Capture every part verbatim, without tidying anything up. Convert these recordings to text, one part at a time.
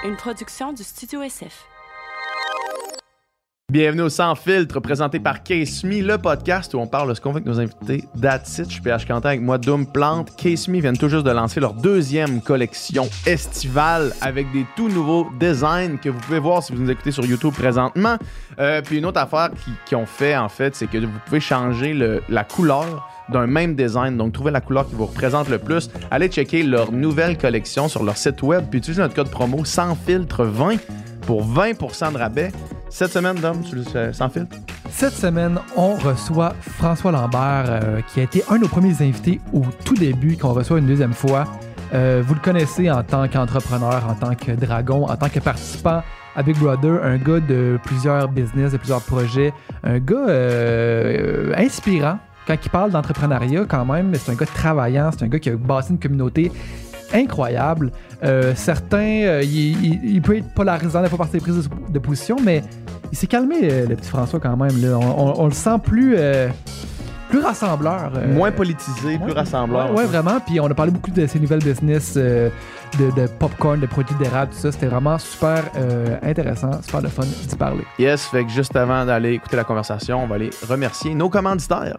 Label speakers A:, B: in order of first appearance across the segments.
A: une production du Studio S F.
B: Bienvenue au Sans Filtre, présenté par Case Me, le podcast où on parle de ce qu'on veut avec nos invités. That's it, je suis P H Quentin avec moi, Doom Plante. Case Me viennent tout juste de lancer leur deuxième collection estivale avec des tout nouveaux designs que vous pouvez voir si vous nous écoutez sur YouTube présentement. Euh, puis une autre affaire qui, qui ont fait, en fait, c'est que vous pouvez changer le, la couleur d'un même design. Donc, trouvez la couleur qui vous représente le plus. Allez checker leur nouvelle collection sur leur site web puis utilisez notre code promo Sans Filtre vingt pour vingt pour cent de rabais. Cette semaine, Dom, tu le Sans Filtre?
C: Cette semaine, on reçoit François Lambert, euh, qui a été un de nos premiers invités au tout début, qu'on reçoit une deuxième fois. Euh, vous le connaissez en tant qu'entrepreneur, en tant que dragon, en tant que participant à Big Brother, un gars de plusieurs business, de plusieurs projets, un gars euh, inspirant. Quand il parle d'entrepreneuriat, quand même, c'est un gars travaillant, c'est un gars qui a bâti une communauté incroyable. Euh, certains, euh, il, il, il peut être polarisant des fois par ses prises de, de position, mais il s'est calmé, le, le petit François, quand même. Là. On, on, on le sent plus, euh, plus rassembleur. Euh,
B: moins politisé, moins, plus rassembleur.
C: Oui, ouais, vraiment. Puis on a parlé beaucoup de ses nouvelles business, euh, de, de popcorn, de produits d'érable, tout ça. C'était vraiment super euh, intéressant, super le fun d'y parler.
B: Yes, fait que juste avant d'aller écouter la conversation, on va aller remercier nos commanditaires.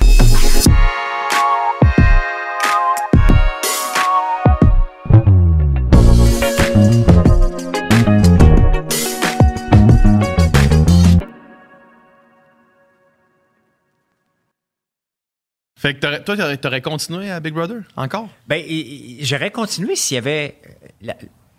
B: Fait que t'aurais, toi, t'aurais, t'aurais continué à Big Brother, encore?
D: Ben, j'aurais continué s'il y avait... La,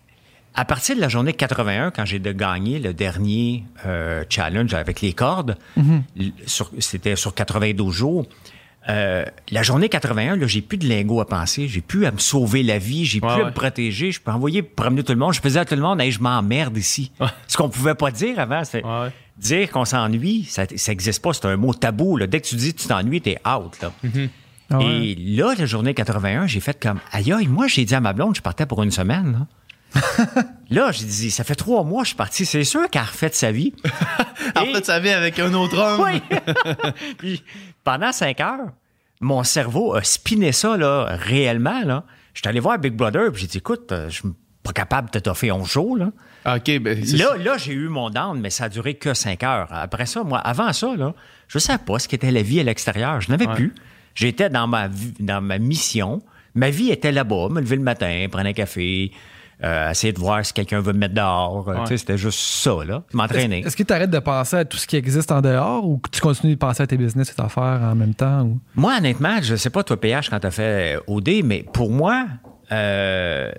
D: à partir de la journée quatre-vingt-un, quand j'ai de gagné le dernier euh, challenge avec les cordes, mm-hmm. sur, c'était sur quatre-vingt-douze jours, euh, la journée quatre-vingt-un, là, j'ai plus de lingots à penser, j'ai plus à me sauver la vie, j'ai
B: ouais,
D: plus
B: ouais.
D: à me protéger, je peux envoyer promener tout le monde. Je faisais à tout le monde, hey, je m'emmerde ici. Ouais. Ce qu'on pouvait pas dire avant, c'était... Ouais. Dire qu'on s'ennuie, ça n'existe pas. C'est un mot tabou. Là. Dès que tu dis que tu t'ennuies, t'es out. Là. Mm-hmm. Ah ouais. Et là, la journée quatre-vingt-un, j'ai fait comme... Aïe, aïe, moi, j'ai dit à ma blonde, je partais pour une semaine. Là, là j'ai dit, ça fait trois mois que je suis parti. C'est sûr qu'elle a refait sa vie.
B: Elle a refait sa vie avec un autre homme.
D: Oui. Puis, pendant cinq heures, mon cerveau a spiné ça là, réellement. Là. Je suis allé voir Big Brother, puis j'ai dit, écoute, je suis pas capable de t'étoffer onze jours, là.
B: OK, ben c'est
D: là, là, j'ai eu mon down, mais ça a duré que cinq heures. Après ça, moi, avant ça, là, je ne savais pas ce qu'était la vie à l'extérieur. Je n'avais ouais. plus. J'étais dans ma, dans ma mission. Ma vie était là-bas. Me lever le matin, prendre un café, euh, essayer de voir si quelqu'un veut me mettre dehors. Ouais. Tu sais, c'était juste ça, là. M'entraîner.
C: Est-ce, est-ce que tu arrêtes de penser à tout ce qui existe en dehors ou que tu continues de penser à tes business et tes affaires en même temps? Ou?
D: Moi, honnêtement, je ne sais pas, toi, P H, quand tu as fait O D, mais pour moi... Euh,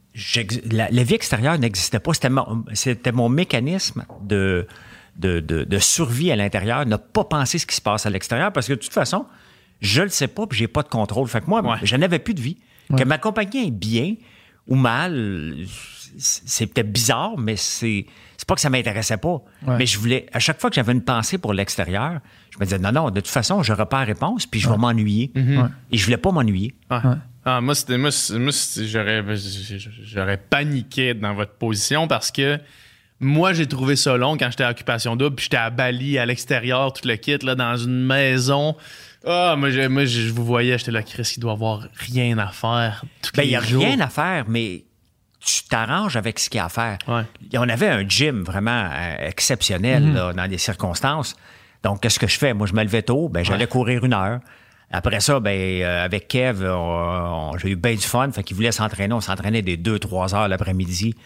D: La, la vie extérieure n'existait pas. C'était mon, c'était mon mécanisme de, de, de, de survie à l'intérieur, ne pas penser ce qui se passe à l'extérieur, parce que de toute façon, je le sais pas puis j'ai pas de contrôle. Fait que moi, ouais. je n'avais plus de vie. Ouais. Que ma compagnie est bien ou mal, c'est peut-être bizarre, mais c'est, c'est pas que ça m'intéressait pas. Ouais. Mais je voulais, à chaque fois que j'avais une pensée pour l'extérieur, je me disais, non, non, de toute façon, j'aurai pas la réponse puis je vais ouais. m'ennuyer. Mm-hmm. Ouais. Et je voulais pas m'ennuyer.
B: Ouais. Ouais. Ah, moi, c'était, moi, moi c'était, j'aurais, j'aurais paniqué dans votre position parce que moi, j'ai trouvé ça long quand j'étais à Occupation Double, puis j'étais à Bali, à l'extérieur, tout le kit, là, dans une maison. Ah, moi, je, moi, je vous voyais, j'étais là, Chris, il doit avoir rien à faire.
D: Ben, il n'y a rien à faire, mais tu t'arranges avec ce qu'il y a à faire.
B: Ouais.
D: On avait un gym vraiment euh, exceptionnel mm-hmm. là, dans des circonstances. Donc, qu'est-ce que je fais? Moi, je me levais tôt, ben, j'allais ouais. courir une heure. Après ça, ben euh, avec Kev, on, on, j'ai eu bien du fun. Fait qu'il voulait s'entraîner. On s'entraînait des deux trois heures l'après-midi.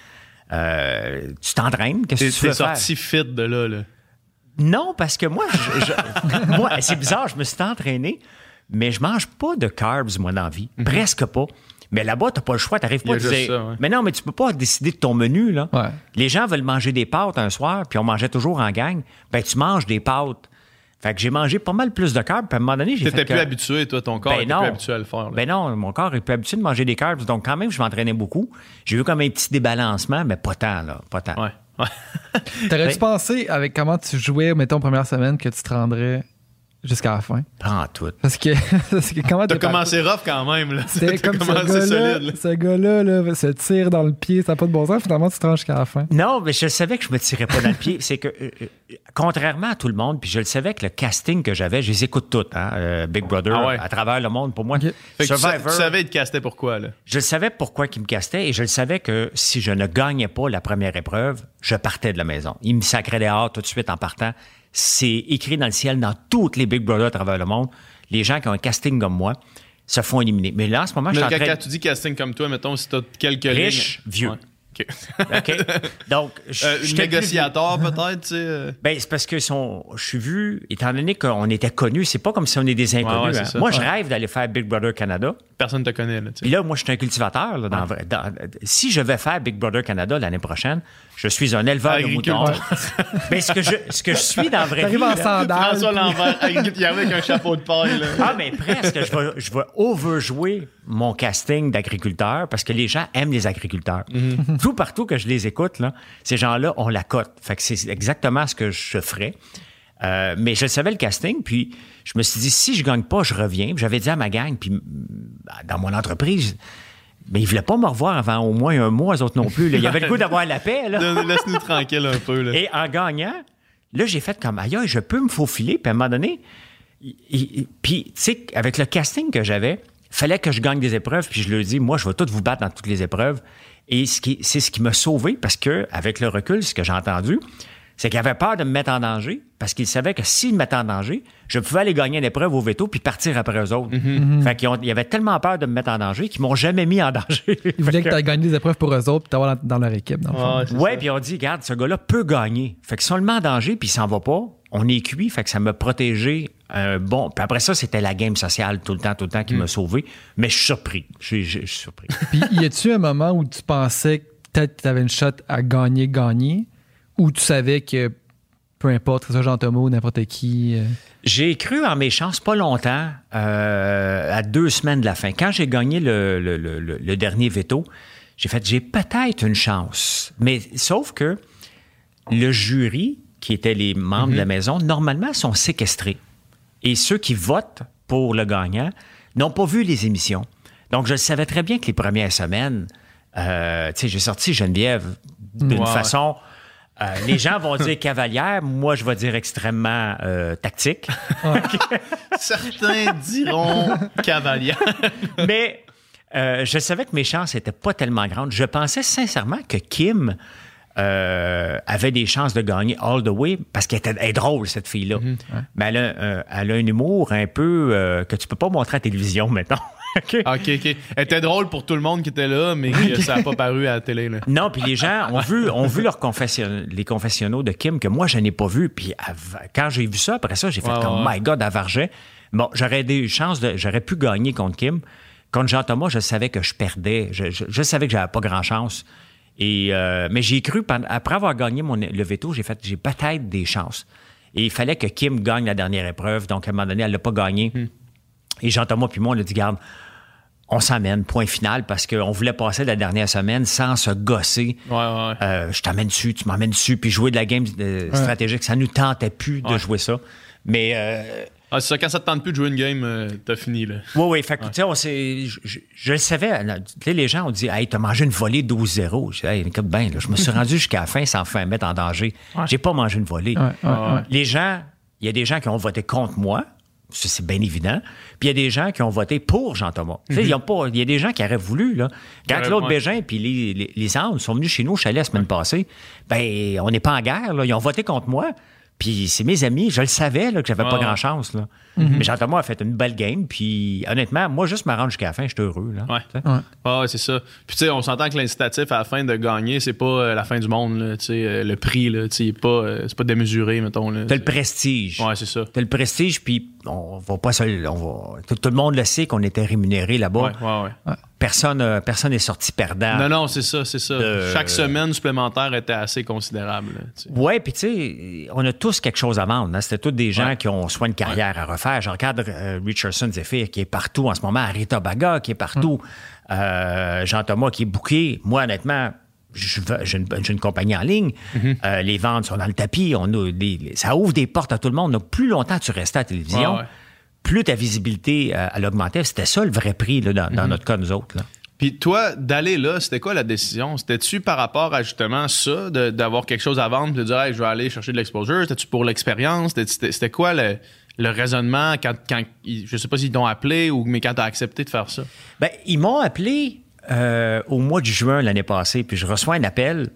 D: Euh, tu t'entraînes? Qu'est-ce que tu veux faire?
B: T'es sorti fit de là, là?
D: Non, parce que moi, je, je, moi, c'est bizarre, je me suis entraîné, mais je mange pas de carbs, moi, dans la vie. Mm-hmm. Presque pas. Mais là-bas, t'as pas le choix, t'arrives pas à dire... Ça, ouais. Mais non, mais tu peux pas décider de ton menu, là. Ouais. Les gens veulent manger des pâtes un soir, puis on mangeait toujours en gang. Ben, tu manges des pâtes. Fait que j'ai mangé pas mal plus de carbs, puis à un moment donné, j'ai
B: T'étais
D: fait
B: plus
D: que...
B: habitué, toi, ton corps
D: ben
B: était
D: non.
B: plus habitué à le faire. Là.
D: Ben non, mon corps est plus habitué de manger des carbs, donc quand même, je m'entraînais beaucoup. J'ai eu comme un petit débalancement, mais pas tant, là, pas tant.
B: Ouais, ouais.
C: T'aurais-tu ben... pensé, avec comment tu jouais, mettons, première semaine, que tu te rendrais jusqu'à la fin?
D: Prends tout.
C: Parce que, parce que comment
B: t'as commencé rough quand même, là.
C: T'as comme commencé solide, là. Ce gars-là, là, se tire dans le pied, ça n'a pas de bon sens, finalement, tu te rends jusqu'à la fin.
D: Non, mais je savais que je me tirais pas dans le pied. C'est que... Euh, contrairement à tout le monde, puis je le savais que le casting que j'avais, je les écoute toutes, hein, euh, Big Brother,
B: ah ouais.
D: à travers le monde. Pour moi,
C: okay.
D: Survivor...
B: Tu, tu savais, il te castait pourquoi, là?
D: Je le savais pourquoi il me castait et je le savais que si je ne gagnais pas la première épreuve, je partais de la maison. Il me sacrait dehors tout de suite en partant. C'est écrit dans le ciel, dans toutes les Big Brother à travers le monde. Les gens qui ont un casting comme moi se font éliminer. Mais là, en ce moment, je suis en train...
B: Quand tu dis casting comme toi, mettons, si t'as quelques
D: riche,
B: lignes...
D: vieux.
B: Ouais. OK.
D: OK. Donc, je,
B: euh,
D: je
B: négociateur, peut-être, tu sais.
D: Ben, c'est parce que son, je suis vu, étant donné qu'on était connus, c'est pas comme si on est des inconnus.
B: Ouais, ouais,
D: hein. Moi, je
B: ouais.
D: rêve d'aller faire Big Brother Canada.
B: Personne te connaît, là, tu sais.
D: Puis là, moi, je suis un cultivateur. Là, dans, ouais. dans, si je vais faire Big Brother Canada l'année prochaine, je suis un éleveur de moutons. Mais ce que, je, ce que je suis dans la vraie vie...
C: T'arrives en sandales.
B: François Lambert, il y avait avec un chapeau de paille, là.
D: Ah, mais presque. Je vais, je vais overjouer mon casting d'agriculteur parce que les gens aiment les agriculteurs. Mm-hmm. Tout partout que je les écoute, là, ces gens-là, on la cote. Fait que c'est exactement ce que je ferais. Euh, mais je savais le casting, puis je me suis dit, si je gagne pas, je reviens. Puis j'avais dit à ma gang, puis dans mon entreprise, mais ils voulaient pas me revoir avant au moins un mois, eux autres non plus. Là. Il y avait le goût d'avoir la paix. Là.
B: Laisse-nous tranquille un peu. Là.
D: Et en gagnant, là, j'ai fait comme, aïe, je peux me faufiler. Puis à un moment donné, il, il, puis tu sais, avec le casting que j'avais, fallait que je gagne des épreuves, puis je leur dis, moi, je vais tout vous battre dans toutes les épreuves. Et ce qui, c'est ce qui m'a sauvé, parce que avec le recul, ce que j'ai entendu, c'est qu'il avait peur de me mettre en danger, parce qu'il savait que s'il me mettait en danger, je pouvais aller gagner une épreuve au veto puis partir après eux autres. Mm-hmm. Fait qu'ils ont, ils avaient tellement peur de me mettre en danger qu'ils m'ont jamais mis en danger.
C: Ils voulaient que, que tu aies gagné des épreuves pour eux autres puis t'avoir dans, dans leur équipe. Dans le fond.
D: Ouais, ouais puis ils ont dit, regarde, ce gars-là peut gagner. Fait que si on le met en danger puis il s'en va pas, on est cuit. Fait que ça m'a protégé un bon... Puis après ça, c'était la game sociale tout le temps, tout le temps qui mm. m'a sauvé. Mais je suis surpris. Je suis surpris.
C: Puis y a-tu un moment où tu pensais que peut-être tu avais une shot à gagner, gagner, ou tu savais que peu importe, que ce soit Jean Thomas ou n'importe qui. Euh...
D: J'ai cru en mes chances pas longtemps, euh, à deux semaines de la fin. Quand j'ai gagné le, le, le, le dernier veto, j'ai fait, j'ai peut-être une chance. Mais sauf que le jury, qui étaient les membres mm-hmm. de la maison, normalement sont séquestrés. Et ceux qui votent pour le gagnant n'ont pas vu les émissions. Donc, je savais très bien que les premières semaines, euh, tu sais, j'ai sorti Geneviève d'une wow. façon... Euh, les gens vont dire cavalière, moi je vais dire extrêmement euh, tactique.
B: Certains diront cavalière.
D: Mais euh, je savais que mes chances n'étaient pas tellement grandes. Je pensais sincèrement que Kim euh, avait des chances de gagner all the way parce qu'elle était, elle est drôle, cette fille-là. Mm-hmm. Ouais. Mais elle a, euh, elle a un humour un peu euh, que tu peux pas montrer à la télévision maintenant.
B: Okay. OK, OK. Elle était drôle pour tout le monde qui était là, mais que ça n'a pas paru à la télé. Là.
D: Non, puis les gens ont vu, ont vu leurs confession... les confessionnaux de Kim que moi, je n'ai pas vu. Puis quand j'ai vu ça, après ça, j'ai fait ouais, comme, ouais. my God, avargeait. Bon, j'aurais des chances de... J'aurais pu gagner contre Kim. Contre Jean-Thomas, je savais que je perdais. Je, je, je savais que j'avais pas grand-chance. Et, euh, mais j'ai cru, après avoir gagné mon, le veto, j'ai fait, j'ai peut-être des chances. Et il fallait que Kim gagne la dernière épreuve. Donc, à un moment donné, elle l'a pas gagné. Hmm. Et Jean-Thomas puis moi, on a dit, garde, on s'amène, point final, parce qu'on voulait passer la dernière semaine sans se gosser.
B: Ouais, ouais.
D: Euh, je t'amène dessus, tu m'emmènes dessus, puis jouer de la game euh, stratégique, ouais. ça nous tentait plus de ouais. jouer ça. Mais... Euh,
B: ah, c'est ça, quand ça te tente plus de jouer une game, euh, t'as fini, là.
D: Oui, oui, fait que, ouais. tu sais, on s'est... Je, je, je le savais, tu sais, les gens ont dit, hey, t'as mangé une volée douze zéro. Je dis, hey, écoute bien, là, je me suis rendu jusqu'à la fin sans faire mettre en danger. Ouais. J'ai pas mangé une volée.
C: Ouais, ouais, ouais.
D: Les gens, il y a des gens qui ont voté contre moi. Ça, c'est bien évident. Puis il y a des gens qui ont voté pour Jean-Thomas. Mm-hmm. Il mm-hmm. y, y a des gens qui auraient voulu. Là. Quand Claude ouais. Bégin et les, les, les Andes sont venus chez nous au chalet la semaine ouais. passée, ben on n'est pas en guerre. Là. Ils ont voté contre moi. Puis c'est mes amis. Je le savais là, que j'avais oh. pas grand-chance. Là. Mm-hmm. Mais Jean-Thomas a fait une belle game. Puis honnêtement, moi, juste me rendre jusqu'à la fin, j'étais heureux. Là,
B: ouais. Ouais. Ah, ouais, c'est ça. Puis tu sais, on s'entend que l'incitatif à la fin de gagner, c'est pas euh, la fin du monde. Là, euh, le prix, là, c'est pas, euh, c'est pas démesuré, mettons. Là,
D: t'as le prestige.
B: Ouais, c'est ça.
D: T'as le prestige, puis on va pas seul. On va, tout, tout le monde le sait qu'on était rémunéré là-bas.
B: Ouais, ouais, ouais. ouais.
D: Personne euh, personne n'est sorti perdant.
B: Non, non, c'est ça, c'est ça. De... Chaque semaine supplémentaire était assez considérable.
D: Oui, puis tu sais, on a tous quelque chose à vendre. Hein? C'était tous des gens ouais. qui ont soit une carrière ouais. à refaire. Je regarde euh, Richardson Zephyr qui est partout en ce moment, Arita Baga qui est partout, mm. euh, Jean-Thomas qui est booké. Moi, honnêtement, j'ai une, j'ai une compagnie en ligne. Mm-hmm. Euh, les ventes sont dans le tapis. On a des, ça ouvre des portes à tout le monde. Donc, plus longtemps tu restais à la télévision, ouais, ouais. plus ta visibilité euh, elle augmentait. C'était ça le vrai prix là, dans, mm-hmm. dans notre cas, nous autres. Là.
B: Puis toi, d'aller là, c'était quoi la décision? C'était-tu par rapport à justement ça, de, d'avoir quelque chose à vendre, de dire hey, je vais aller chercher de l'exposure? C'était-tu pour l'expérience? C'était, c'était, c'était quoi le, le raisonnement quand, quand je sais pas s'ils t'ont appelé ou mais quand t'as accepté de faire ça?
D: Ben, ils m'ont appelé euh, au mois de juin l'année passée, puis je reçois un appel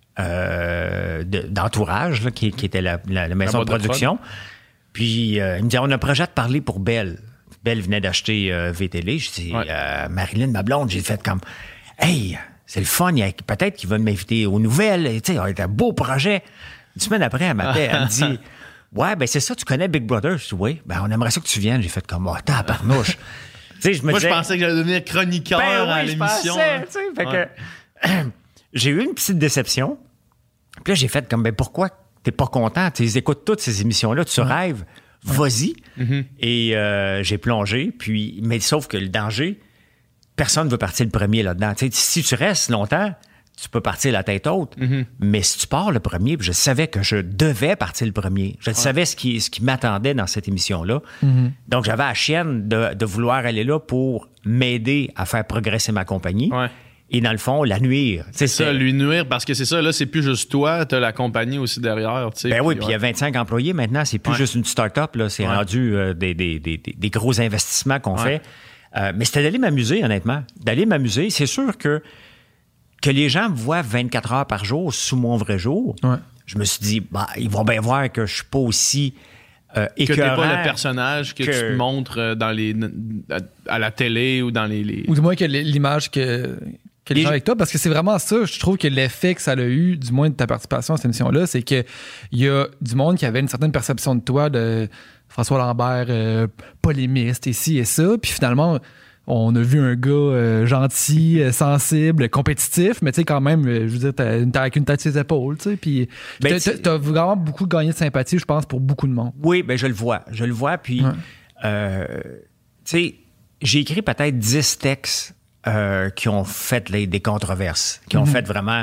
D: euh, de, d'entourage, là, qui, qui était la, la, la maison
B: La
D: de
B: boîte de
D: production. Puis euh, il me dit on a un projet de parler pour Belle. Belle venait d'acheter euh, V T L. Je dis,
B: Ouais.
D: euh, Marilyn, ma blonde, j'ai fait comme, hey, c'est le fun, il y a- peut-être qu'il va m'inviter aux nouvelles. Tu sais, c'est un beau projet. Une semaine après, elle m'appelle, elle me dit, ouais, ben c'est ça, tu connais Big Brother? Je dis, oui, ben on aimerait ça que tu viennes. J'ai fait comme, oh, tabarnouche. Tu sais, je me
B: Moi,
D: disais,
B: je pensais que j'allais devenir chroniqueur
D: ben oui,
B: à
D: je
B: l'émission.
D: pensais,
B: hein.
D: tu sais, fait
B: Ouais.
D: que, j'ai eu une petite déception. Puis là, j'ai fait comme, ben pourquoi t'es pas content? Tu les écoutes toutes ces émissions-là, tu rêves, vas-y.
B: Mm-hmm.
D: Et euh, j'ai plongé, puis, mais sauf que le danger, personne ne veut partir le premier là-dedans. Tu sais, si tu restes longtemps, tu peux partir la tête haute.
B: Mm-hmm.
D: Mais si tu pars le premier, puis je savais que je devais partir le premier. Je savais ce qui, ce qui m'attendait dans cette émission-là. Donc, j'avais la chienne de, de vouloir aller là pour m'aider à faire progresser ma compagnie.
B: Ouais.
D: Et dans le fond, la nuire. Tu sais,
B: C'est ça, lui nuire, parce que c'est ça, là, c'est plus juste toi, t'as la compagnie aussi derrière, tu sais.
D: Ben oui,
B: puis
D: puis il y a vingt-cinq employés maintenant. C'est plus
B: Ouais.
D: juste une start-up. Là. C'est
B: Ouais.
D: rendu euh, des, des, des, des- des gros investissements qu'on
B: Ouais.
D: fait. Euh, mais c'était d'aller m'amuser, honnêtement. D'aller m'amuser. C'est sûr que, que les gens me voient vingt-quatre heures par jour sous mon vrai jour.
C: Ouais.
D: Je me suis dit, bah, ils vont bien voir que je suis pas aussi euh,
B: que t'es
D: écœurant.
B: pas le personnage que,
D: que-
B: tu te montres euh, dans les, à, à la télé ou dans les... les-
C: Ou du moins que l'image que, que les
D: Les-
C: gens avec toi, parce que c'est vraiment ça, je trouve que l'effet que ça a eu, du moins de ta participation à cette émission-là, c'est qu'il y a du monde qui avait une certaine perception de toi, de François Lambert, euh, polémiste, ici et ça, puis finalement, on a vu un gars euh, gentil, euh, sensible, compétitif, mais tu sais, quand même, euh, je veux dire, t'as, t'as avec une tête sur les épaules, tu sais, puis
D: Ben,
C: t'as,
D: c'est-
C: t'as- t'as vraiment beaucoup gagné de sympathie, je pense, pour beaucoup de monde.
D: Oui, ben je le vois. Je le vois. Puis,
C: Ouais.
D: euh, tu sais, j'ai écrit peut-être dix textes euh, qui ont fait les- des controverses, qui ont
C: Mm-hmm.
D: fait vraiment.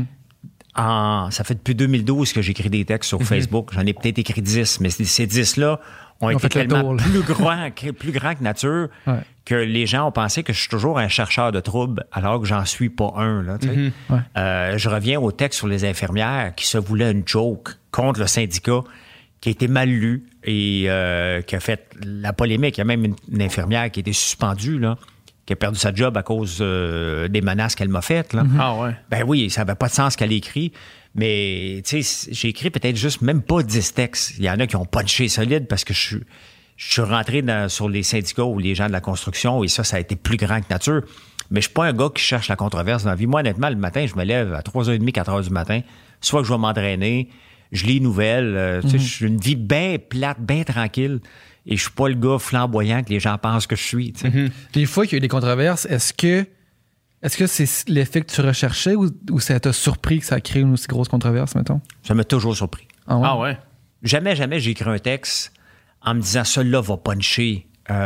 D: En, ça fait depuis deux mille douze que j'écris des textes sur Facebook. J'en ai peut-être écrit dix, mais ces- ces dix-là ont
C: Ils ont
D: été
C: fait le
D: tellement
C: tour, là.
D: plus grands que, plus grands que nature
C: Ouais.
D: que les gens ont pensé que je suis toujours un chercheur de troubles alors que j'en suis pas un. Là, tu sais.
C: Ouais.
D: Euh, je reviens au texte sur les infirmières qui se voulait une joke contre le syndicat qui a été mal lu et euh, qui a fait la polémique. Il y a même une, une infirmière qui a été suspendue, là, qui a perdu sa job à cause euh, des menaces qu'elle m'a faites. Là.
B: Ah ouais.
D: Ben oui, ça n'avait pas de sens qu'elle ait écrit. Mais, tu sais, j'ai écrit peut-être juste même pas dix textes. Il y en a qui ont punché solide parce que je suis, je suis rentré dans- sur les syndicats ou les gens de la construction et ça, ça a été plus grand que nature. Mais je suis pas un gars qui cherche la controverse dans la vie. Moi, honnêtement, le matin, je me lève à trois heures trente, quatre heures du matin. Soit que je vais m'entraîner, je lis les nouvelles. euh, tu sais, je suis une vie bien plate, bien tranquille. Et je suis pas le gars flamboyant que les gens pensent que je suis. tu sais.
C: Les fois qu'il y a eu des controverses, est-ce que est-ce que c'est l'effet que tu recherchais ou, ou ça t'a surpris que ça a créé une aussi grosse controverse, mettons?
D: Ça m'a toujours surpris.
C: Ah ouais?
B: Ah ouais.
D: Jamais, jamais j'ai écrit un texte en me disant celui-là va puncher.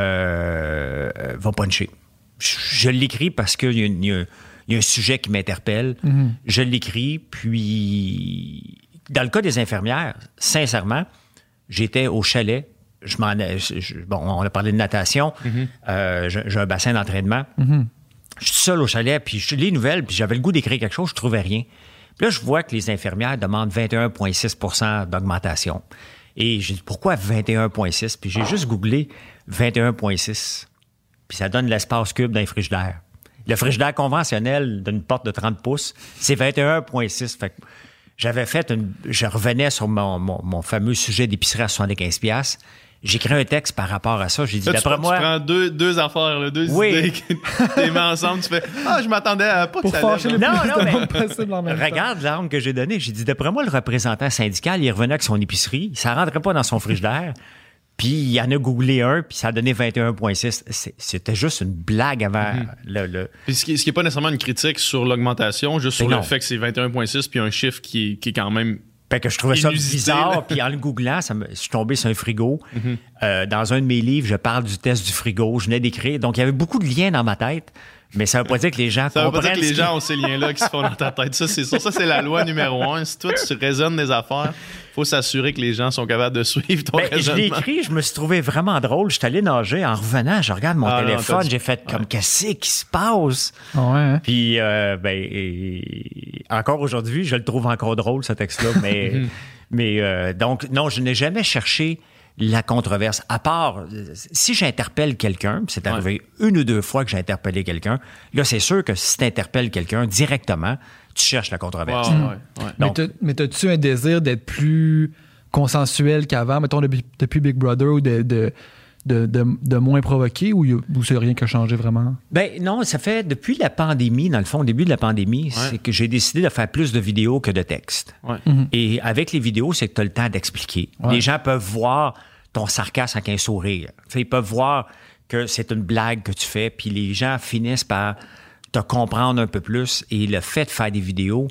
D: Euh, euh, va puncher. Je, je l'écris parce qu'il y, a une- il y a- il y a un sujet qui m'interpelle. Je l'écris, puis dans le cas des infirmières, sincèrement, j'étais au chalet. Je m'en, ai- je- je- bon, on a parlé de natation. Euh, j'ai, j'ai un bassin d'entraînement. Je suis seul au chalet, puis je lis les nouvelles, puis j'avais le goût d'écrire quelque chose, je trouvais rien. Puis là, je vois que les infirmières demandent vingt et un virgule six pour cent d'augmentation. Et j'ai dit, pourquoi vingt et un virgule six? Puis j'ai juste googlé vingt et un virgule six. Puis ça donne l'espace cube d'un frigidaire. Le frigidaire conventionnel d'une porte de trente pouces, c'est vingt et un virgule six. Fait que j'avais fait une... Je revenais sur mon, mon, mon fameux sujet d'épicerie à soixante-quinze piastres. J'ai créé un texte par rapport à ça. J'ai dit,
B: Là, tu,
D: d'après
B: tu
D: moi...
B: prends deux, deux affaires, là, deux
D: Oui.
B: idées que tu mets ensemble, tu fais « Ah, je m'attendais à pas que
C: Pour
B: ça
C: fâcher le
B: lève.
D: Non,
C: plus
D: non,
C: de
D: mais-
C: monde possible en même temps.
D: Regarde l'arme que j'ai donnée. J'ai dit, d'après moi, le représentant syndical, il revenait avec son épicerie. Ça rentrait pas dans son frigidaire. Puis il en a googlé un, puis ça a donné vingt et un virgule six. C'est- C'était juste une blague avant le... le-
B: Puis ce qui, ce qui est pas nécessairement une critique sur l'augmentation, juste sur
D: Mais
B: le
D: non.
B: fait que c'est vingt et un virgule six puis un chiffre qui, est- qui est quand même
D: Fait que je trouvais ça
B: Inusité,
D: bizarre.
B: là.
D: Puis en le googlant, ça me, je suis tombé sur un frigo. Mm-hmm. Euh, dans un de mes livres, je parle du test du frigo. Je venais d'écrire. Donc, il y avait beaucoup de liens dans ma tête. Mais ça ne veut pas dire que les gens
B: Ça
D: comprennent.
B: veut pas dire que les
D: ce
B: gens ont ces liens-là qui se font dans ta tête. Ça, c'est ça. Ça, c'est la loi numéro un. Si toi, tu raisonnes des affaires, il faut s'assurer que les gens sont capables de suivre ton
D: Ben, je
B: raisonnement.
D: l'ai écrit, je me suis trouvé vraiment drôle. Je suis allé nager. En revenant, je regarde mon
B: Ah, non,
D: téléphone.
B: t'as dit-
D: J'ai fait comme,
B: Ouais.
D: qu'est-ce qui se passe?
C: Ouais, hein?
D: Puis, euh, ben, et- encore aujourd'hui, je le trouve encore drôle, ce texte-là. Mais, mais euh, donc, non, je n'ai jamais cherché la controverse. À part, euh, si j'interpelle quelqu'un, puis c'est arrivé une ou deux fois que j'ai interpellé quelqu'un, là, c'est sûr que si tu interpelles quelqu'un directement, tu cherches la controverse.
B: Ouais, ouais, ouais.
C: Mais
D: Donc-
C: t'as- Mais t'as-tu un désir d'être plus consensuel qu'avant, mettons, depuis, depuis Big Brother, ou de, de, de, de, de moins provoqué, ou, y a- ou c'est rien qui a changé vraiment?
D: Ben non, ça fait depuis la pandémie, dans le fond, au début de la pandémie, c'est que j'ai décidé de faire plus de vidéos que de textes.
B: Ouais.
D: Et avec les vidéos, c'est que tu as le temps d'expliquer.
C: Ouais.
D: Les gens peuvent voir ton sarcasme avec un sourire. Tu sais, ils peuvent voir que c'est une blague que tu fais, puis les gens finissent par te comprendre un peu plus. Et le fait de faire des vidéos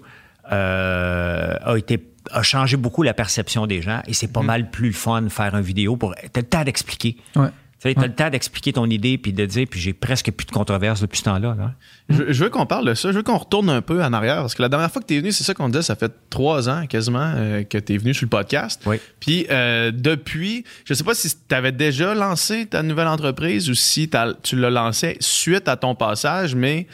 D: euh, a été a changé beaucoup la perception des gens. Et c'est pas mal plus le fun de faire une vidéo pour... T'as le temps d'expliquer.
C: Ouais.
D: Tu sais, t'as le temps d'expliquer ton idée, puis de dire, puis j'ai presque plus de controverse depuis ce temps-là. Là.
B: Je, je veux qu'on parle de ça. Je veux qu'on retourne un peu en arrière. Parce que la dernière fois que tu es venu, c'est ça qu'on disait, ça fait trois ans quasiment euh, que tu es venu sur le podcast.
D: Oui.
B: Puis euh, depuis, je sais pas si tu avais déjà lancé ta nouvelle entreprise ou si t'as- tu l'as lancé suite à ton passage, mais,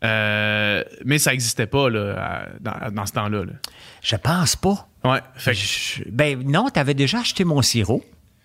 B: euh, mais ça n'existait pas là, à- dans, dans ce temps-là. là.
D: Je pense pas.
B: Ouais. Fait que,
D: Je- ben non, t'avais déjà acheté mon sirop.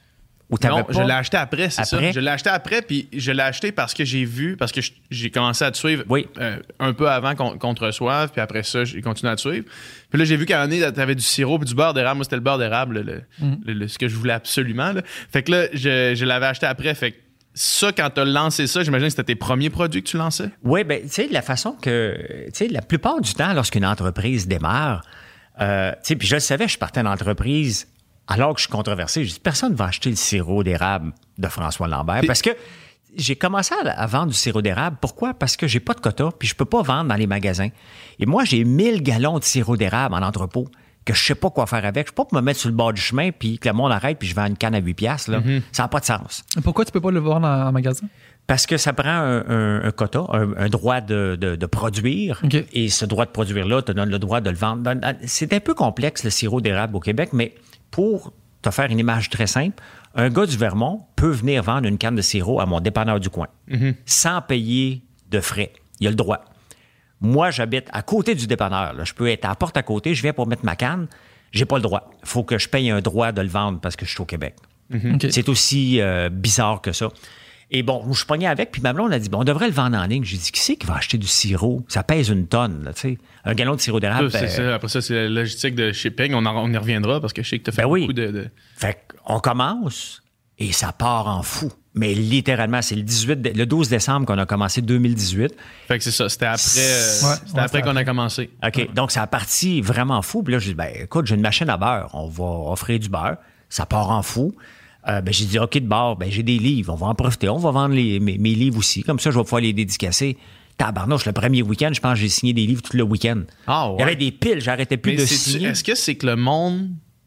D: Ou t'avais
B: non,
D: pas?
B: je l'ai acheté après, c'est ça.
D: Après?
B: Je l'ai acheté après, puis je l'ai acheté parce que j'ai vu, parce que je- j'ai commencé à te suivre
D: Oui.
B: euh, un peu avant qu'on qu'on te reçoive, puis après ça, j'ai continué à te suivre. Puis là, j'ai vu qu'à un moment donné, t'avais du sirop puis du beurre d'érable. Moi, c'était le beurre d'érable, le, le- le- ce que je voulais absolument. Là. Fait que là, je, je l'avais acheté après. Fait que ça, quand t'as lancé ça, j'imagine que c'était tes premiers produits que tu lançais?
D: Oui, bien, tu sais, la façon que. Tu sais, la plupart du temps, lorsqu'une entreprise démarre, euh, tu sais, puis je le savais, je partais d'entreprise alors que je suis controversé. Je dis, personne ne va acheter le sirop d'érable de François Lambert.
B: Puis-
D: Parce que j'ai commencé à, à vendre du sirop d'érable. Pourquoi? Parce que j'ai pas de quota, puis je peux pas vendre dans les magasins. Et moi, j'ai mille gallons de sirop d'érable en entrepôt que je sais pas quoi faire avec. Je peux pas me mettre sur le bord du chemin, puis que le monde arrête, puis je vends une canne à huit piastres. Là. Ça n'a pas de sens.
C: Pourquoi tu peux pas le voir en, en magasin?
D: Parce que ça prend un, un- un quota, un, un droit de, de- de produire.
C: OK.
D: Et ce droit de produire-là te donne le droit de le vendre. Dans- dans- C'est un peu complexe, le sirop d'érable au Québec, mais pour te faire une image très simple, un gars du Vermont peut venir vendre une canne de sirop à mon dépanneur du coin sans payer de frais. Il a le droit. Moi, j'habite à côté du dépanneur. là. Je peux être à la porte à côté, je viens pour mettre ma canne. J'ai pas le droit. Il faut que je paye un droit de le vendre parce que je suis au Québec.
C: OK.
D: C'est aussi euh, bizarre que ça. Et bon, je suis pogné avec, puis ma blonde a dit, bon, on devrait le vendre en ligne. J'ai dit, qui c'est qui va acheter du sirop? Ça pèse une tonne, là, tu sais. Un gallon de sirop d'érable.
B: Ça, c'est
D: euh,
B: ça. Après ça, c'est la logistique de shipping. On, en- on y reviendra parce que je sais que tu fait
D: Ben oui.
B: beaucoup de. de-
D: Fait qu'on commence et ça part en fou. Mais littéralement, c'est le dix-huit, dé- le douze décembre qu'on a commencé deux mille dix-huit.
B: Fait que c'est ça. C'était après, euh,
C: Ouais,
B: c'était
C: ouais,
B: après
C: c'était
B: qu'on a
C: après.
B: commencé.
D: OK, donc ça a parti vraiment fou. Puis là, j'ai dit, ben écoute, j'ai une machine à beurre. On va offrir du beurre. Ça part en fou. Euh, ben, j'ai dit, OK, de bord, ben, j'ai des livres. On va en profiter. On va vendre les- mes, mes livres aussi. Comme ça, je vais pouvoir les dédicacer. Tabarnouche, le premier week-end, je pense que j'ai signé des livres tout le week-end.
B: Ah ouais.
D: Il y avait des piles, j'arrêtais plus
B: Mais
D: de
B: c'est-tu-
D: signer.
B: est-ce que c'est que le monde,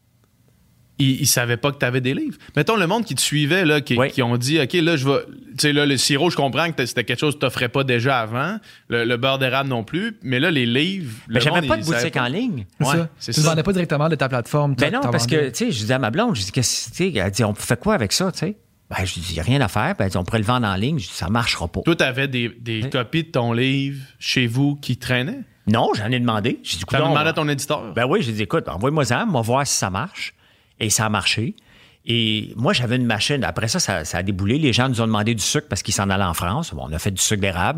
B: ils il savait pas que tu avais des livres? Mettons le monde qui te suivait, là, qui,
D: Oui.
B: qui ont dit, OK, là, je vais. Tu sais, là, le sirop, je comprends que c'était quelque chose que tu n'offrais pas déjà avant. Le, le beurre d'érable non plus. Mais là, les livres.
D: Ben,
B: le
D: j'avais
B: monde,
D: pas
B: il
D: de
B: savait
D: boutique
B: pas.
D: en ligne.
C: C'est
B: Ouais,
C: ça.
B: c'est
C: tu ne
B: ça.
C: vendais pas directement de ta plateforme.
D: Ben non, parce que, tu sais, je disais à ma blonde, je dis, qu'est-ce que, tu sais, elle dit, on fait quoi avec ça, tu sais? Ben, je dis, il n'y a rien à faire. Ben, elle dit, on pourrait le vendre en ligne. Je dis, ça marchera pas.
B: Toi, tu avais des, des copies de ton livre chez vous qui traînaient?
D: Non, j'en ai demandé. J'ai dit,
B: Tu as
D: coudonc,
B: demandé à ton éditeur?
D: Ben oui, j'ai dit, écoute, envoie-moi ça, on va voir si ça marche. Et ça a marché. Et moi, j'avais une machine. Après ça, ça, ça a déboulé. Les gens nous ont demandé du sucre parce qu'ils s'en allaient en France. Bon, on a fait du sucre d'érable.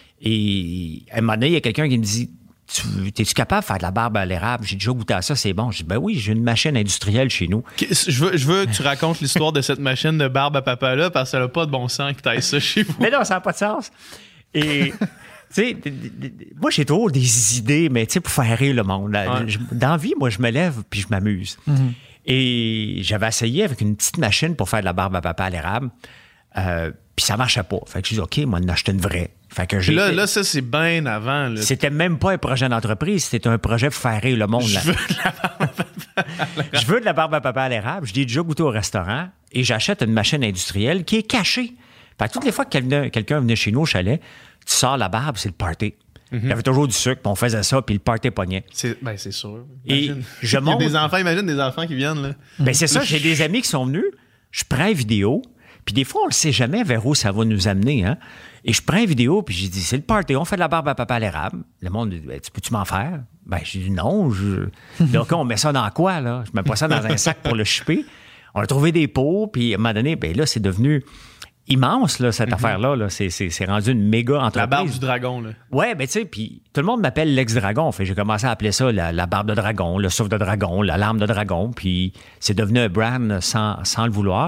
D: Et à un moment donné, il y a quelqu'un qui me dit, tu, es-tu capable de faire de la barbe à l'érable? J'ai déjà goûté à ça, c'est bon. Je dis, ben oui, j'ai une machine industrielle chez nous.
B: Ok, Je veux, je veux que tu racontes l'histoire de cette machine de barbe à papa-là parce que ça n'a pas de bon sens que tu ailles ça chez vous.
D: Mais non, ça n'a pas de sens. Et, tu sais, d- d- d- moi, j'ai toujours des idées, mais tu sais, pour faire rire le monde. Là,
B: Ouais.
D: je- Dans la vie, moi, je me lève puis je m'amuse. Et j'avais essayé avec une petite machine pour faire de la barbe à papa à l'érable. Euh, puis ça marchait pas. Fait que j'ai dit, OK, moi, en acheter une vraie. Fait que
B: Puis
D: j'ai.
B: là, là, ça, c'est bien avant. Là.
D: C'était même pas un projet d'entreprise, c'était un projet pour faire rire le monde.
B: Je
D: Là.
B: veux de la barbe à papa.
D: Je veux de la barbe à papa à l'érable. Je l'ai déjà goûté au restaurant et j'achète une machine industrielle qui est cachée. Fait que toutes les fois que quelqu'un, quelqu'un venait chez nous au chalet, tu sors la barbe, c'est le party. Mm-hmm. Il y avait toujours du sucre, puis on faisait ça, puis le party pognait.
B: C'est, ben, c'est sûr.
D: Imagine. Et je monte...
B: Il y a des enfants, imagine des enfants qui viennent, là.
D: Ben, c'est ça, j'ai des amis qui sont venus, je prends une vidéo, puis des fois, on ne sait jamais vers où ça va nous amener, hein. Et je prends une vidéo, puis j'ai dit, c'est le party, on fait de la barbe à papa à l'érable. Le monde dit, ben, tu peux-tu m'en faire? Ben, j'ai dit, non. Je... Donc, on met ça dans quoi, là? Je mets pas ça dans un sac pour le chipper. On a trouvé des pots, puis à un moment donné, ben là, c'est devenu... immense, là, cette mm-hmm. affaire-là. Là. C'est, c'est, c'est rendu une méga entreprise.
B: La barbe du dragon, là.
D: Ouais, ben tu sais, puis tout le monde m'appelle l'ex-dragon. Fait j'ai commencé à appeler ça la, la barbe de dragon, le souffle de dragon, la lame de dragon, puis c'est devenu un brand sans, sans le vouloir.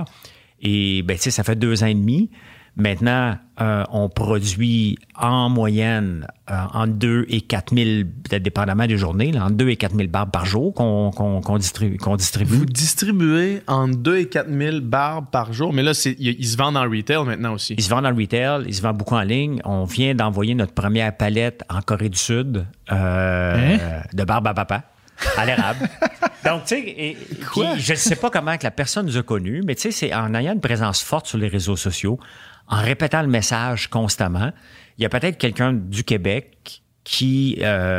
D: Et ben tu sais, ça fait deux ans et demi. Maintenant, euh, on produit en moyenne euh, entre deux et quatre mille, peut-être dépendamment des journées, là, entre deux et quatre mille barbes par jour qu'on, qu'on, qu'on, distribue, qu'on distribue.
B: Vous distribuez entre deux et quatre mille barbes par jour, mais là, c'est, ils, ils se vendent en retail maintenant aussi.
D: Ils se vendent en retail, ils se vendent beaucoup en ligne. On vient d'envoyer notre première palette en Corée du Sud euh, hein? de barbe à papa. À l'érable. Donc, tu sais, je ne sais pas comment que la personne nous a connus, mais tu sais, c'est en ayant une présence forte sur les réseaux sociaux, en répétant le message constamment, il y a peut-être quelqu'un du Québec qui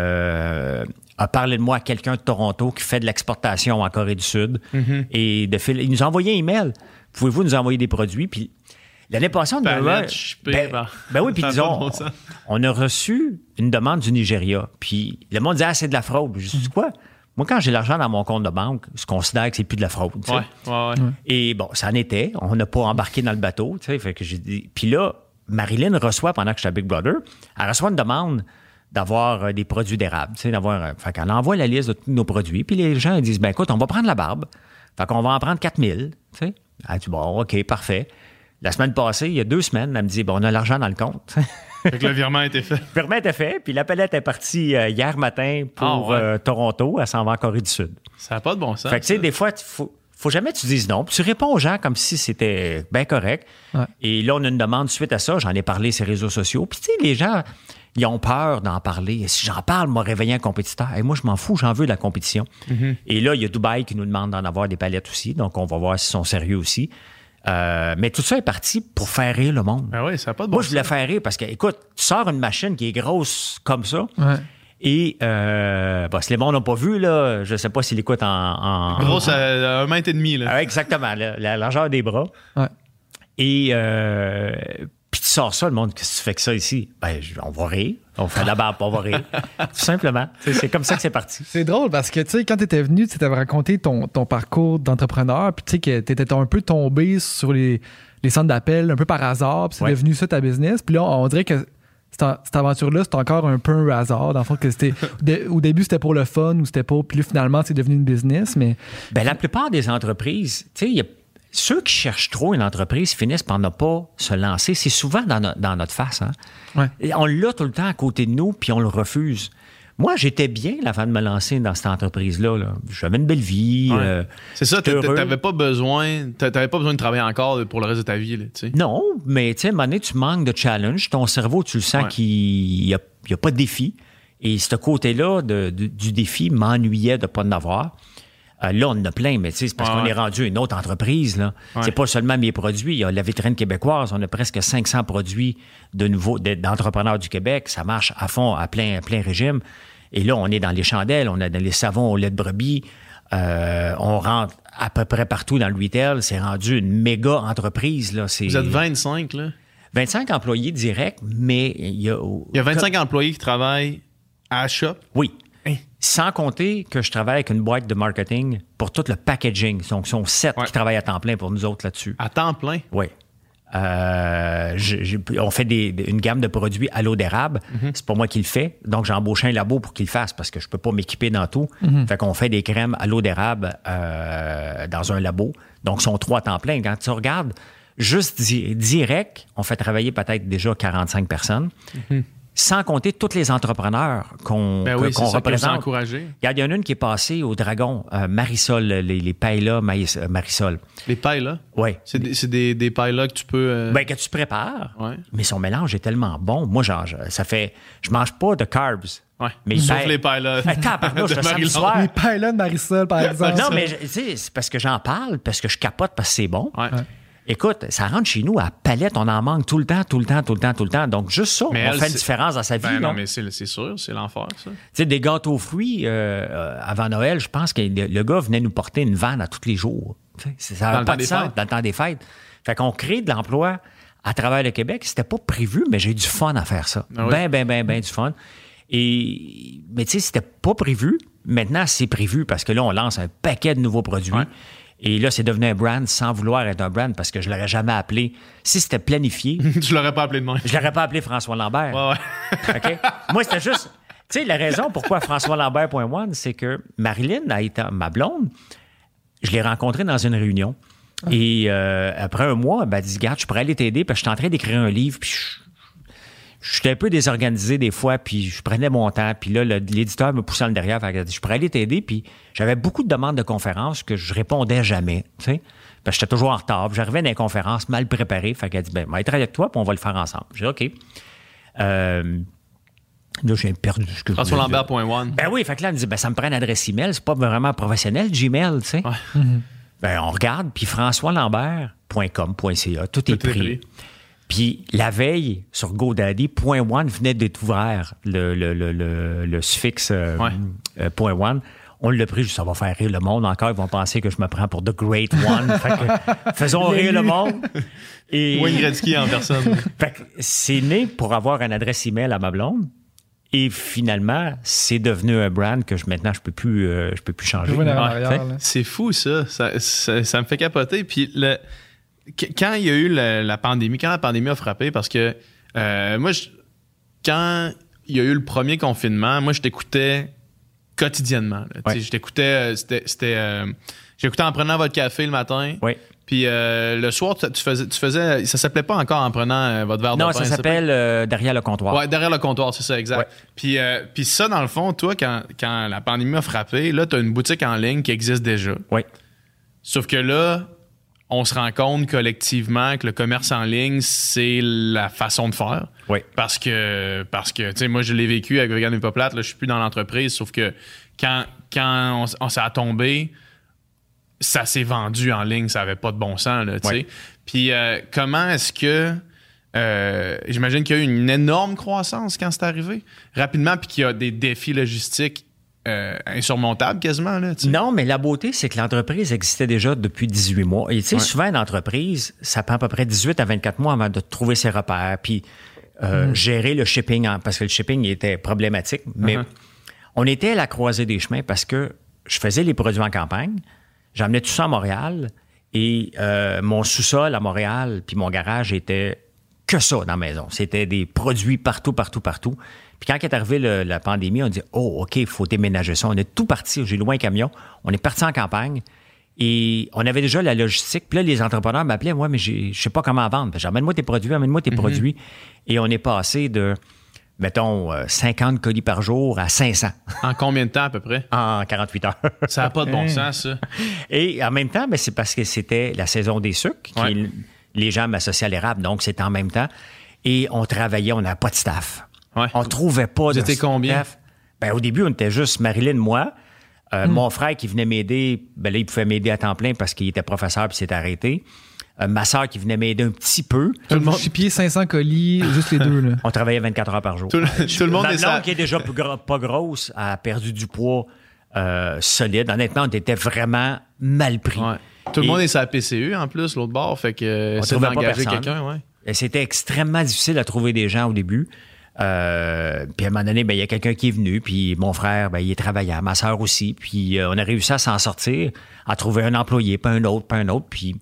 D: euh, a parlé de moi à quelqu'un de Toronto qui fait de l'exportation en Corée du Sud. Mm-hmm. Et de fil... il nous a envoyé un email. Pouvez-vous nous envoyer des produits? Puis l'année passée, on a...
B: Ben,
D: ben, ben oui, puis disons, on, on a reçu une demande du Nigeria. Puis le monde disait, ah, c'est de la fraude. Je dis, quoi? Moi, quand j'ai l'argent dans mon compte de banque, je considère que c'est plus de la fraude. Tu sais.
B: Ouais, ouais, ouais.
D: Et bon, ça en était. On n'a pas embarqué dans le bateau. Tu sais, fait que j'ai dit... Puis là, Marilyn reçoit, pendant que j'étais à Big Brother, elle reçoit une demande d'avoir euh, des produits d'érable. Tu sais, d'avoir... Euh, fait qu'elle envoie la liste de tous nos produits. Puis les gens ils disent, ben écoute, on va prendre la barbe. Fait qu'on va en prendre quatre mille. Tu sais. Elle dit, bon, OK, parfait. La semaine passée, il y a deux semaines, elle me dit, bon, on a l'argent dans le compte.
B: Fait que le virement a été fait.
D: Le virement était fait, puis la palette est partie euh, hier matin pour ah, ouais. euh, Toronto. Elle s'en va en Corée du Sud.
B: Ça n'a pas de bon sens.
D: Fait que, tu sais, des fois, il faut, faut jamais que tu dises non. Puis tu réponds aux gens comme si c'était bien correct. Ouais. Et là, on a une demande suite à ça. J'en ai parlé sur les réseaux sociaux. Puis, tu sais, les gens, ils ont peur d'en parler. Et si j'en parle, m'a réveillé un compétiteur. Et moi, je m'en fous, j'en veux de la compétition. Mm-hmm. Et là, il y a Dubaï qui nous demande d'en avoir des palettes aussi. Donc, on va voir s'ils sont sérieux aussi. Euh, mais tout ça est parti pour faire rire le monde.
B: Ben oui, ça n'a pas de bon
D: Moi, je voulais faire rire parce que, écoute, tu sors une machine qui est grosse comme ça.
C: Ouais.
D: Et, euh, bah, si les gens n'ont pas vu, là, je ne sais pas s'ils l'écoutent en. en
B: grosse à un mètre et demi, là.
D: Ah, exactement, la, la largeur des bras.
C: Ouais.
D: Et, euh, puis tu sors ça, le monde, qu'est-ce que tu fais que ça ici? Ben, on va rire. On fait de la barbe, on va rire. Tout simplement. T'sais, c'est comme ça que c'est parti.
C: C'est drôle parce que, tu sais, quand tu étais venu, tu t'avais raconté ton, ton parcours d'entrepreneur, puis tu sais que tu étais un peu tombé sur les, les centres d'appel un peu par hasard, puis c'est ouais. devenu ça ta business. Puis là, on dirait que cette, cette aventure-là, c'est encore un peu un hasard. Dans le fond, que c'était, au début, c'était pour le fun ou c'était pas. Puis là, finalement, c'est devenu une business. Mais
D: ben, la plupart des entreprises, tu sais, il y a. Ceux qui cherchent trop une entreprise finissent par ne pas se lancer. C'est souvent dans, no- dans notre face. Hein?
C: Ouais.
D: Et on l'a tout le temps à côté de nous, puis on le refuse. Moi, j'étais bien là, avant de me lancer dans cette entreprise-là. Là. J'avais une belle vie.
B: Ouais.
D: Euh,
B: c'est ça, t'avais pas besoin, t'avais pas besoin de travailler encore pour le reste de ta vie. Là,
D: non, mais tu sais, à un moment donné, tu manques de challenge. Ton cerveau, tu le sens ouais. qu'il n'y a, a pas de défi. Et ce côté-là de, de, du défi m'ennuyait de ne pas en avoir. Euh, là, on en a plein, mais c'est parce ouais, qu'on ouais. est rendu à une autre entreprise. Là. Ouais. C'est pas seulement mes produits. Il y a la vitrine québécoise. On a presque cinq cents produits de nouveaux, d'entrepreneurs du Québec. Ça marche à fond, à plein, à plein régime. Et là, on est dans les chandelles, on est dans les savons au lait de brebis. Euh, on rentre à peu près partout dans le retail. C'est rendu une méga entreprise. Là. C'est...
B: Vous êtes vingt-cinq, là?
D: vingt-cinq employés directs, mais il y a...
B: Il y a vingt-cinq Comme... employés qui travaillent à la shop?
D: Oui. Sans compter que je travaille avec une boîte de marketing pour tout le packaging. Donc, ils sont sept ouais. qui travaillent à temps plein pour nous autres là-dessus.
B: À temps plein?
D: Oui. Euh, j'ai, j'ai, on fait des, une gamme de produits à l'eau d'érable. Mm-hmm. C'est pas moi qui le fais. Donc, j'ai embauché un labo pour qu'il le fasse parce que je peux pas m'équiper dans tout. Mm-hmm. Fait qu'on fait des crèmes à l'eau d'érable euh, dans un labo. Donc, ils sont trois à temps plein. Quand tu regardes, juste di- direct, on fait travailler peut-être déjà quarante-cinq personnes. Mm-hmm. Sans compter tous les entrepreneurs qu'on,
B: ben oui,
D: que, qu'on représente.
B: Encourager.
D: Il y en a une qui est passée au Dragon, euh, Marisol, les, les paillas Maïs, euh, Marisol.
B: Les paillas?
D: Oui.
B: C'est des, c'est des, des paillas que tu peux... Euh...
D: Ben, que tu prépares,
B: ouais.
D: mais son mélange est tellement bon. Moi, genre, ça fait... Je mange pas de carbs.
B: Ouais.
D: Mais
B: Sauf
D: ben,
B: les pylons.
D: Attends, pardon, je
B: de
D: te sens
B: Marie-Laure.
D: soir.
C: Les pylons de Marisol, par exemple.
D: Non, mais tu sais, c'est parce que j'en parle, parce que je capote, parce que c'est bon.
B: Ouais.
C: Ouais.
D: Écoute, ça rentre chez nous à palette, on en manque tout le temps, tout le temps, tout le temps, tout le temps. Donc, juste ça,
B: Mais
D: on
B: elle,
D: fait une
B: c'est-
D: différence dans sa vie.
B: Ben
D: là.
B: non, mais c'est, c'est sûr, c'est l'enfer, ça.
D: Tu sais, des gâteaux aux fruits, euh, euh, avant Noël, je pense que le, le gars venait nous porter une vanne à tous les jours. Tu sais, ça
B: Dans
D: n'avait
B: le
D: pas
B: temps
D: de
B: des
D: sens
B: fêtes.
D: dans le temps des fêtes. Fait qu'on crée de l'emploi à travers le Québec. C'était pas prévu, mais j'ai eu du fun à faire ça.
B: Ah oui?
D: Ben, ben, ben, ben du fun. Et, mais tu sais, c'était pas prévu. Maintenant, c'est prévu parce que là, on lance un paquet de nouveaux produits.
B: Ouais.
D: Et là, c'est devenu un brand sans vouloir être un brand parce que je l'aurais jamais appelé. Si c'était planifié,
B: Tu l'aurais pas appelé de même.
D: je l'aurais pas appelé François Lambert.
B: Ouais, ouais.
D: OK? Moi, c'était juste. Tu sais, la raison pourquoi François Lambert point one, c'est que Marilyn a été ma blonde. Je l'ai rencontrée dans une réunion. Et euh, après un mois, elle m'a dit, regarde, je pourrais aller t'aider parce que je suis en train d'écrire un livre. Puis je, j'étais un peu désorganisé des fois, puis je prenais mon temps. Puis là, le- l'éditeur me poussait en derrière. Fait qu'elle a dit, je pourrais aller t'aider. Puis j'avais beaucoup de demandes de conférences que je répondais jamais. Tu sais? Parce que j'étais toujours en retard. Puis j'arrivais dans les conférences mal préparées. Fait qu'elle a dit, ben, moi, être avec toi, puis on va le faire ensemble. J'ai dit, OK. Euh, là, j'ai perdu ce que je
B: François
D: voulais dire.
B: Lambert point one.
D: Ben oui, fait que là, elle me dit, ben, ça me prend une adresse email, c'est pas vraiment professionnel, Gmail, tu sais. Ben, on regarde, puis françois lambert point com point c a, tout, est
B: Tout est
D: pris.
B: pris.
D: Puis la veille, sur GoDaddy, point one venait d'être ouvert, le, le, le, le, le suffixe euh,
B: Ouais.
D: euh, point one. On l'a pris, ça va faire rire le monde. Encore, ils vont penser que je me prends pour The Great One. Fait que, faisons rire le monde. Et,
B: Wayne Gretzky en personne.
D: fait que c'est né pour avoir une adresse email à ma blonde. Et finalement, c'est devenu un brand que je, maintenant, je peux plus, euh, je peux plus changer.
C: Je vois dans
B: Ouais,
C: l'arrière,
B: fait-
C: là.
B: c'est fou, ça. Ça, ça. ça me fait capoter. Puis le, qu- quand il y a eu le- la pandémie, quand la pandémie a frappé, parce que euh, moi, je- quand il y a eu le premier confinement, moi, je t'écoutais quotidiennement. là. Tu sais,
D: Ouais.
B: Je t'écoutais, euh, c'était, c'était, euh, j'écoutais en prenant votre café le matin.
D: Oui.
B: Puis euh, le soir, tu tu faisais, tu faisais, ça s'appelait pas encore en prenant euh, votre verre de
D: Non,
B: pain.
D: ça s'appelle euh, Derrière le comptoir.
B: Ouais, derrière le comptoir, c'est ça, exact.
D: Ouais.
B: Puis, euh, puis ça, dans le fond, toi, quand, quand la pandémie a frappé, là, t'as une boutique en ligne qui existe déjà.
D: Oui.
B: Sauf que là, on se rend compte collectivement que le commerce en ligne, c'est la façon de faire.
D: Oui.
B: Parce que, parce que tu sais, moi, je l'ai vécu avec Vegan et pas plate, là, je suis plus dans l'entreprise, sauf que quand, quand on, s- on s'est tombé, ça s'est vendu en ligne, ça avait pas de bon sens, là, tu sais.
D: Ouais.
B: Puis euh, comment est-ce que... euh, j'imagine qu'il y a eu une énorme croissance quand c'est arrivé, rapidement, puis qu'il y a des défis logistiques euh, insurmontables quasiment, là, tu sais.
D: Non, mais la beauté, c'est que l'entreprise existait déjà depuis dix-huit mois. Et tu sais,
B: Ouais.
D: souvent, une entreprise, ça prend à peu près dix-huit à vingt-quatre mois avant de trouver ses repères, puis euh, gérer le shipping, en- parce que le shipping était problématique. Mais
B: Uh-huh.
D: on était à la croisée des chemins parce que je faisais les produits en campagne, j'emmenais tout ça à Montréal, et euh, mon sous-sol à Montréal, puis mon garage était que ça dans la maison. C'était des produits partout, partout, partout. Puis quand est arrivée le- la pandémie, on dit « Oh, OK, il faut déménager ça. » On est tout parti. J'ai loué un camion. On est parti en campagne. Et on avait déjà la logistique. Puis là, les entrepreneurs m'appelaient. « Moi, mais j'ai- je sais pas comment vendre. » Fait, amène-moi tes produits, amène-moi tes produits. Et on est passé de, mettons, euh, cinquante colis par jour à cinq cents
B: En combien de temps à peu près?
D: en quarante-huit heures.
B: Ça n'a pas de bon sens, ça.
D: Et en même temps, ben, c'est parce que c'était la saison des sucres. Qui
B: Ouais.
D: est- les gens m'associaient à l'érable, donc c'était en même temps. Et on travaillait, on n'avait pas de staff.
B: Ouais.
D: On trouvait pas de
B: étiez
D: staff.
B: combien?
D: Ben, au début, on était juste Marilyn, moi. Euh, Mon frère qui venait m'aider, ben là, il pouvait m'aider à temps plein parce qu'il était professeur puis s'est arrêté. Euh, ma soeur qui venait m'aider un petit peu.
C: Tout le monde. Chipier cinq cents colis, juste les deux, là.
D: On travaillait vingt-quatre heures par jour.
B: Tout, le- tout le monde
D: Ma
B: est
D: blonde,
B: ça.
D: qui est déjà plus gros- pas grosse, a perdu du poids euh, solide. Honnêtement, on était vraiment mal pris.
B: Ouais. Tout le
D: Et-
B: monde est sur la P C U en plus, l'autre bord, fait que euh,
D: On
B: c'est
D: trouvait pas
B: d'engager
D: personne.
B: quelqu'un, ouais.
D: Et c'était extrêmement difficile à trouver des gens au début. Euh, puis à un moment donné, ben, il y a quelqu'un qui est venu, puis mon frère, ben, il est travaillant, ma soeur aussi, puis euh, on a réussi à s'en sortir, à trouver un employé, pas un autre, pas un autre, puis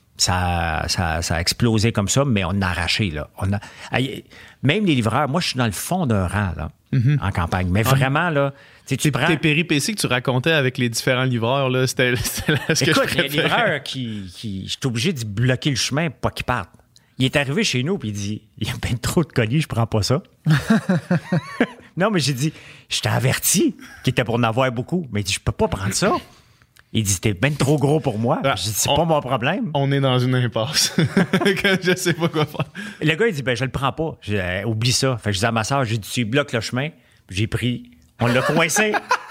D: ça, ça, ça a explosé comme ça, mais on a arraché, là. On a, Aïe, même les livreurs, moi, je suis dans le fond d'un rang, là, en campagne. Mais vraiment, là, tu sais, tu prends...
B: Tes péripéties que tu racontais avec les différents livreurs, là, c'était c'était là ce que
D: Écoute,
B: je
D: il y a des
B: préférais.
D: livreurs qui, qui... Je suis obligé de bloquer le chemin pour pas qu'ils partent. Il est arrivé chez nous puis il dit « Il y a bien trop de colis, je prends pas ça. » Non, mais j'ai dit « Je t'ai averti qu'il était pour en avoir beaucoup. » Mais il dit « Je peux pas prendre ça. » Il dit « T'es bien trop gros pour moi.
B: Ah, »
D: J'ai dit « C'est
B: on-
D: pas mon problème.
B: On est dans une impasse. Que je sais pas quoi faire. »
D: Le gars, il dit « Ben, je le prends pas. J'ai dit, oublie ça. » Fait que je dis à ma soeur, j'ai dit « Tu bloques le chemin. » J'ai pris. On l'a coincé.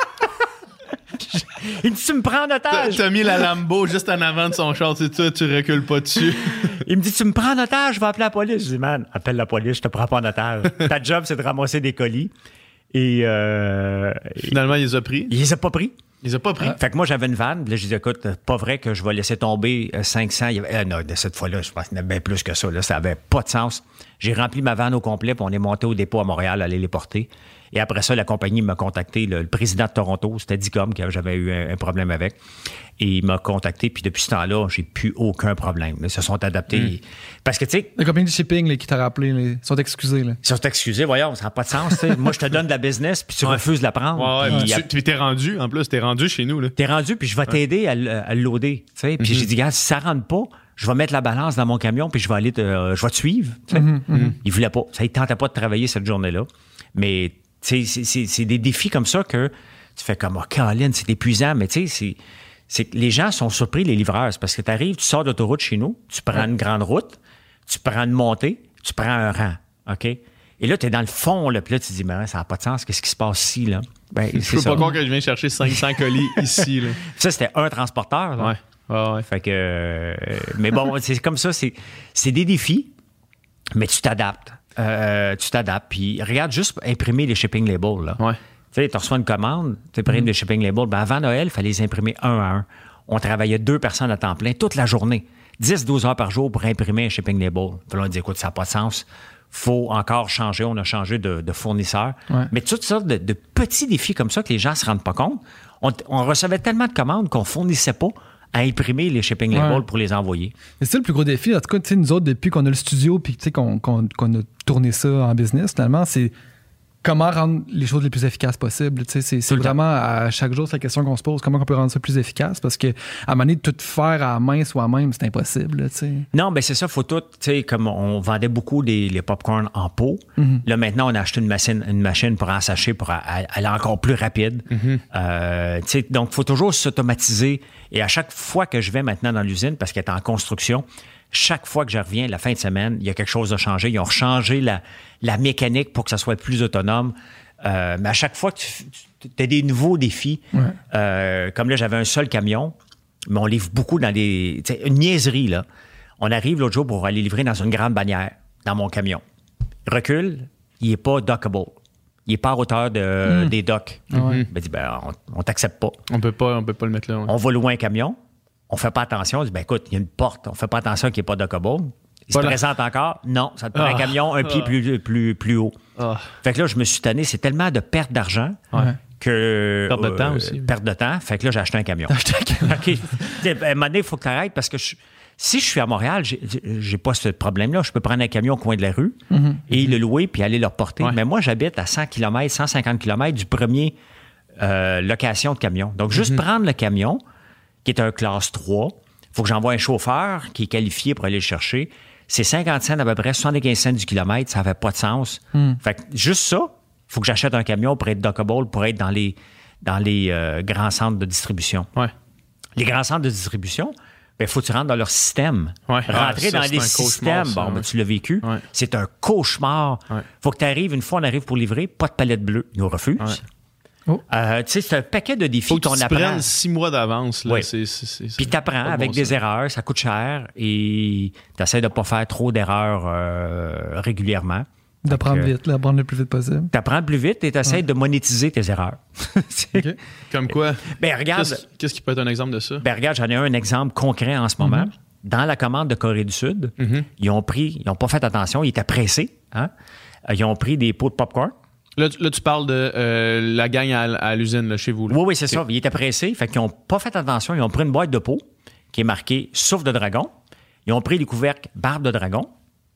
D: Il me dit, tu me prends en otage.
B: T'as, t'as mis la Lambo juste en avant de son char, c'est ça, tu recules pas dessus.
D: Il me dit, tu me prends en otage, je vais appeler la police. Je dis, man, appelle la police, je te prends pas en otage. Ta job, c'est de ramasser des colis. Et. Euh,
B: Finalement, il les a pris.
D: Il les a pas pris.
B: Il les a pas pris.
D: Ah. Fait que moi, j'avais une vanne. Là, j'ai dit, écoute, pas vrai que je vais laisser tomber cinq cents. Il y avait, euh, non, de cette fois-là, je pense qu'il y en avait bien plus que ça. Là, ça avait pas de sens. J'ai rempli ma vanne au complet, puis on est monté au dépôt à Montréal, aller les porter. Et après ça, la compagnie m'a contacté. Le, le président de Toronto, c'était Dicom, que j'avais eu un, un problème avec. Et il m'a contacté. Puis depuis ce temps-là, j'ai plus aucun problème. Ils se sont adaptés. Mm. Parce que, tu sais...
C: La compagnie de shipping là, qui t'a rappelé, là, ils sont excusés. Là.
D: Ils sont excusés. Voyons, ça n'a pas de sens. Moi, je te donne de la business, puis tu ouais. refuses de la prendre.
B: Ouais, ouais,
D: puis,
B: puis, tu, puis t'es rendu, en plus, t'es rendu chez nous. Là.
D: T'es rendu, puis je vais t'aider ouais. à, à le loader. Puis mm-hmm. j'ai dit, gars, si ça rentre pas, je vais mettre la balance dans mon camion, puis je vais aller te, euh, je vais te suivre. Mm-hmm. Mm-hmm. Il voulait pas. Ça, il tentait pas de travailler cette journée-là. Mais... C'est, c'est, c'est des défis comme ça que tu fais comme, oh, Caroline, c'est épuisant, mais tu sais, c'est, c'est que les gens sont surpris, les livreurs. C'est parce que tu arrives, tu sors d'autoroute chez nous, tu prends ouais. une grande route, tu prends une montée, tu prends un rang, OK? Et là, tu es dans le fond, là, puis là, tu te dis, mais ça n'a pas de sens, qu'est-ce qui se passe ici, là? Ben,
B: je peux pas croire que je viens chercher cinq cents colis ici, là.
D: Ça, c'était un transporteur, là.
B: Ouais. Ouais, ouais.
D: Fait que, euh, mais bon, c'est comme ça, c'est, c'est des défis, mais tu t'adaptes. Euh, tu t'adaptes, puis regarde juste imprimer les shipping labels. Là.
B: Ouais.
D: Tu sais, tu reçois une commande, tu imprimes mm-hmm. les shipping labels. Ben avant Noël, il fallait les imprimer un à un. On travaillait deux personnes à temps plein toute la journée, dix à douze heures par jour pour imprimer un shipping label. Puis là, on dit, écoute, ça n'a pas de sens. Faut encore changer. On a changé de, de fournisseur.
C: Ouais.
D: Mais toutes sortes de, de petits défis comme ça que les gens ne se rendent pas compte. On, on recevait tellement de commandes qu'on ne fournissait pas à imprimer les shipping labels ouais. pour les envoyer.
C: Mais c'est le plus gros défi. En tout cas, nous autres, depuis qu'on a le studio puis qu'on, qu'on, qu'on a tourné ça en business, finalement, c'est comment rendre les choses les plus efficaces possibles. C'est, c'est vraiment à chaque jour, c'est la question qu'on se pose, comment on peut rendre ça plus efficace, parce qu'à un moment donné, de tout faire à la main soi-même, c'est impossible. Là,
D: non, ben c'est ça, il faut tout, tu sais, comme on vendait beaucoup des, les popcorn en pot, mm-hmm. là maintenant, on a acheté une machine, une machine pour ensacher, pour aller encore plus rapide. Mm-hmm. Euh, tu sais, donc, il faut toujours s'automatiser. Et à chaque fois que je vais maintenant dans l'usine, parce qu'elle est en construction, chaque fois que je reviens, la fin de semaine, il y a quelque chose à changer. Ils ont changé la, la mécanique pour que ça soit plus autonome. Euh, mais à chaque fois que tu, tu as des nouveaux défis, ouais. euh, comme là, j'avais un seul camion, mais on livre beaucoup dans des... Tu sais, une niaiserie, là. On arrive l'autre jour pour aller livrer dans une grande bannière, dans mon camion. Recule, il n'est pas dockable. Il n'est pas à hauteur de, mmh. des docks. Ah ouais. Ben, dit, ben, on ne t'accepte pas.
B: On peut pas. On peut pas le mettre là. Ouais.
D: On va louer un camion. On fait pas attention. On dit, ben écoute, il y a une porte. On fait pas attention qu'il n'y ait pas dockable. Il se présente encore. Non, ça te prend ah. un camion un pied ah. plus, plus, plus haut. Ah. Fait que là, je me suis tanné. C'est tellement de perte d'argent
B: ouais.
D: que...
B: Perte de euh, temps aussi.
D: Perte de temps. Fait que là, j'ai acheté un camion. Acheté un camion. OK. À un moment donné, il faut que tu arrêtes parce que je, si je suis à Montréal, j'ai, j'ai pas ce problème-là. Je peux prendre un camion au coin de la rue mm-hmm. et mm-hmm. le louer puis aller le reporter. Ouais. Mais moi, j'habite à cent kilomètres, cent cinquante kilomètres du premier euh, location de camion. Donc, juste mm-hmm. prendre le camion, qui est un classe trois, il faut que j'envoie un chauffeur qui est qualifié pour aller le chercher. C'est cinquante cents à peu près, soixante-quinze cents du kilomètre, ça n'avait pas de sens. Mm. Fait que juste ça, il faut que j'achète un camion pour être dockable, pour être dans les, dans les euh, grands centres de distribution.
B: Ouais.
D: Les grands centres de distribution, il ben, faut que tu rentres dans leur système.
B: Ouais.
D: Rentrer
B: ah, ça,
D: dans les systèmes, ça, bon, ouais. ben, tu l'as vécu, ouais. c'est un cauchemar. Il ouais. faut que tu arrives, une fois on arrive pour livrer, pas de palette bleue. Ils nous refusent. Ouais. Oh. Euh, tu sais, c'est un paquet de défis qu'on apprend. Faut que tu prennes
B: six mois d'avance. Là.
D: Oui.
B: C'est, c'est, c'est,
D: Puis tu apprends avec bon des ça. erreurs, ça coûte cher et tu essaies de ne pas faire trop d'erreurs euh, régulièrement.
C: D'apprendre vite, d'apprendre le plus vite possible.
D: D'apprendre plus vite et tu essaies ouais. de monétiser tes erreurs.
B: Okay. Comme quoi?
D: Ben, regarde,
B: qu'est-ce, qu'est-ce qui peut être un exemple de ça?
D: Ben, regarde, j'en ai un exemple concret en ce moment. Mm-hmm. Dans la commande de Corée du Sud, mm-hmm. ils ont pris, ils n'ont pas fait attention, ils étaient pressés. Hein? Ils ont pris des pots de popcorn.
B: Là, là, tu parles de euh, la gang à, à l'usine, là, chez vous. Là.
D: Oui, oui, c'est okay. ça. Ils étaient pressés. Fait qu'ils n'ont pas fait attention. Ils ont pris une boîte de pots qui est marquée souffle de dragon. Ils ont pris les couvercles barbe de dragon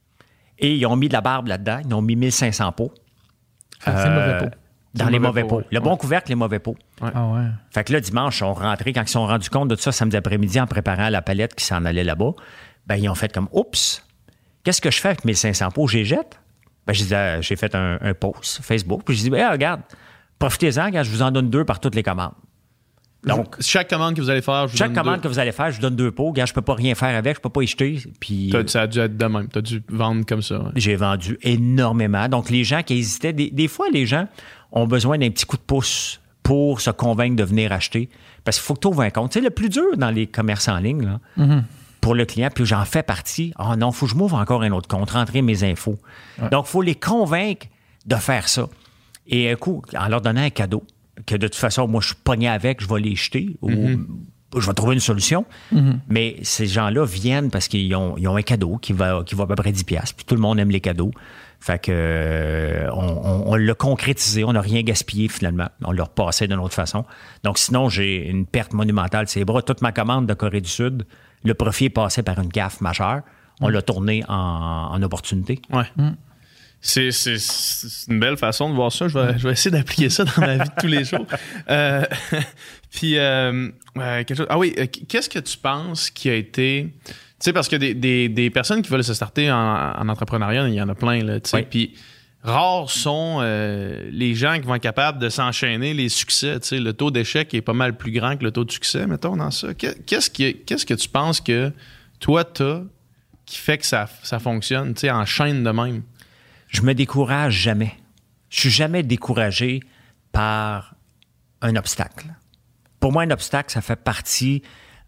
D: et ils ont mis de la barbe là-dedans. Ils ont mis mille cinq cents pots.
C: Fait que euh, c'est mauvais pots.
D: Dans
B: c'est
D: les mauvais,
B: mauvais
D: pots. Le ouais. bon couvercle, les mauvais pots.
B: Ouais.
C: Ah ouais.
D: Fait que là, dimanche, ils sont rentrés. Quand ils se sont rendus compte de tout ça, samedi après-midi, en préparant la palette qui s'en allait là-bas, ben ils ont fait comme « Oups! Qu'est-ce que je fais avec mille cinq cents pots? J'ai jette? » Ben, j'ai, dit, euh, j'ai fait un, un post Facebook, puis j'ai dit, ben, hey, regarde, profitez-en, regarde, je vous en donne deux par toutes les commandes.
B: Donc, chaque commande que vous allez faire, je vous
D: chaque
B: donne
D: commande
B: deux.
D: que vous allez faire, je vous donne deux pots. Regarde, je peux pas rien faire avec, je peux pas y jeter. Puis,
B: ça a dû être de même. Tu as dû vendre comme ça. Ouais.
D: J'ai vendu énormément. Donc, les gens qui hésitaient, des, des fois, les gens ont besoin d'un petit coup de pouce pour se convaincre de venir acheter. Parce qu'il faut que tu ouvres un compte. Tu sais, le plus dur dans les commerces en ligne, là, mm-hmm. pour le client, puis j'en fais partie, ah oh non, il faut que je m'ouvre encore un autre compte, rentrer mes infos. Ouais. Donc, il faut les convaincre de faire ça. Et un coup, en leur donnant un cadeau, que de toute façon, moi, je suis pogné avec, je vais les jeter, ou mm-hmm. je vais trouver une solution. Mm-hmm. Mais ces gens-là viennent parce qu'ils ont, ils ont un cadeau qui va, qui va à peu près dix dollars, puis tout le monde aime les cadeaux. Fait que euh, on, on, on l'a concrétisé, on n'a rien gaspillé finalement. On l'a repassé d'une autre façon. Donc sinon, j'ai une perte monumentale de ses bras. Toute ma commande de Corée du Sud, le profit est passé par une gaffe majeure. On mm. l'a tourné en, en opportunité.
B: Ouais. Mm. C'est, c'est, c'est une belle façon de voir ça. Je vais, je vais essayer d'appliquer ça dans ma vie de tous les jours. Euh, puis, euh, euh, quelque chose. Ah oui, qu'est-ce que tu penses qui a été... Tu sais, parce que des, des, des personnes qui veulent se starter en, en entrepreneuriat, il y en a plein, là, tu sais. Oui. Puis, rares sont euh, les gens qui vont être capables de s'enchaîner les succès, tu sais. Le taux d'échec est pas mal plus grand que le taux de succès, mettons, dans ça. Qu'est-ce, qui, qu'est-ce que tu penses que toi, t'as qui fait que ça, ça fonctionne, tu sais, en chaîne de même?
D: Je me décourage jamais. Je suis jamais découragé par un obstacle. Pour moi, un obstacle, ça fait partie...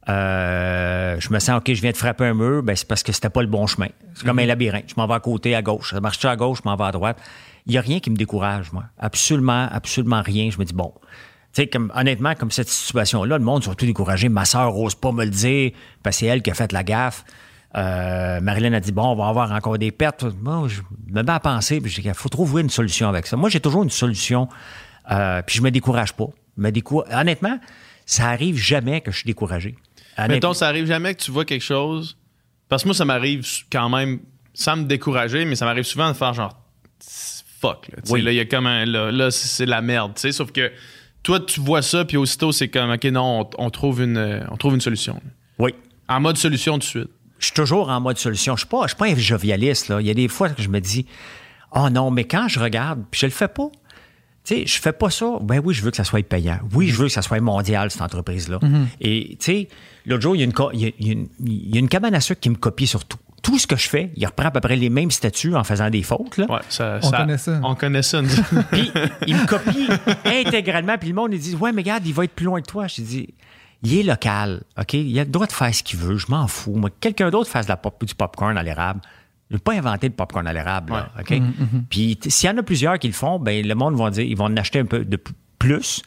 D: Euh, je me sens, OK, je viens de frapper un mur, ben c'est parce que c'était pas le bon chemin. C'est comme mm-hmm. un labyrinthe. Je m'en vais à côté, à gauche. Ça marche-tu à gauche, je m'en vais à droite. Il n'y a rien qui me décourage, moi. Absolument, absolument rien. Je me dis, bon... Tu sais, comme, honnêtement, comme cette situation-là, le monde est surtout découragé. Ma sœur n'ose pas me le dire parce que c'est elle qui a fait la gaffe. Euh, Marilyn a dit, bon, on va avoir encore des pertes. Moi, je me mets à penser, puis je dis qu'il faut trouver une solution avec ça. Moi, j'ai toujours une solution, euh, puis je me décourage pas. Me décour... Honnêtement, ça arrive jamais que je suis découragé. Honnêtement.
B: Mettons, ça arrive jamais que tu vois quelque chose, parce que moi, ça m'arrive quand même, sans me décourager, mais ça m'arrive souvent de faire genre, fuck, là, oui. là, il y a comme un, là, là c'est de la merde, tu sais, sauf que toi, tu vois ça, puis aussitôt, c'est comme, OK, non, on, on, trouve, une, on trouve une solution.
D: Oui.
B: En mode solution tout de suite.
D: Je suis toujours en mode solution. Je ne suis pas un jovialiste, là. Il y a des fois que je me dis, oh non, mais quand je regarde, puis je le fais pas, tu sais, je fais pas ça. Ben oui, je veux que ça soit payant. Oui, je veux que ça soit mondial, cette entreprise-là. Mm-hmm. Et, tu sais, l'autre jour, il y, a une, il, y a, il, y a une, il y a une cabane à sucre qui me copie sur tout. Tout ce que je fais, il reprend à peu près les mêmes statuts en faisant des fautes. Là.
B: Ouais, ça,
C: on
B: ça,
C: connaît ça.
B: On connaît ça.
D: Puis, il me copie intégralement. Puis le monde, il dit, ouais, mais regarde, il va être plus loin que toi. Je dis, il est local, OK? Il a le droit de faire ce qu'il veut. Je m'en fous. Moi, quelqu'un d'autre fasse de la pop, du popcorn à l'érable. Je n'ai pas inventé le popcorn à l'érable, là, OK? Mm-hmm. Puis, s'il y en a plusieurs qui le font, ben le monde va dire, ils vont en acheter un peu de plus.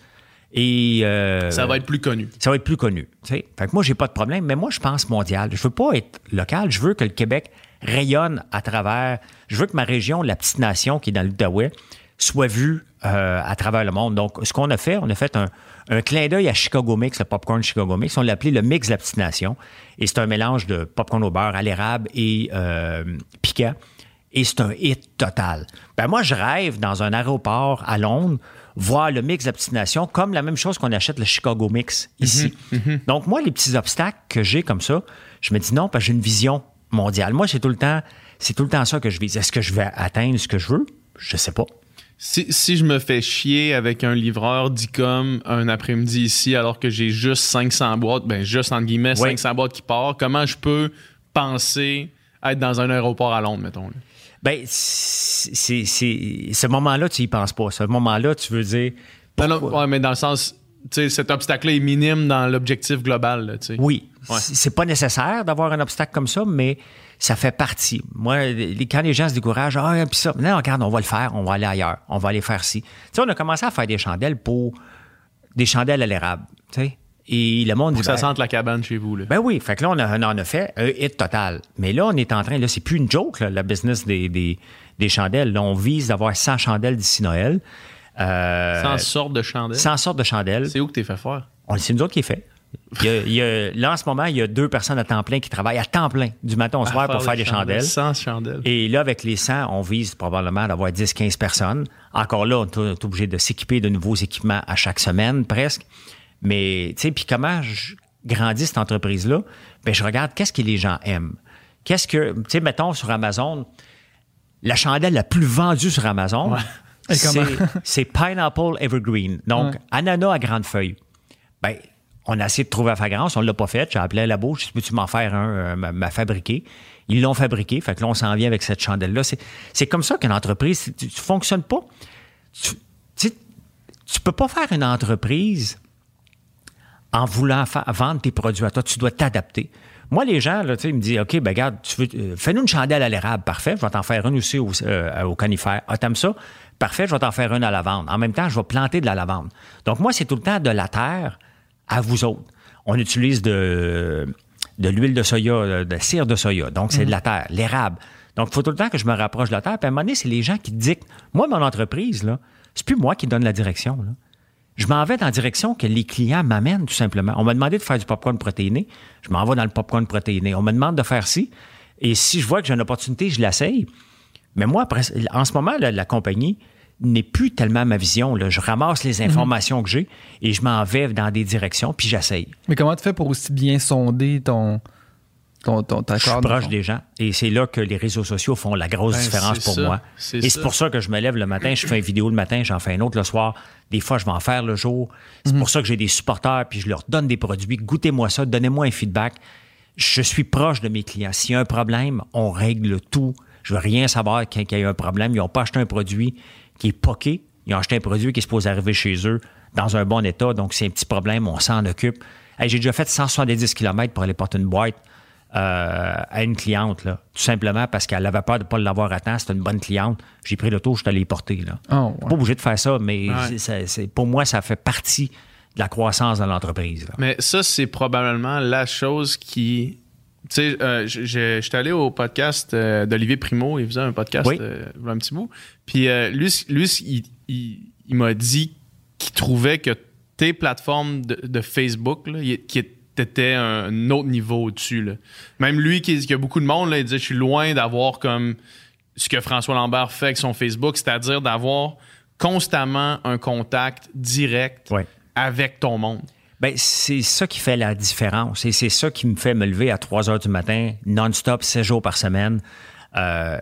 D: Et euh,
B: ça va être plus connu.
D: Ça va être plus connu. T'sais. Fait que moi, j'ai pas de problème, mais moi, je pense mondial. Je veux pas être local. Je veux que le Québec rayonne à travers... Je veux que ma région, la petite nation qui est dans l'Outaouais, soit vue euh, à travers le monde. Donc, ce qu'on a fait, on a fait un, un clin d'œil à Chicago Mix, le popcorn Chicago Mix. On l'a appelé le mix de la petite nation. Et c'est un mélange de popcorn au beurre, à l'érable et euh, piquant. Et c'est un hit total. Ben moi, je rêve dans un aéroport à Londres voir le mix de la petite nation comme la même chose qu'on achète le Chicago Mix ici. Mm-hmm, mm-hmm. Donc, moi, les petits obstacles que j'ai comme ça, je me dis non, parce que j'ai une vision mondiale. Moi, c'est tout le temps, c'est tout le temps ça que je vise. Est-ce que je vais atteindre ce que je veux? Je sais pas.
B: Si, si je me fais chier avec un livreur d'e-com un après-midi ici alors que j'ai juste cinq cents boîtes, ben juste entre guillemets oui. cinq cents boîtes qui partent, comment je peux penser être dans un aéroport à Londres, mettons? Là?
D: Ben, c'est, c'est, ce moment-là, tu y penses pas. Ce moment-là, tu veux dire...
B: Non, non, ouais, mais dans le sens, tu sais, cet obstacle-là est minime dans l'objectif global, tu sais.
D: Oui.
B: Ouais.
D: C'est pas nécessaire d'avoir un obstacle comme ça, mais ça fait partie. Moi, les, quand les gens se découragent, ah, puis ça, non, regarde, on va le faire, on va aller ailleurs, on va aller faire ci. Tu sais, on a commencé à faire des chandelles pour... des chandelles à l'érable, tu sais. Et le monde
B: dit, ça
D: ben,
B: sente la cabane chez vous, là.
D: Ben oui. Fait que là, on, a, on en a fait un hit total. Mais là, on est en train, là, c'est plus une joke, là, la business des, des, des chandelles. Là, on vise d'avoir cent chandelles d'ici Noël.
B: Euh, cent sortes de chandelles?
D: cent sortes de chandelles.
B: C'est où que t'es fait faire?
D: On, c'est nous autres qui est fait. Il y a, il y a, là, en ce moment, il y a deux personnes à temps plein qui travaillent à temps plein, du matin au soir, pour faire des chandelles.
B: cent chandelles.
D: Et là, avec les cent, on vise probablement d'avoir dix à quinze personnes. Encore là, on est obligé de s'équiper de nouveaux équipements à chaque semaine, presque. Mais, tu sais, puis comment je grandis cette entreprise-là? Bien, je regarde qu'est-ce que les gens aiment. Qu'est-ce que, tu sais, mettons sur Amazon, la chandelle la plus vendue sur Amazon, ouais. c'est, c'est Pineapple Evergreen. Donc, ouais. ananas à grande feuille. Bien, on a essayé de trouver la fragrance, on ne l'a pas fait. J'ai appelé un labo, je dis, peux-tu m'en faire un, euh, m'a fabriqué? Ils l'ont fabriqué, fait que là, on s'en vient avec cette chandelle-là. C'est, c'est comme ça qu'une entreprise, tu ne fonctionnes pas. Tu sais, tu peux pas faire une entreprise en voulant fa- vendre tes produits à toi. Tu dois t'adapter. Moi, les gens, là, tu sais, ils me disent, OK, ben regarde, tu veux, euh, fais-nous une chandelle à l'érable. Parfait, je vais t'en faire une aussi au, euh, au conifère. Ah, t'aimes ça? Parfait, je vais t'en faire une à la lavande. En même temps, je vais planter de la lavande. Donc, moi, c'est tout le temps de la terre à vous autres. On utilise de, de l'huile de soya, de cire de soya. Donc, c'est mmh. de la terre, l'érable. Donc, il faut tout le temps que je me rapproche de la terre. Puis à un moment donné, c'est les gens qui dictent. Moi, mon entreprise, là, c'est plus moi qui donne la direction, là. Je m'en vais dans la direction que les clients m'amènent, tout simplement. On m'a demandé de faire du popcorn protéiné. Je m'en vais dans le popcorn protéiné. On me demande de faire ci. Et si je vois que j'ai une opportunité, je l'essaye. Mais moi, après, en ce moment, là, la compagnie n'est plus tellement ma vision, là. Je ramasse les informations mm-hmm. que j'ai et je m'en vais dans des directions, puis j'essaye.
C: Mais comment tu fais pour aussi bien sonder ton... Ton, ton, ta
D: je suis proche des gens. Et c'est là que les réseaux sociaux font la grosse ben, différence pour ça, moi. C'est et ça. C'est pour ça que je me lève le matin, je fais une vidéo le matin, j'en fais une autre le soir. Des fois, je vais en faire le jour. C'est mm-hmm. pour ça que j'ai des supporters, puis je leur donne des produits. Goûtez-moi ça, donnez-moi un feedback. Je suis proche de mes clients. S'il y a un problème, on règle tout. Je veux rien savoir quand il y a un problème. Ils n'ont pas acheté un produit qui est poqué. Ils ont acheté un produit qui est supposé arriver chez eux dans un bon état. Donc, c'est un petit problème, on s'en occupe. Hey, j'ai déjà fait cent soixante-dix kilomètres pour aller porter une boîte Euh, à une cliente, là, tout simplement parce qu'elle avait peur de ne pas l'avoir à temps. C'était une bonne cliente. J'ai pris l'auto, je suis allé les porter. Là. Oh, ouais. Pas obligé de faire ça, mais ouais. c'est, c'est, c'est, pour moi, ça fait partie de la croissance de l'entreprise. Là.
B: Mais ça, c'est probablement la chose qui... Tu sais, euh, j'étais allé au podcast euh, d'Olivier Primo. Il faisait un podcast oui. euh, un petit bout. Puis euh, lui, lui il, il, il m'a dit qu'il trouvait que tes plateformes de, de Facebook, là, qui est t'étais un autre niveau au-dessus. Là. Même lui, qui, qui a beaucoup de monde, là, il disait « Je suis loin d'avoir comme ce que François Lambert fait avec son Facebook, c'est-à-dire d'avoir constamment un contact direct ouais. avec ton monde. »
D: Bien, c'est ça qui fait la différence. Et c'est ça qui me fait me lever à trois heures du matin, non-stop, sept jours par semaine. Euh,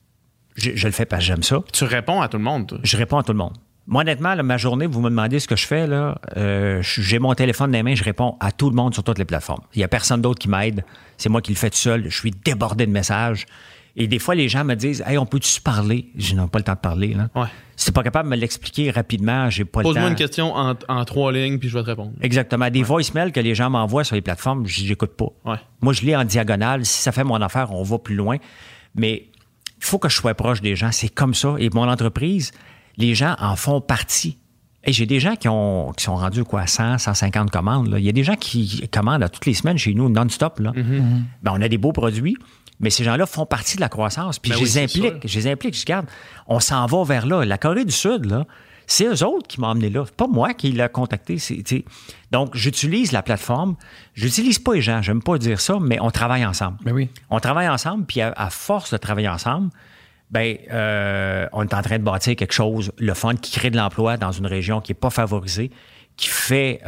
D: je, je le fais parce que j'aime ça.
B: Tu réponds à tout le monde, toi?
D: Je réponds à tout le monde. Moi, honnêtement, là, ma journée, vous me demandez ce que je fais, là, euh, j'ai mon téléphone dans les mains, je réponds à tout le monde sur toutes les plateformes. Il n'y a personne d'autre qui m'aide. C'est moi qui le fais tout seul. Je suis débordé de messages. Et des fois, les gens me disent « Hey, on peut-tu se parler? » Je n'ai pas le temps de parler. Là. Ouais. Si tu n'es pas capable de me l'expliquer rapidement, j'ai pas
B: Pose
D: le temps.
B: Pose-moi une question en, en trois lignes, puis je vais te répondre.
D: Exactement. Des ouais. voicemails que les gens m'envoient sur les plateformes, je n'écoute pas. Ouais. Moi, je lis en diagonale. Si ça fait mon affaire, on va plus loin. Mais il faut que je sois proche des gens. C'est comme ça. Et mon entreprise, les gens en font partie. Et j'ai des gens qui, ont, qui sont rendus quoi, à cent, cent cinquante commandes. Là. Il y a des gens qui commandent à toutes les semaines chez nous, non-stop. Là. Mm-hmm. Ben, on a des beaux produits, mais ces gens-là font partie de la croissance. Puis ben je, oui, les implique, je les implique. Je regarde, on s'en va vers là. La Corée du Sud, là, c'est eux autres qui m'ont emmené là. C'est pas moi qui l'ai contacté. C'est, donc, j'utilise la plateforme. J'utilise pas les gens, j'aime pas dire ça, mais on travaille ensemble.
C: Ben oui.
D: On travaille ensemble, puis à, à force de travailler ensemble, ben, euh, on est en train de bâtir quelque chose, le fun, qui crée de l'emploi dans une région qui n'est pas favorisée, qui fait,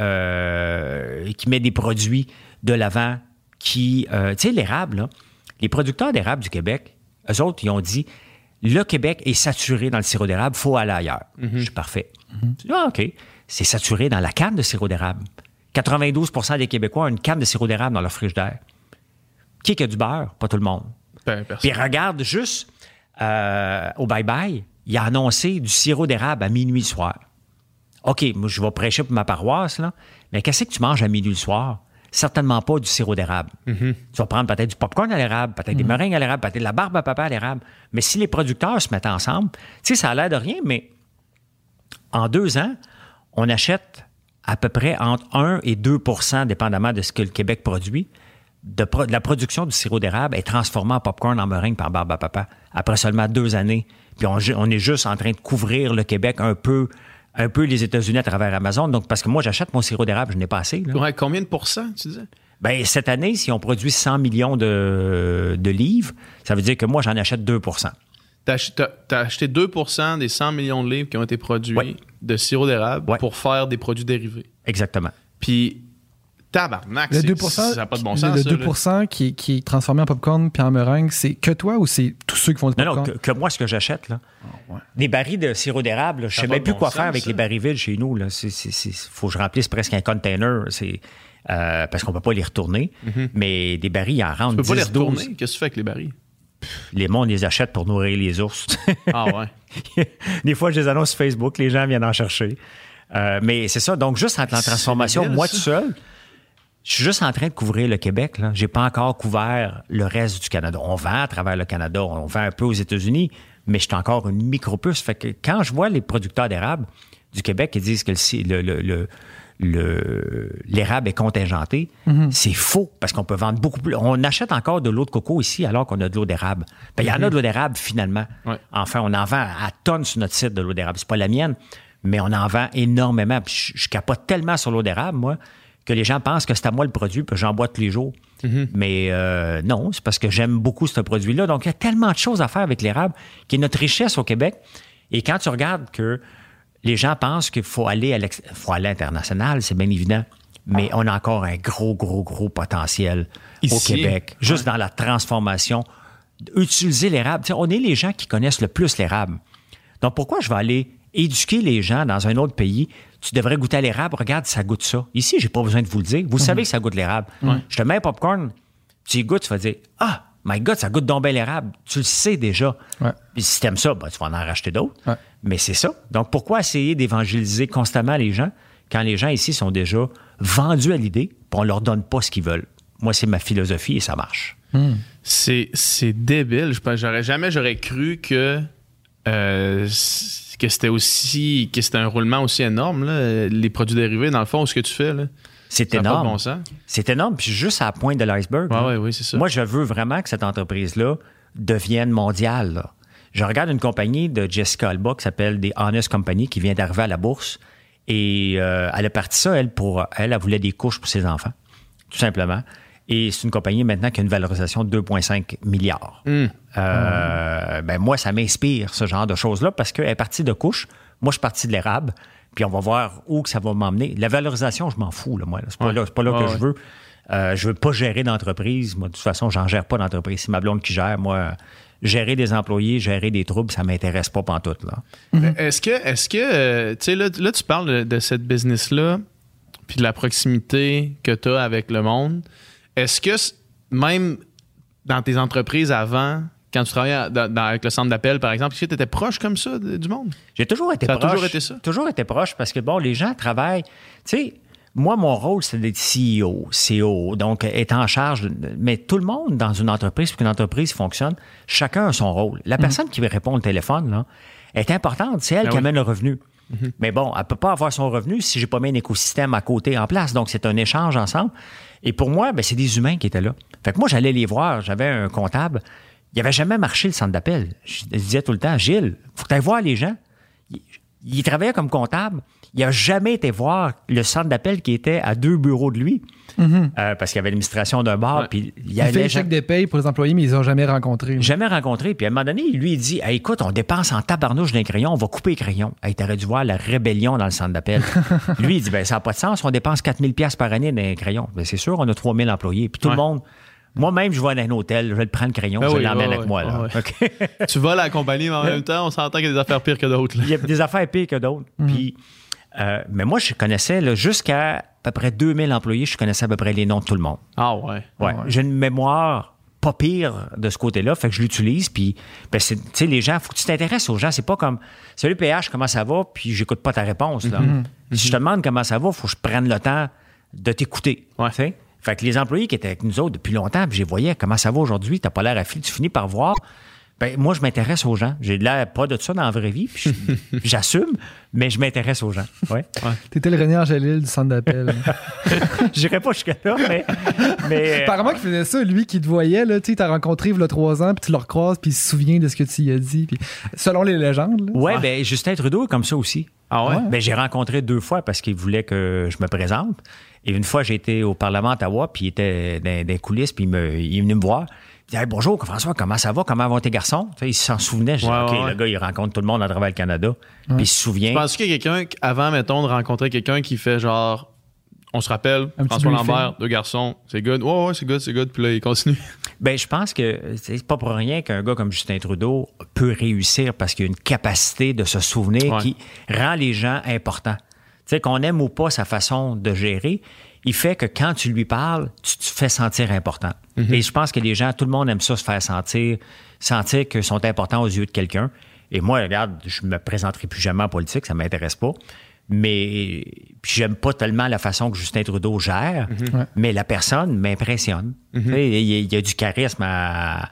D: euh, qui met des produits de l'avant, qui, euh, tu sais, l'érable, là, les producteurs d'érable du Québec, eux autres, ils ont dit, le Québec est saturé dans le sirop d'érable, il faut aller ailleurs. Mm-hmm. Je suis parfait. Mm-hmm. Je dis, ah, OK. C'est saturé dans la canne de sirop d'érable. quatre-vingt-douze pour cent des Québécois ont une canne de sirop d'érable dans leur frigidaire. Qui qui a du beurre? Pas tout le monde.
B: Ben,
D: Puis regarde juste... Euh, au bye-bye, il a annoncé du sirop d'érable à minuit le soir. OK, moi, je vais prêcher pour ma paroisse, là, mais qu'est-ce que tu manges à minuit le soir? Certainement pas du sirop d'érable. Mm-hmm. Tu vas prendre peut-être du popcorn à l'érable, peut-être mm-hmm. des meringues à l'érable, peut-être de la barbe à papa à l'érable. Mais si les producteurs se mettent ensemble, tu sais, ça a l'air de rien, mais en deux ans, on achète à peu près entre un et deux pour cent, dépendamment de ce que le Québec produit, De, pro- de la production du sirop d'érable est transformée en popcorn en meringue par barbe à papa après seulement deux années. Puis on, on est juste en train de couvrir le Québec un peu, un peu les États-Unis à travers Amazon. Donc, parce que moi, j'achète mon sirop d'érable, je n'ai pas assez. Là.
B: Ouais, combien de pourcents, tu disais?
D: Bien, cette année, si on produit cent millions de, de livres, ça veut dire que moi, j'en achète deux pour cent.
B: Tu as acheté deux pour cent des cent millions de livres qui ont été produits ouais. de sirop d'érable ouais. pour faire des produits dérivés.
D: Exactement.
B: Puis... Tabarnak,
C: le deux pour cent,
B: ça n'a pas de bon sens.
C: Le
B: ça,
C: deux pour cent qui est, qui est transformé en popcorn puis en meringue, c'est que toi ou c'est tous ceux qui font du popcorn?
D: Non, non, que, que moi, ce que j'achète, là. Oh, ouais. Des barils de sirop d'érable, là, je ne sais même plus bon quoi sens, faire avec ça. Les barils vides chez nous. Il faut que je remplisse presque un container. C'est, euh, parce qu'on ne peut pas les retourner. Mm-hmm. Mais des barils, ils en rentrent dix,
B: tu peux pas les retourner?
D: douze.
B: Qu'est-ce que tu fais avec les barils?
D: Les mondes les achètent pour nourrir les ours.
B: Ah ouais?
D: Des fois, je les annonce sur Facebook, les gens viennent en chercher. Euh, mais c'est ça. Donc, juste entre la transformation,
B: débile,
D: moi
B: ça.
D: tout seul, je suis juste en train de couvrir le Québec. Je n'ai pas encore couvert le reste du Canada. On vend à travers le Canada, on vend un peu aux États-Unis, mais je suis encore une micro-puce. Fait que quand je vois les producteurs d'érable du Québec qui disent que le, le, le, le, l'érable est contingenté, mm-hmm. c'est faux parce qu'on peut vendre beaucoup plus. On achète encore de l'eau de coco ici alors qu'on a de l'eau d'érable. Ben, il y en a de l'eau d'érable finalement. Ouais. Enfin, on en vend à tonnes sur notre site de l'eau d'érable. C'est pas la mienne, mais on en vend énormément. Puis je, je capote tellement sur l'eau d'érable, moi, que les gens pensent que c'est à moi le produit, puis j'en bois tous les jours. Mm-hmm. Mais euh, non, c'est parce que j'aime beaucoup ce produit-là. Donc, il y a tellement de choses à faire avec l'érable qui est notre richesse au Québec. Et quand tu regardes que les gens pensent qu'il faut aller à, l'ex... faut aller à l'international, c'est bien évident, mais on a encore un gros, gros, gros potentiel ici, au Québec, juste ouais. dans la transformation. Utiliser l'érable. Tu sais, on est les gens qui connaissent le plus l'érable. Donc, pourquoi je vais aller éduquer les gens dans un autre pays? Tu devrais goûter à l'érable. Regarde, ça goûte ça. Ici, j'ai pas besoin de vous le dire. Vous mm-hmm. savez que ça goûte l'érable. Ouais. Je te mets un popcorn, tu y goûtes, tu vas dire « Ah, my God, ça goûte donc bien l'érable. » Tu le sais déjà. Ouais. Puis si t'aimes ça, ben, tu vas en racheter d'autres. Ouais. Mais c'est ça. Donc, pourquoi essayer d'évangéliser constamment les gens quand les gens ici sont déjà vendus à l'idée puis on leur donne pas ce qu'ils veulent? Moi, c'est ma philosophie et ça marche.
B: Mm. C'est, c'est débile. Je pense, j'aurais, jamais j'aurais cru que... Euh, que c'était aussi que c'était un roulement aussi énorme, là, les produits dérivés, dans le fond, ce que tu fais, là.
D: C'est
B: ça
D: énorme.
B: Pas de bon sens.
D: C'est énorme, puis juste à la pointe de l'iceberg.
B: Ah, oui, oui, c'est ça.
D: Moi, je veux vraiment que cette entreprise-là devienne mondiale. Là. Je regarde une compagnie de Jessica Alba qui s'appelle The Honest Company, qui vient d'arriver à la bourse. Et euh, elle a parti ça, elle, pour elle, elle voulait des couches pour ses enfants, tout simplement. Et c'est une compagnie maintenant qui a une valorisation de deux virgule cinq milliards. Mmh. Euh, mmh. Ben moi, ça m'inspire, ce genre de choses-là, parce qu'elle est partie de couches. Moi, je suis parti de l'érable. Puis on va voir où que ça va m'emmener. La valorisation, je m'en fous, là, moi. Là. C'est pas ouais. là, c'est pas là ouais, que ouais. je veux. Euh, je veux pas gérer d'entreprise. Moi, de toute façon, j'en gère pas d'entreprise. C'est ma blonde qui gère. Moi, gérer des employés, gérer des troubles, ça m'intéresse pas pantoute, là.
B: Mmh. Est-ce que, est-ce que euh, tu sais, là, là, tu parles de, de cette business-là, puis de la proximité que tu as avec le monde. Est-ce que même dans tes entreprises avant, quand tu travaillais dans, dans, avec le centre d'appel, par exemple, est-ce que tu étais proche comme ça de, du monde?
D: J'ai toujours été
B: ça
D: proche.
B: Ça a toujours été ça?
D: Toujours été proche parce que, bon, les gens travaillent... Tu sais, moi, mon rôle, c'est d'être C E O, C O O, donc être en charge. De, mais tout le monde dans une entreprise, pour qu'une entreprise fonctionne, chacun a son rôle. La personne mmh. qui répond au téléphone, là, est importante. C'est elle ben qui oui. amène le revenu. Mm-hmm. Mais bon, elle ne peut pas avoir son revenu si je n'ai pas mis un écosystème à côté en place. Donc, c'est un échange ensemble. Et pour moi, ben, c'est des humains qui étaient là. Fait que moi, j'allais les voir. J'avais un comptable. Il n'avait jamais marché le centre d'appel. Je, je disais tout le temps, Gilles, il faut que tu ailles voir les gens. Il, il travaillait comme comptable. Il n'a jamais été voir le centre d'appel qui était à deux bureaux de lui. Mm-hmm. Euh, parce qu'il y avait l'administration d'un bar.
C: Ouais.
D: Puis il,
C: il fait les chèques de paye pour les employés, mais ils n'ont jamais rencontré.
D: Jamais rencontré. Puis à un moment donné, lui, il dit hey, écoute, on dépense en tabarnouche d'un crayon, on va couper les crayons. Hey, t'aurais dû voir la rébellion dans le centre d'appel. Lui, il dit ben, ça n'a pas de sens, on dépense quatre mille dollars par année dans les crayons. Ben, c'est sûr, on a trois mille employés. Puis tout ouais. le monde. Moi-même, je vais dans un hôtel, je vais le prendre le crayon, ben je oui, l'emmène ouais, avec ouais, moi. Là. Ouais. Okay.
B: Tu vas à la compagnie, mais en même temps, on s'entend qu'il y a des affaires pires que d'autres. Là.
D: Il y a des affaires pires que d'autres. Mm. Puis. Euh, mais moi, je connaissais là, jusqu'à à peu près deux mille employés, je connaissais à peu près les noms de tout le monde.
B: Ah ouais.
D: Ouais. ouais. J'ai une mémoire pas pire de ce côté-là, fait que je l'utilise. Puis, ben, tu sais, les gens, il faut que tu t'intéresses aux gens. C'est pas comme salut P H, comment ça va? Puis j'écoute pas ta réponse. Là. Mm-hmm. Si je te demande comment ça va, il faut que je prenne le temps de t'écouter.
B: Ouais.
D: T'sais? Fait que les employés qui étaient avec nous autres depuis longtemps, puis je les voyais, comment ça va aujourd'hui? T'as pas l'air affilé, tu finis par voir. Ben, moi, je m'intéresse aux gens. J'ai de l'air pas de ça dans la vraie vie, puis je, j'assume, mais je m'intéresse aux gens. Ouais. Ouais.
C: T'étais le René Angélil du centre d'appel.
D: J'irais pas jusque-là, mais... mais
C: apparemment qu'il faisait ça, lui, qui te voyait, là, tu sais, t'as rencontré il y a trois ans, puis tu le recroises, puis il se souvient de ce que tu y as dit, puis selon les légendes. Là.
D: Ouais, ouais. Ben Justin Trudeau est comme ça aussi.
B: Ah ouais?
D: Ben, j'ai rencontré deux fois parce qu'il voulait que je me présente. Et une fois, j'ai été au Parlement à Ottawa, puis il était dans, dans les coulisses, puis il, me, il est venu me voir. Il dit hey, bonjour, François, comment ça va? Comment vont tes garçons? Tu sais, il s'en souvenait. Je dis, ouais, OK, ouais. le gars, il rencontre tout le monde à travers le Canada. Ouais. Puis il se souvient.
B: Tu penses qu'il y a quelqu'un, avant, mettons, de rencontrer quelqu'un qui fait genre, on se rappelle, un François Lambert, deux garçons, c'est good. Ouais, ouais, c'est good, c'est good. Puis là, il continue.
D: Ben, je pense que c'est pas pour rien qu'un gars comme Justin Trudeau peut réussir parce qu'il a une capacité de se souvenir ouais. qui rend les gens importants. Tu sais, qu'on aime ou pas sa façon de gérer, il fait que quand tu lui parles, tu te fais sentir important. Mm-hmm. Et je pense que les gens, tout le monde aime ça, se faire sentir, sentir qu'ils sont importants aux yeux de quelqu'un. Et moi, regarde, je me présenterai plus jamais en politique, ça ne m'intéresse pas. Mais puis j'aime pas tellement la façon que Justin Trudeau gère,
C: Mm-hmm.
D: mais la personne m'impressionne.
B: Mm-hmm.
D: Tu sais, Il, il y a du charisme à,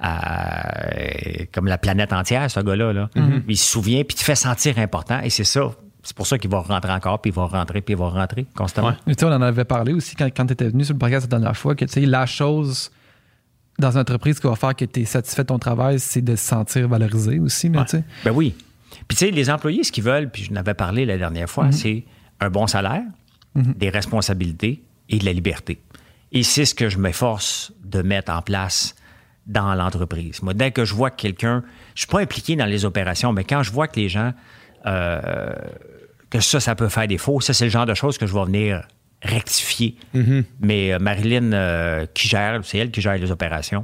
D: à- comme la planète entière, ce gars-là. Là.
C: Mm-hmm.
D: Il se souvient, puis il te fait sentir important, et c'est ça. C'est pour ça qu'il va rentrer encore, puis il va rentrer, puis il va rentrer constamment.
B: Ouais.
C: Mais tu sais, on en avait parlé aussi quand, quand tu étais venu sur le podcast la dernière fois, que tu sais, la chose dans une entreprise qui va faire que tu es satisfait de ton travail, c'est de se sentir valorisé aussi. Là,
B: Ouais.
C: tu sais.
D: Ben oui. Puis tu sais, les employés, ce qu'ils veulent, puis je n'avais parlé la dernière fois,
C: Mm-hmm.
D: c'est un bon salaire, des responsabilités et de la liberté. Et c'est ce que je m'efforce de mettre en place dans l'entreprise. Moi, dès que je vois que quelqu'un... Je suis pas impliqué dans les opérations, mais quand je vois que les gens... euh, que ça, ça peut faire défaut, ça, c'est le genre de choses que je vais venir rectifier.
B: Mm-hmm.
D: Mais euh, Marilyn, euh, qui gère, c'est elle qui gère les opérations,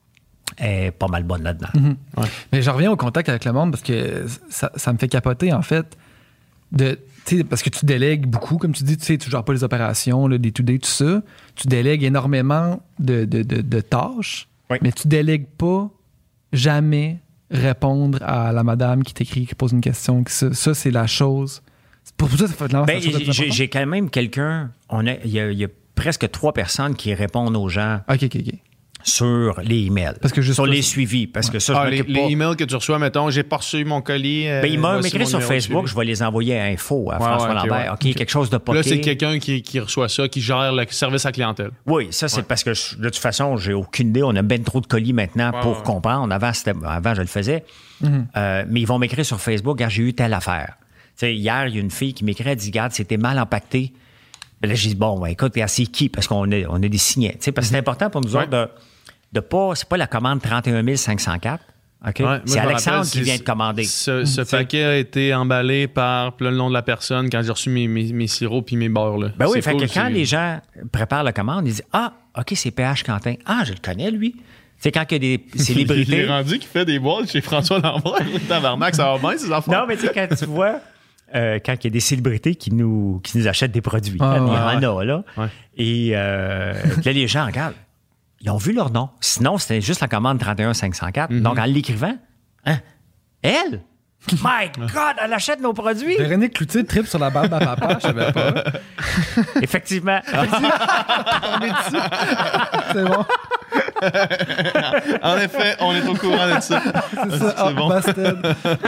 D: est pas mal bonne là-dedans.
C: Mm-hmm. Mais je reviens au contact avec le monde parce que ça, ça me fait capoter, en fait, de, tu sais, parce que tu délègues beaucoup, comme tu dis, tu sais, tu gères pas les opérations, là, des to-day, tout ça. Tu délègues énormément de, de, de, de tâches,
D: Oui.
C: mais tu délègues pas jamais répondre à la madame qui t'écrit, qui pose une question. Que ça, ça, c'est la chose. Pour ça, ça fait de la
D: Ben,
C: chose la plus
D: j'ai,
C: importante.
D: j'ai quand même quelqu'un... on a- Il y, a- il y a presque trois personnes qui répondent aux gens
C: OK, OK, OK.
D: sur les emails.
C: Parce que juste
D: sur
C: ça,
D: les
C: c'est-
D: suivis. Parce que ça, je
B: Ah, les,
D: m'occupe
B: les
D: pas.
B: emails que tu reçois, mettons, j'ai pas reçu mon colis. euh,
D: Ben, il m'a
B: voici
D: m'écrit
B: mon
D: sur
B: numéro de
D: Facebook,
B: suivi.
D: je vais les envoyer à info, à
B: Ouais,
D: François
B: ouais, ok,
D: Lambert.
B: ouais.
D: OK, quelque chose de
B: Puis là,
D: poqué.
B: c'est quelqu'un qui, qui reçoit ça, qui gère le service à clientèle.
D: Oui, ça, c'est parce que je- de toute façon, j'ai aucune idée. On a ben trop de colis maintenant
B: Ouais,
D: pour
B: ouais.
D: comprendre. Avant, c'était- avant, je le faisais. Euh, mais ils vont m'écrire sur Facebook, quand j'ai eu telle affaire. Tu sais, hier, il y a une fille qui m'écrit, elle dit, garde, c'était mal empaqueté. Ben là, j'ai dit, bon, ben, écoute, c'est qui? Parce qu'on a, on a des signets. Tu sais, parce que c'est important pour nous
B: Ouais.
D: autres de, de pas, c'est pas la commande trente et un mille cinq cent quatre. OK?
B: Ouais, moi,
D: c'est
B: je me
D: Alexandre
B: rappelle,
D: qui
B: c'est-
D: vient de commander.
B: Ce, ce
D: Tu sais.
B: paquet a été emballé par puis là, le nom de la personne quand j'ai reçu mes, mes, mes sirops puis mes beurres. Là.
D: Ben oui,
B: C'est
D: fait
B: cool,
D: que quand
B: c'est-
D: les gens préparent la commande, ils disent, ah, OK, c'est P H Quentin. Ah, je le connais, lui. C'est quand il y a des
B: Il
D: célébrités.
B: est rendu qui fait des boîtes chez François Lambert. Tabarnak, ça va bien, ces enfants.
D: Non, mais tu sais, quand tu vois, euh, quand il y a des célébrités qui nous, qui nous achètent des produits,
C: Ah,
D: il y
C: ouais,
D: en a, là.
B: Ouais.
D: Et euh, puis là, les gens regardent. Ils ont vu leur nom. Sinon, c'était juste la commande trente et un cinq cent quatre.
B: Mm-hmm.
D: Donc, en l'écrivant, hein, elle? My God, elle achète nos produits!
C: Véronique Cloutier tripe sur la barbe à papa, je savais pas.
D: Effectivement.
C: On est dessus. C'est bon.
B: En effet, on est au courant de ça.
C: C'est ça. Ah,
B: bon.
C: busted.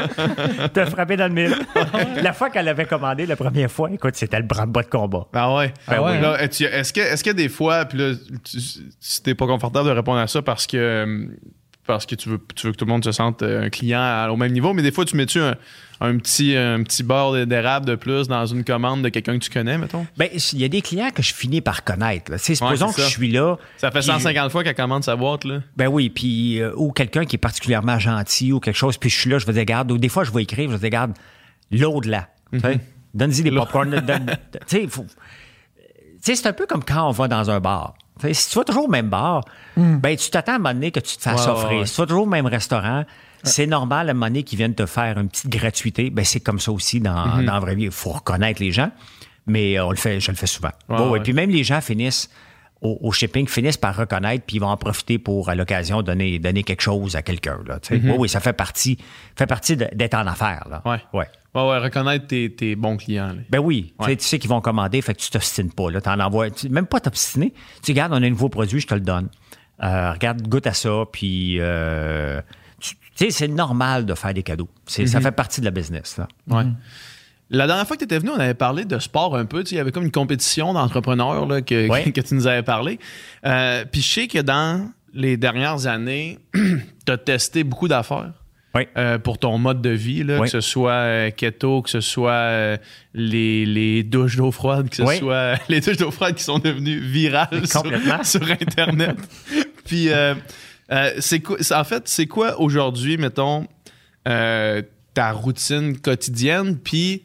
D: T'as frappé dans le mille. La fois qu'elle avait commandé la première fois, écoute, c'était le branle-bas de combat.
B: Ah ouais.
C: Ah ouais,
B: Là, est-ce est-ce que, est-ce que des fois, puis là, tu, si t'es pas confortable de répondre à ça parce que parce que tu veux, tu veux que tout le monde se sente euh, un client à- au même niveau, mais des fois, tu mets-tu un, un petit, un petit beurre d'érable de plus dans une commande de quelqu'un que tu connais, mettons?
D: Ben, il y a des clients que je finis par connaître. Là. Tu sais, supposons
B: c'est
D: que
B: ça.
D: je suis là.
B: Ça fait
D: puis
B: cent cinquante fois qu'elle commande sa boîte, là.
D: Ben oui, puis euh, ou quelqu'un qui est particulièrement gentil ou quelque chose, puis je suis là, je vais dire, garde, ou des fois je vais écrire, je vais dire, garde, l'au-delà. Tu sais, donne-y des popcorn. donne- donne- Tu sais, faut- tu sais, c'est un peu comme quand on va dans un bar. Tu sais, si tu vas toujours au même bar, ben tu t'attends à un moment donné que tu te fasses
B: Ouais,
D: offrir.
B: ouais, ouais.
D: Si tu vas toujours au même restaurant, c'est normal à un moment donné qu'ils viennent te faire une petite gratuité. Ben c'est comme ça aussi dans, dans la vraie vie. Il faut reconnaître les gens, mais euh, on le fait, je le fais souvent.
B: Ouais,
D: Bon,
B: ouais.
D: Et puis même les gens finissent au, au shipping finissent par reconnaître puis ils vont en profiter pour à l'occasion donner donner quelque chose à quelqu'un là. Tu sais. Oui, oui, ça fait partie fait partie de- d'être en affaires là.
B: Ouais.
D: Ouais.
B: Ouais, ouais, reconnaître tes, tes bons clients, là.
D: Ben oui,
B: Ouais.
D: tu sais, tu sais qu'ils vont commander, fait que tu t'obstines pas. Là, t'en envoies, tu- même pas t'obstiner. Tu dis, regarde, on a un nouveau produit, je te le donne. Euh, regarde, goûte à ça, puis euh, tu tu sais, c'est normal de faire des cadeaux. C'est, Ça fait partie de la business. Là.
B: Ouais. La dernière fois que tu étais venu, on avait parlé de sport un peu. Tu sais, il y avait comme une compétition d'entrepreneurs là, que,
D: Ouais.
B: que tu nous avais parlé. Euh, Puis je sais que dans les dernières années, tu as testé beaucoup d'affaires.
D: Oui.
B: Euh, pour ton mode de vie, là,
D: Oui.
B: que ce soit euh, keto, que ce soit euh, les, les douches d'eau froide, que ce
D: Oui.
B: soit euh, les douches d'eau froide qui sont devenues virales sur,
D: Complètement.
B: sur Internet. Puis, euh, euh, c'est quoi, c'est- en fait, c'est quoi aujourd'hui, mettons, euh, ta routine quotidienne, puis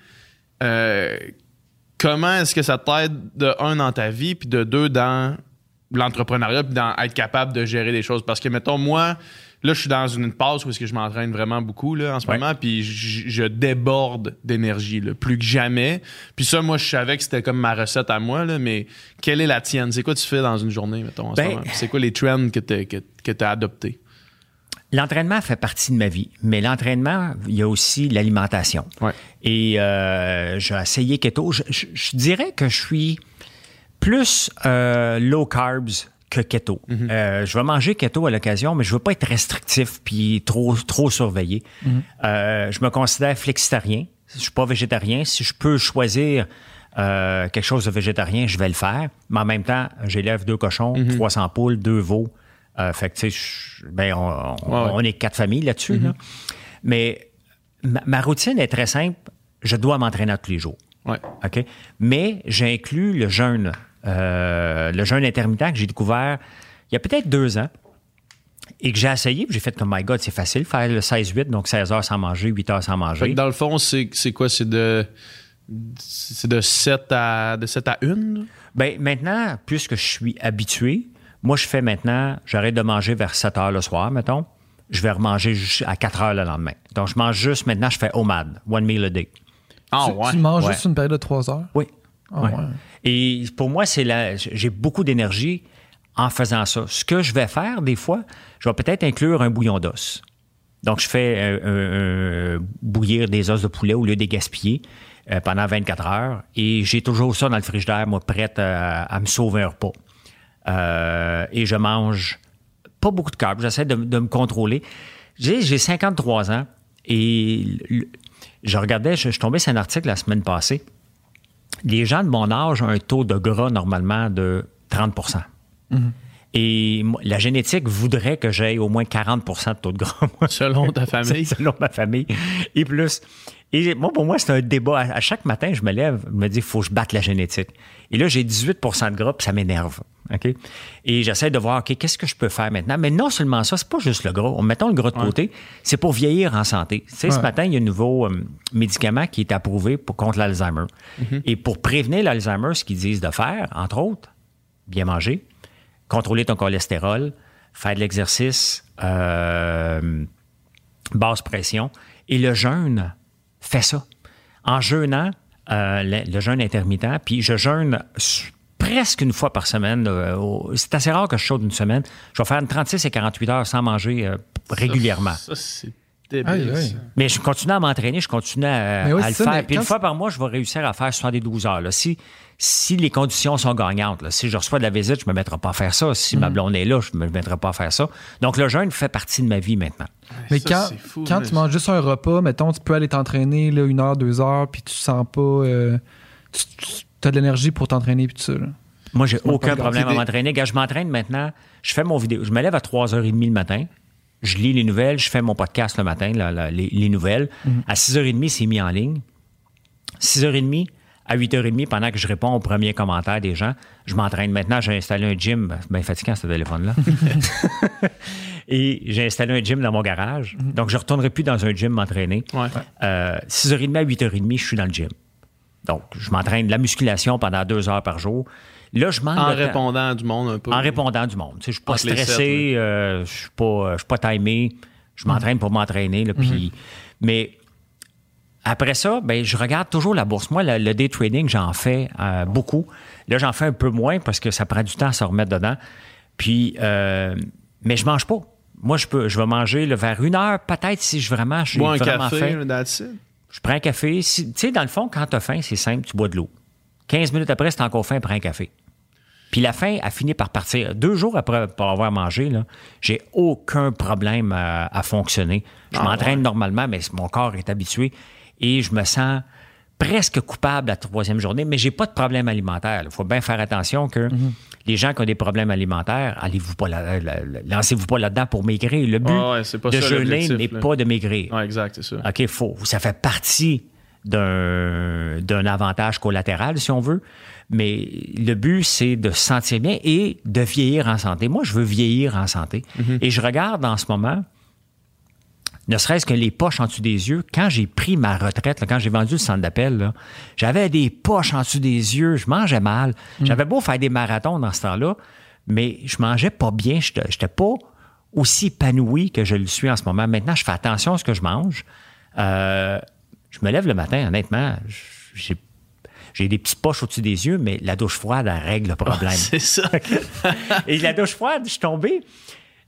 B: euh, comment est-ce que ça t'aide, de un, dans ta vie, puis de deux, dans l'entrepreneuriat, puis dans être capable de gérer des choses? Parce que, mettons, moi, là, je suis dans une passe où est-ce que je m'entraîne vraiment beaucoup là, en ce
D: Ouais.
B: moment, puis je, je déborde d'énergie, là, plus que jamais. Puis ça, moi, je savais que c'était comme ma recette à moi, là, mais quelle est la tienne? C'est quoi tu fais dans une journée, mettons, en
D: Ben-
B: ce moment? Puis c'est quoi les trends que tu que, que as adoptés?
D: l'entraînement fait partie de ma vie, mais l'entraînement, il y a aussi l'alimentation.
B: Ouais.
D: Et euh, j'ai essayé keto. Je, je, je dirais que je suis plus euh, low carbs que keto. Mm-hmm. Euh, je vais manger keto à l'occasion, mais je veux pas être restrictif puis trop trop surveillé. Mm-hmm. Euh, je me considère flexitarien. Je suis pas végétarien. Si je peux choisir euh, quelque chose de végétarien, je vais le faire. Mais en même temps, j'élève deux cochons, mm-hmm. trois cents poules, deux veaux. Euh, fait que, tu sais, ben, on, on, ouais, ouais. on est quatre familles là-dessus. Mm-hmm. Là. Mais ma, ma routine est très simple. Je dois m'entraîner tous les jours.
B: Ouais.
D: OK? Mais j'inclus le jeûne. Euh, le jeûne intermittent que j'ai découvert il y a peut-être deux ans et que j'ai essayé. Puis j'ai fait comme, my God, c'est facile, faire le seize huit, donc seize heures sans manger, huit heures sans manger.
B: Fait que dans le fond, c'est, c'est quoi? C'est de, c'est de sept à, de sept à une?
D: Bien, maintenant, puisque je suis habitué, moi, je fais maintenant, j'arrête de manger vers sept heures le soir, mettons. Je vais remanger à quatre heures le lendemain. Donc, je mange juste, maintenant, je fais O M A D, one meal a day.
B: Ah,
C: tu,
B: ouais.
C: tu manges
D: ouais.
C: juste une période de trois heures?
D: Oui.
C: Ah,
D: ouais.
C: ouais.
D: Et pour moi, c'est la, j'ai beaucoup d'énergie en faisant ça. Ce que je vais faire, des fois, je vais peut-être inclure un bouillon d'os. Donc, je fais euh, euh, bouillir des os de poulet au lieu de les gaspiller euh, pendant vingt-quatre heures. Et j'ai toujours ça dans le frigidaire, moi, prête à, à me sauver un repas. Euh, et je mange pas beaucoup de carbs. J'essaie de, de me contrôler. J'ai, j'ai cinquante-trois ans et le, je regardais, je, je tombais sur un article la semaine passée. Les gens de mon âge ont un taux de gras normalement de trente pour cent. Mm-hmm. Et moi, la génétique voudrait que j'aie au moins quarante pour cent de taux de gras. Moi.
B: Selon ta famille.
D: Selon ma famille. Et plus. Et moi, pour moi, c'est un débat. À, à chaque matin, je me lève, je me dis, il faut que je batte la génétique. Et là, j'ai dix-huit pour cent de gras, puis ça m'énerve. OK? Et j'essaie de voir, OK, qu'est-ce que je peux faire maintenant? Mais non seulement ça, c'est pas juste le gras. Mettons le gras de côté, ouais. c'est pour vieillir en santé. Tu sais, ouais. ce matin, il y a un nouveau euh, médicament qui est approuvé pour, contre l'Alzheimer. Mm-hmm. Et pour prévenir l'Alzheimer, ce qu'ils disent de faire, entre autres, bien manger, contrôler ton cholestérol, faire de l'exercice, euh, basse pression. Et le jeûne fait ça. En jeûnant, euh, le, le jeûne intermittent, puis je jeûne presque une fois par semaine. Euh, au, c'est assez rare que je saute une semaine. Je vais faire une trente-six et quarante-huit heures sans manger euh, régulièrement.
B: Ça, ça c'est débile. Aïe, aïe.
D: Mais je continue à m'entraîner, je continue à, oui, à le ça, faire. Puis une fois par mois, je vais réussir à faire soixante-douze heures. Là. Si, si les conditions sont gagnantes, là, si je reçois de la visite, je ne me mettrai pas à faire ça. Si mm. ma blonde est là, je ne me mettrai pas à faire ça. Donc, le jeûne fait partie de ma vie maintenant.
C: Mais
B: ça,
C: quand,
B: fou,
C: quand
B: mais...
C: tu manges juste un repas, mettons, tu peux aller t'entraîner là, une heure, deux heures, puis tu sens pas... Euh, tu, tu as de l'énergie pour t'entraîner, puis tout ça. Là.
D: Moi, j'ai aucun problème à m'entraîner. Gars, je m'entraîne maintenant. Je fais mon vidéo. Je me lève à trois heures trente le matin. Je lis les nouvelles. Je fais mon podcast le matin, la, la, les, les nouvelles. Mm-hmm. À six heures trente, c'est mis en ligne. six heures trente à huit heures trente, pendant que je réponds aux premiers commentaires des gens, je m'entraîne. Maintenant, j'ai installé un gym. C'est bien fatigant, ce téléphone-là. Et j'ai installé un gym dans mon garage. Mm-hmm. Donc, je ne retournerai plus dans un gym m'entraîner. Ouais. Euh, six heures trente à huit heures trente, je suis dans le gym. Donc, je m'entraîne de la musculation pendant deux heures par jour. Là, je manque
B: en
D: de
B: répondant
D: temps.
B: du monde un peu.
D: En répondant du monde. Tu sais, je ne suis pas stressé, sept, euh, je ne suis pas, pas timé. Je m'entraîne mm-hmm. pour m'entraîner. Là, puis, mm-hmm. Mais après ça, ben, je regarde toujours la bourse. Moi, le, le day trading, j'en fais euh, beaucoup. Là, j'en fais un peu moins parce que ça prend du temps à se remettre dedans. Puis, euh, mais je ne mange pas. Moi, je peux, je vais manger là, vers une heure, peut-être, si je vraiment, je suis vraiment
B: café,
D: faim.
B: That's it.
D: Je prends un café. Si, tu sais, dans le fond, quand tu as faim, c'est simple, tu bois de l'eau. quinze minutes après, si tu as encore faim, prends un café. Puis la faim a fini par partir. Deux jours après pour avoir mangé, là, j'ai aucun problème à, à fonctionner. Je ah, m'entraîne ouais. normalement, mais mon corps est habitué et je me sens presque coupable la troisième journée, mais j'ai pas de problème alimentaire. Il faut bien faire attention que mm-hmm. les gens qui ont des problèmes alimentaires, allez-vous pas là, là, là, lancez-vous pas là-dedans pour maigrir. Le but
B: ah ouais, c'est pas
D: de
B: ça,
D: jeûner n'est là. Pas de maigrir.
B: Ah, exact, c'est ça.
D: OK, faut, ça fait partie d'un, d'un avantage collatéral, si on veut. Mais le but, c'est de se sentir bien et de vieillir en santé. Moi, je veux vieillir en santé. Mm-hmm. Et je regarde en ce moment, ne serait-ce que les poches en dessous des yeux. Quand j'ai pris ma retraite, là, quand j'ai vendu le centre d'appel, là, j'avais des poches en dessous des yeux. Je mangeais mal. Mm-hmm. J'avais beau faire des marathons dans ce temps-là, mais je mangeais pas bien. Je n'étais pas aussi épanoui que je le suis en ce moment. Maintenant, je fais attention à ce que je mange. Euh, je me lève le matin, honnêtement, j'ai J'ai des petites poches au-dessus des yeux, mais la douche froide, elle règle le problème.
B: Oh, c'est ça.
D: Et la douche froide, je suis tombé.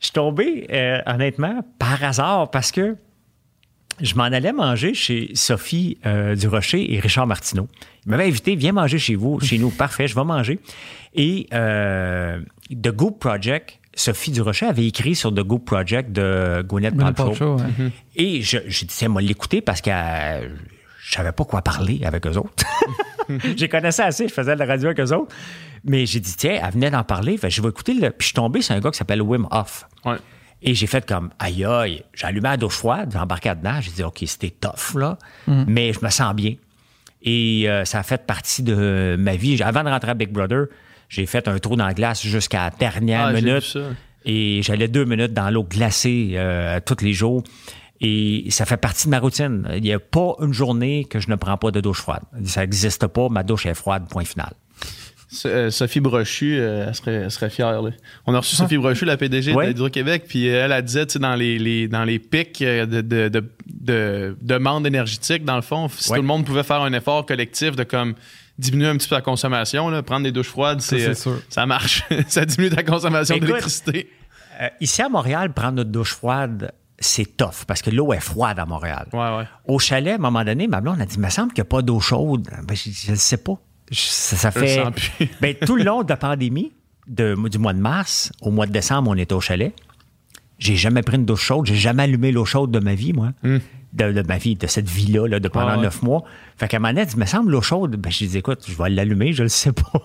D: suis tombé, euh, honnêtement, par hasard, parce que je m'en allais manger chez Sophie euh, Durocher et Richard Martineau. Ils m'avaient invité, viens manger chez vous, chez nous. Parfait, je vais manger. Et euh, The Goop Project, Sophie Durocher avait écrit sur The Goop Project de Gwyneth Paltrow. Ouais. Mm-hmm. Et je, j'ai dit, tiens, moi, l'écouter parce que euh, je savais pas quoi parler avec eux autres. J'ai connaissais assez, je faisais de la radio avec eux autres. Mais j'ai dit, tiens, elle venait d'en parler, fait, je vais écouter. Le... Puis je suis tombé sur un gars qui s'appelle Wim Hof.
B: Ouais.
D: Et j'ai fait comme, aïe aïe, j'ai allumé la douche froide, j'ai embarqué dedans, j'ai dit, OK, c'était tough, là, mm. mais je me sens bien. Et euh, ça a fait partie de ma vie. Avant de rentrer à Big Brother, j'ai fait un trou dans la glace jusqu'à la dernière
B: ah,
D: minute. Et j'allais deux minutes dans l'eau glacée euh, tous les jours. Et ça fait partie de ma routine. Il n'y a pas une journée que je ne prends pas de douche froide. Ça n'existe pas, ma douche est froide, point final.
B: Euh, Sophie Brochu, euh, elle, serait, elle serait fière. Là. On a reçu ah. Sophie Brochu, la P D G ouais. d'Hydro-Québec, puis elle, elle disait, tu sais, dans les, les, dans les pics de, de, de, de, de demande énergétique, dans le fond, si ouais. tout le monde pouvait faire un effort collectif de comme diminuer un petit peu la consommation, là, prendre des douches froides, c'est, ça, c'est euh, ça marche. Ça diminue ta consommation Écoute, d'électricité.
D: Euh, ici à Montréal, prendre notre douche froide, c'est tough, parce que l'eau est froide à Montréal.
B: Ouais, ouais. Au
D: chalet, à un moment donné, ma blonde a dit, il me semble qu'il n'y a pas d'eau chaude. Ben, je ne sais pas. Ça, ça fait. Ben, tout le long de la pandémie, de, du mois de mars au mois de décembre, on était au chalet. J'ai jamais pris une douche chaude. J'ai jamais allumé l'eau chaude de ma vie, moi. Mm. De, de ma vie, de cette vie-là, là, de pendant neuf ah, ouais. mois. Fait qu'à un moment donné, elle dit, il me semble l'eau chaude. Ben, je dis, écoute, je vais l'allumer, je le sais pas.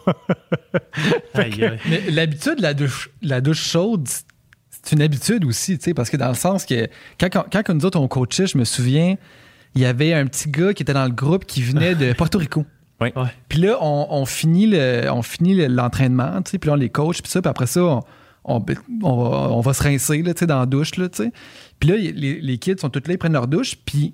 C: aïe, aïe. Mais l'habitude de la douche, la douche chaude, c'est une habitude aussi, tu sais, parce que dans le sens que quand, quand, quand nous autres, on coachait, je me souviens, il y avait un petit gars qui était dans le groupe qui venait de Porto Rico.
D: Oui.
C: Ouais. Puis là, on, on finit, le, on finit le, l'entraînement, tu sais, puis là, on les coach, puis ça, puis après ça, on, on, on, va, on va se rincer, là, tu sais, dans la douche, là, tu sais. Puis là, les, les kids sont tous là, ils prennent leur douche, puis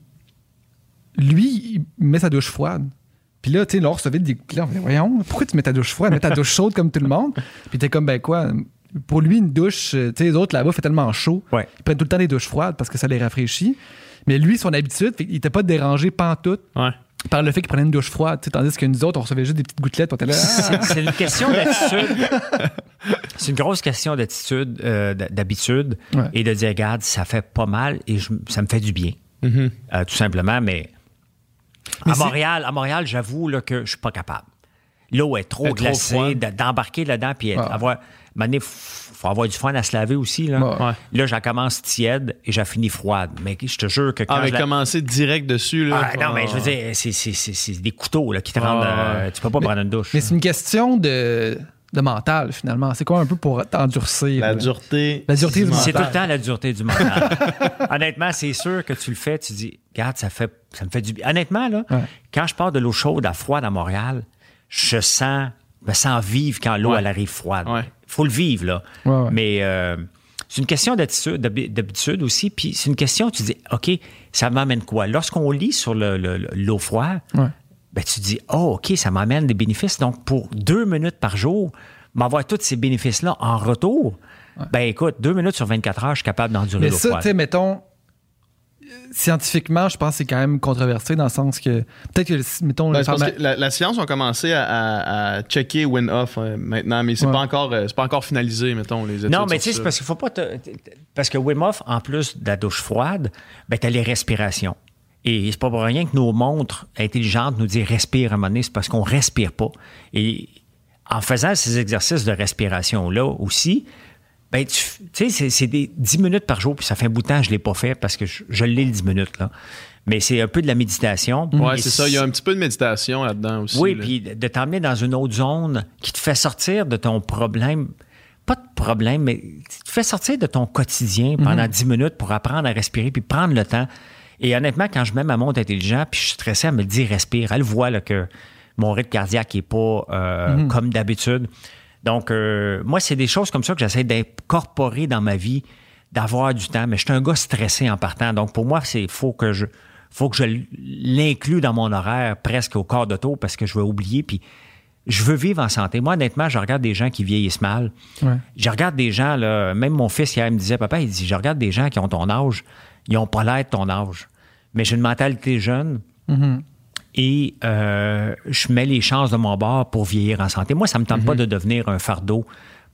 C: lui, il met sa douche froide. Puis là, tu sais, là, on recevait des clients, on dit, voyons, pourquoi tu mets ta douche froide? Mets ta douche chaude comme tout le monde. Puis t'es comme, ben quoi, pour lui, une douche, tu sais, les autres là-bas, fait tellement chaud.
D: Ouais.
C: Ils prennent tout le temps des douches froides parce que ça les rafraîchit. Mais lui, son habitude, il était pas dérangé pantoute. Ouais. Par le fait qu'il prenait une douche froide, tandis que nous autres, on recevait juste des petites gouttelettes. On était là,
D: c'est, c'est une question d'attitude. C'est une grosse question d'attitude, euh, d'habitude, ouais. et de dire, regarde, ça fait pas mal et je, ça me fait du bien. Mm-hmm. Euh, tout simplement, mais, mais à, Montréal, à Montréal, j'avoue là, que je suis pas capable. L'eau est trop est glacée, trop d'embarquer là-dedans, puis ouais. avoir... Il faut avoir du fun à se laver aussi. Là, ouais. là j'en commence tiède et j'en finis froide. Mais je te jure que quand.
B: Ah, mais
D: la...
B: commencer direct dessus. Là,
D: ah, non, mais je veux dire, c'est, c'est, c'est, c'est des couteaux là, qui te rendent. Ah, euh, tu peux pas mais, prendre une douche.
C: Mais c'est une question de, de mental, finalement. C'est quoi un peu pour t'endurcir?
B: La là? dureté.
C: La dureté du mental.
D: C'est tout le temps la dureté du mental. Honnêtement, c'est sûr que tu le fais, tu dis, regarde, ça, fait, ça me fait du bien. Honnêtement, là, ouais. quand je pars de l'eau chaude à froide à Montréal, je sens, me sens vivre quand l'eau, ouais. elle arrive froide. Ouais. Faut le vivre, là. Ouais, ouais. Mais euh, c'est une question d'attitude, d'habitude aussi. Puis c'est une question, tu dis, OK, ça m'amène quoi? Lorsqu'on lit sur le, le, l'eau froide, ouais. ben, tu dis, oh, OK, ça m'amène des bénéfices. Donc, pour deux minutes par jour, m'avoir tous ces bénéfices-là en retour, ouais. ben écoute, deux minutes sur vingt-quatre heures, je suis capable d'endurer
C: Mais
D: l'eau
C: ça,
D: froide.
C: tu sais, mettons, scientifiquement, je pense que c'est quand même controversé dans le sens que peut-être que, mettons...
B: Ben,
C: le
B: pharma... que la, la science a commencé à, à, à checker Wim Hof euh, maintenant, mais c'est, ouais. pas encore, euh, c'est pas encore finalisé, mettons, les études.
D: Non, mais tu sais, c'est parce qu'il faut pas... Te... Parce que Wim Hof, en plus de la douche froide, ben t'as les respirations. Et c'est pas pour rien que nos montres intelligentes nous disent « respire » à un moment donné, c'est parce qu'on respire pas. Et en faisant ces exercices de respiration-là aussi... Ben, tu sais, c'est, c'est des dix minutes par jour, puis ça fait un bout de temps que je ne l'ai pas fait parce que je, je l'ai le dix minutes, là. Mais c'est un peu de la méditation.
B: Oui, c'est ça. Il y a un petit peu de méditation là-dedans aussi.
D: Oui,
B: là.
D: Puis de t'emmener dans une autre zone qui te fait sortir de ton problème. Pas de problème, mais qui te fait sortir de ton quotidien pendant mm-hmm. dix minutes pour apprendre à respirer puis prendre le temps. Et honnêtement, quand je mets ma montre intelligente puis je suis stressé, elle me dit respire. Elle voit là, que mon rythme cardiaque n'est pas euh, mm-hmm. comme d'habitude. Donc, euh, moi, c'est des choses comme ça que j'essaie d'incorporer dans ma vie, d'avoir du temps. Mais je suis un gars stressé en partant. Donc, pour moi, il faut que je faut que je l'inclue dans mon horaire presque au quart de tour parce que je vais oublier. Puis, je veux vivre en santé. Moi, honnêtement, je regarde des gens qui vieillissent mal. Ouais. Je regarde des gens, là, même mon fils hier me disait, papa, il dit, je regarde des gens qui ont ton âge, ils n'ont pas l'air de ton âge. Mais j'ai une mentalité jeune. Mm-hmm. Et euh, je mets les chances de mon bord pour vieillir en santé. Moi, ça ne me tente mm-hmm. pas de devenir un fardeau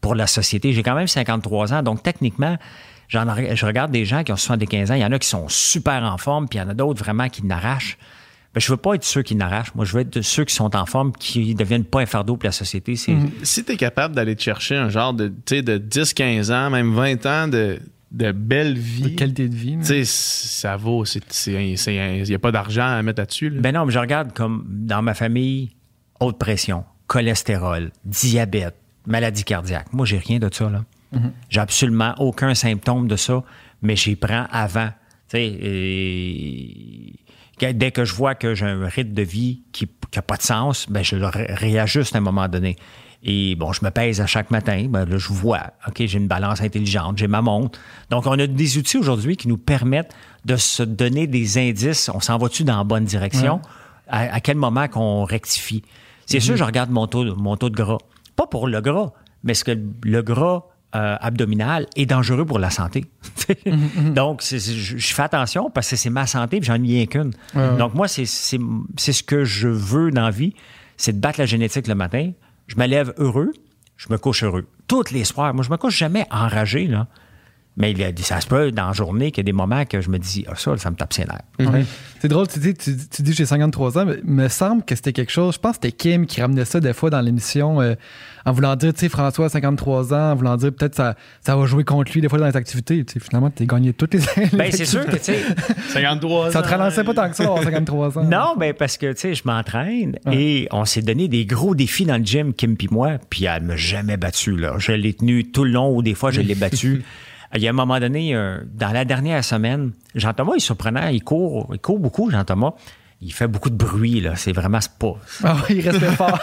D: pour la société. J'ai quand même cinquante-trois ans, donc techniquement, j'en, je regarde des gens qui ont soixante-quinze ans. Il y en a qui sont super en forme, puis il y en a d'autres vraiment qui n'arrachent. Ben, je veux pas être ceux qui n'arrachent. Moi, je veux être de ceux qui sont en forme, qui ne deviennent pas un fardeau pour la société. C'est...
B: Mm-hmm. Si tu es capable d'aller te chercher un genre de, de dix quinze ans, même vingt ans de, de belle vie.
C: De qualité de vie.
B: Tu sais, ça vaut. Il n'y a pas d'argent à mettre là-dessus. Là.
D: Ben non, mais je regarde comme dans ma famille, haute pression, cholestérol, diabète, maladie cardiaque. Moi, j'ai rien de ça, là. Mm-hmm. J'ai absolument aucun symptôme de ça, mais j'y prends avant. Tu sais, et... dès que je vois que j'ai un rythme de vie qui n'a pas de sens, ben je le ré- réajuste à un moment donné. Et bon, je me pèse à chaque matin. Ben là, je vois, OK, j'ai une balance intelligente, j'ai ma montre. Donc, on a des outils aujourd'hui qui nous permettent de se donner des indices. On s'en va-tu dans la bonne direction? Ouais. À, à quel moment qu'on rectifie? C'est mm-hmm. sûr, je regarde mon taux, mon taux de gras. Pas pour le gras, mais est-ce que le gras euh, abdominal est dangereux pour la santé? mm-hmm. Donc, c'est, c'est, je, je fais attention parce que c'est ma santé et j'en ai rien qu'une. Ouais, Donc, ouais. moi, c'est, c'est, c'est ce que je veux dans la vie, c'est de battre la génétique le matin. Je me lève heureux, je me couche heureux. Toutes les soirs. Moi, je me couche jamais enragé, là. Mais il y a, ça se peut dans la journée qu'il y a des moments que je me dis, ah, ça, ça me tape ses nerfs.
C: Mm-hmm. Ouais. C'est drôle, tu dis, tu, tu dis que j'ai cinquante-trois ans, mais il me semble que c'était quelque chose. Je pense que c'était Kim qui ramenait ça des fois dans l'émission euh, en voulant dire, tu sais, François a cinquante-trois ans, en voulant dire peut-être ça, ça va jouer contre lui des fois dans les activités. Tu sais, finalement, tu as gagné toutes les.
D: Bien, c'est sûr que, tu sais.
B: cinquante-trois ans.
C: Ça te relançait pas tant que ça d'avoir cinquante-trois ans.
D: Non, mais parce que, tu sais, je m'entraîne ouais. et on s'est donné des gros défis dans le gym, Kim puis moi, puis elle m'a jamais battu, là. Je l'ai tenu tout le long ou des fois, je l'ai battu. Il y a un moment donné, euh, dans la dernière semaine, Jean-Thomas, il est surprenant, il court, il court beaucoup, Jean-Thomas. Il fait beaucoup de bruit, là. C'est vraiment c'est pas.
C: Ah oui, il reste fort.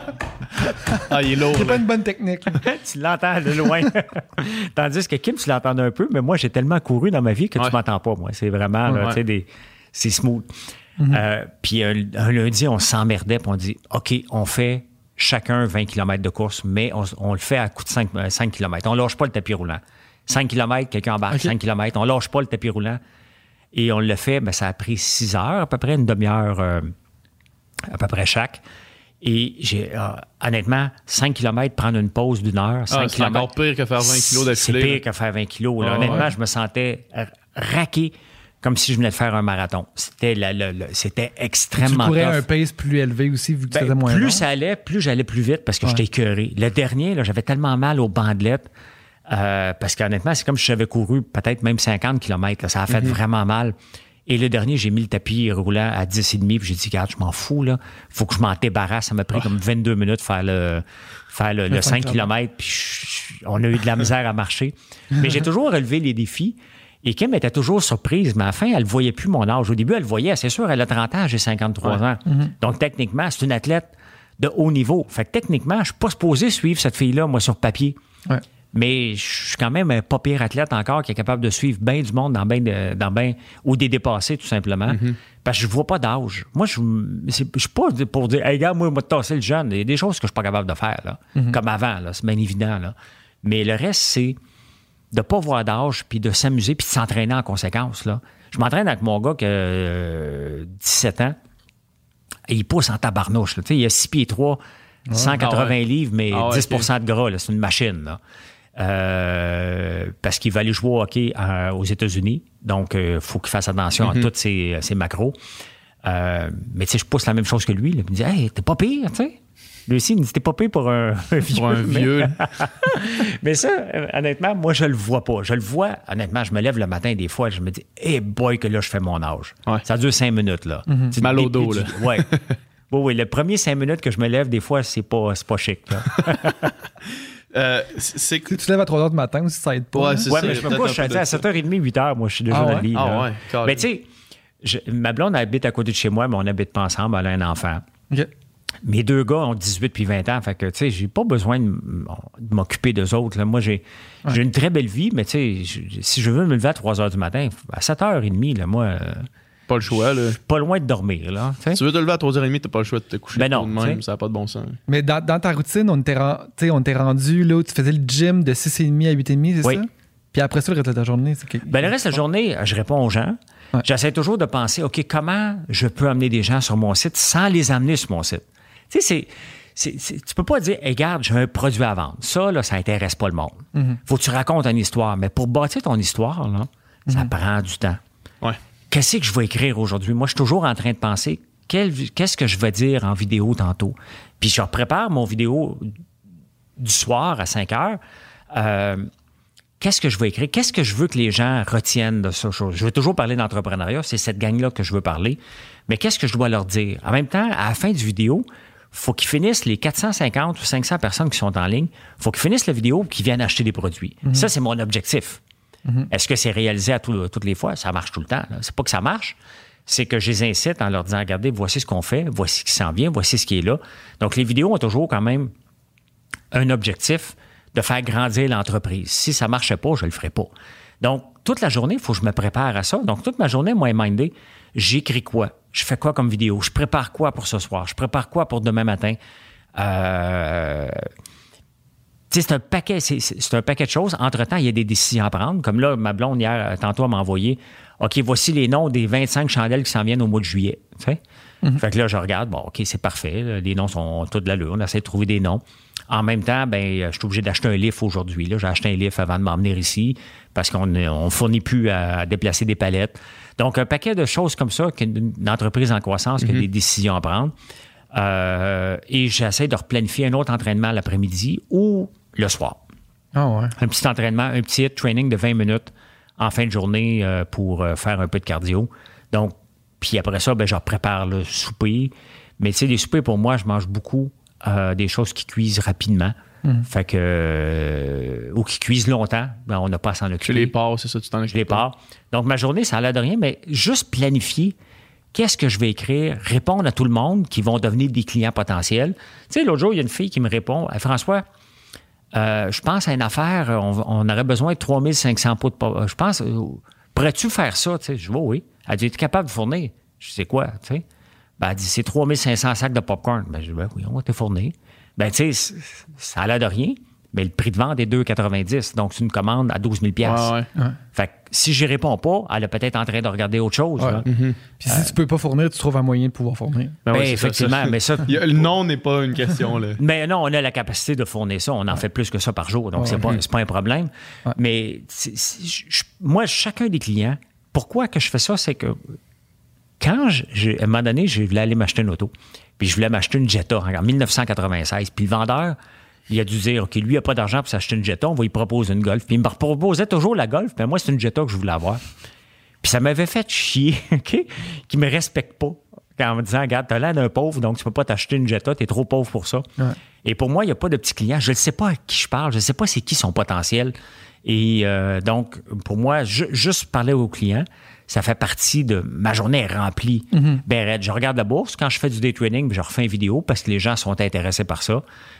B: Ah, il est lourd.
C: C'est pas une bonne technique.
D: Tu l'entends de loin. Tandis que Kim, tu l'entends un peu, mais moi, j'ai tellement couru dans ma vie que ouais. tu m'entends pas, moi. C'est vraiment, là, ouais. tu sais, des... c'est smooth. Mm-hmm. Euh, puis un, un lundi, on s'emmerdait, puis on dit, OK, on fait chacun vingt kilomètres de course, mais on, on le fait à coup de cinq, cinq kilomètres. On lâche pas le tapis roulant. cinq kilomètres, quelqu'un embarque okay. cinq kilomètres. On lâche pas le tapis roulant. Et on le fait, ben, ça a pris six heures, à peu près, une demi-heure euh, à peu près chaque. Et j'ai, euh, honnêtement, cinq kilomètres, prendre une pause d'une heure. cinq
B: ah, c'est encore pire que faire vingt kilos d'affilée.
D: C'est pire que faire vingt kilos. Là. Ah, honnêtement, ouais. je me sentais raqué comme si je venais de faire un marathon. C'était, la, la, la, c'était extrêmement
C: Tu courais
D: tough.
C: à un pace plus élevé aussi, vu que
D: ben,
C: tu faisais moins
D: Plus
C: long.
D: ça allait, plus j'allais plus vite parce que ouais. j'étais écœuré. Le dernier, là, j'avais tellement mal aux bandelettes. Euh, parce qu'honnêtement, c'est comme si j'avais couru peut-être même cinquante kilomètres. Là. Ça a fait mm-hmm. vraiment mal. Et le dernier, j'ai mis le tapis roulant à dix et demi, puis j'ai dit, regarde, je m'en fous, là. Faut que je m'en débarrasse. Ça m'a pris oh. comme vingt-deux minutes faire le, faire le, le cinq kilomètres, puis je, on a eu de la misère à marcher. Mais j'ai toujours relevé les défis. Et Kim était toujours surprise, mais à la fin, elle ne voyait plus mon âge. Au début, elle voyait, c'est sûr, elle a trente ans, j'ai cinquante-trois ouais. ans. Mm-hmm. Donc, techniquement, c'est une athlète de haut niveau. Fait que techniquement, je ne suis pas supposé suivre cette fille-là, moi, sur papier. Ouais. Mais je suis quand même un pas pire athlète encore qui est capable de suivre bien du monde dans bien de, dans ben, ou des dépasser, tout simplement. Mm-hmm. Parce que je ne vois pas d'âge. Moi, je ne suis pas pour dire, hey, gars, moi, je vais te tasser le jeune. Il y a des choses que je ne suis pas capable de faire, là, mm-hmm. comme avant, là, c'est bien évident. Là. Mais le reste, c'est de ne pas voir d'âge, puis de s'amuser, puis de s'entraîner en conséquence. Là. Je m'entraîne avec mon gars qui a euh, dix-sept ans, et il pousse en tabarnouche. Là. Il a six pieds trois, cent quatre-vingts ah ouais. livres, mais ah ouais, dix pour cent okay. de gras. Là, c'est une machine, là. Euh, parce qu'il va aller jouer au hockey euh, aux États-Unis. Donc, il euh, faut qu'il fasse attention mm-hmm. à tous ses, ses macros. Euh, mais tu sais, je pousse la même chose que lui. Là. Il me dit, hey, t'es pas pire, tu sais. Lui aussi, il me dit, t'es pas pire pour un, un vieux.
B: Pour un vieux.
D: Mais ça, honnêtement, moi, je le vois pas. Je le vois, honnêtement, je me lève le matin des fois, je me dis, hey boy, que là, je fais mon âge. Ouais. Ça dure cinq minutes, là.
B: Mm-hmm. C'est mal au dos, là.
D: Ouais. Oui, oui, le premier cinq minutes que je me lève, des fois, c'est pas, c'est pas chic, là.
B: Euh, c'est...
C: Tu te lèves à trois heures du matin aussi, ça aide pas.
B: Ouais,
C: hein?
B: c'est
D: ouais
B: ça,
D: mais je me couche à sept heures trente, huit heures, moi, je suis déjà
C: ah
D: dans
C: ouais?
D: le lit.
B: Ah
D: là.
B: ouais, carrément.
D: Mais tu sais, je, ma blonde habite à côté de chez moi, mais on n'habite pas ensemble, elle a un enfant.
C: OK.
D: Mes deux gars ont dix-huit puis vingt ans, fait que, tu sais, j'ai pas besoin de, de m'occuper d'eux autres. Là. Moi, j'ai, ouais. j'ai une très belle vie, mais tu sais, si je veux me lever à trois heures du matin, à sept heures trente, là, moi... Euh,
B: pas le choix, là.
D: Je suis pas loin de dormir, là.
B: Si tu veux te lever à trois heures trente, t'as pas le choix de te coucher.
D: Ben non,
B: de même, ça n'a pas de bon sens.
C: Mais dans, dans ta routine, on t'est, ren- on t'est rendu, là, où tu faisais le gym de six heures trente à huit heures trente, c'est
D: oui.
C: ça? Puis après ça, le reste de ta journée, c'est que...
D: Ben, le reste de la journée, je réponds aux gens. Ouais. J'essaie toujours de penser, OK, comment je peux amener des gens sur mon site sans les amener sur mon site? Tu sais, c'est... c'est, c'est, tu peux pas dire, hey, regarde, j'ai un produit à vendre. Ça, là, ça intéresse pas le monde.
C: Mm-hmm.
D: Faut que tu racontes une histoire. Mais pour bâtir ton histoire, là, mm-hmm. ça prend du temps.
B: Ouais.
D: Qu'est-ce que je vais écrire aujourd'hui? Moi, je suis toujours en train de penser, quel, qu'est-ce que je vais dire en vidéo tantôt? Puis je prépare mon vidéo du soir à cinq heures. Euh, qu'est-ce que je vais écrire? Qu'est-ce que je veux que les gens retiennent de ça? Je veux toujours parler d'entrepreneuriat. C'est cette gang-là que je veux parler. Mais qu'est-ce que je dois leur dire? En même temps, à la fin du vidéo, il faut qu'ils finissent les quatre cent cinquante ou cinq cents personnes qui sont en ligne. Il faut qu'ils finissent la vidéo et qu'ils viennent acheter des produits. Mm-hmm. Ça, c'est mon objectif. Mm-hmm. Est-ce que c'est réalisé à tout, toutes les fois? Ça marche tout le temps. Là. C'est pas que ça marche. C'est que je les incite en leur disant, regardez, voici ce qu'on fait, voici ce qui s'en vient, voici ce qui est là. Donc, les vidéos ont toujours quand même un objectif de faire grandir l'entreprise. Si ça ne marchait pas, je ne le ferais pas. Donc, toute la journée, il faut que je me prépare à ça. Donc, toute ma journée, moi, mindé, j'écris quoi? Je fais quoi comme vidéo? Je prépare quoi pour ce soir? Je prépare quoi pour demain matin? Euh... Tu sais, c'est un paquet, c'est, c'est un paquet de choses. Entre-temps, il y a des décisions à prendre. Comme là, ma blonde, hier, tantôt, m'a envoyé, OK, voici les noms des vingt-cinq chandelles qui s'en viennent au mois de juillet. Tu sais? Mm-hmm. Fait que là, je regarde, bon, OK, c'est parfait. Là, les noms sont tous de l'allure. On essaie de trouver des noms. En même temps, ben, je suis obligé d'acheter un lift aujourd'hui. Là. J'ai acheté un lift avant de m'emmener ici parce qu'on ne fournit plus à déplacer des palettes. Donc, un paquet de choses comme ça, qu'une entreprise en croissance qui a mm-hmm. des décisions à prendre. Euh, et j'essaie de replanifier un autre entraînement l'après-midi ou le soir.
C: Ah ouais.
D: Un petit entraînement, un petit training de vingt minutes en fin de journée euh, pour euh, faire un peu de cardio. Donc, puis après ça, ben, je prépare le souper. Mais tu sais, les soupers, pour moi, je mange beaucoup euh, des choses qui cuisent rapidement. Mm. Fait que... Euh, ou qui cuisent longtemps. Ben, on n'a pas à s'en occuper.
B: Tu les pars, c'est ça, tu t'en occupes.
D: Je les pars. Donc, ma journée, ça a l'air de rien, mais juste planifier qu'est-ce que je vais écrire, répondre à tout le monde qui vont devenir des clients potentiels. Tu sais, l'autre jour, il y a une fille qui me répond, hey, François, euh, je pense à une affaire, on, on aurait besoin de trois mille cinq cents pots de popcorn. Je pense, euh, pourrais-tu faire ça? Tu sais, je dis, oui. Elle dit, es-tu capable de fournir? Je sais quoi, tu sais? Ben, elle dit, c'est trois mille cinq cents sacs de popcorn. Ben, je dis, ben, oui, on va te fournir. Ben, tu sais, ça a l'air de rien, mais le prix de vente est deux quatre-vingt-dix. Donc, c'est une commande à douze mille dollars. Ouais, ouais. Fait que si je réponds pas, elle est peut-être en train de regarder autre chose.
C: Ouais. Mm-hmm. Puis si
D: euh,
C: tu peux pas fournir, tu trouves un moyen de pouvoir fournir.
D: Ben, ben oui, effectivement, ça. mais ça...
B: Le nom n'est pas une question, là.
D: Mais non, on a la capacité de fournir ça. On en ouais. fait plus que ça par jour. Donc, ouais, c'est, pas, c'est pas un problème. Ouais. Mais c'est, c'est, je, moi, chacun des clients, pourquoi que je fais ça, c'est que quand, je, à un moment donné, je voulais aller m'acheter une auto. Puis je voulais m'acheter une Jetta en dix-neuf cent quatre-vingt-seize. Puis le vendeur... il a dû dire, OK, lui, il n'a pas d'argent pour s'acheter une Jetta, on va lui proposer une Golf. Puis il me proposait toujours la Golf, mais moi, c'est une Jetta que je voulais avoir. Puis ça m'avait fait chier, OK, qu'il ne me respecte pas. En me disant, regarde, t'as l'air d'un pauvre, donc tu ne peux pas t'acheter une Jetta, t'es trop pauvre pour ça. Ouais. Et pour moi, il n'y a pas de petits clients. Je ne sais pas à qui je parle, je ne sais pas c'est qui son potentiel. Et euh, donc, pour moi, je, juste parler aux clients, ça fait partie de ma journée est remplie. Mm-hmm. Ben, raide. Je regarde la bourse. Quand je fais du day trading, je refais une vidéo parce que les gens sont intéressés par ça.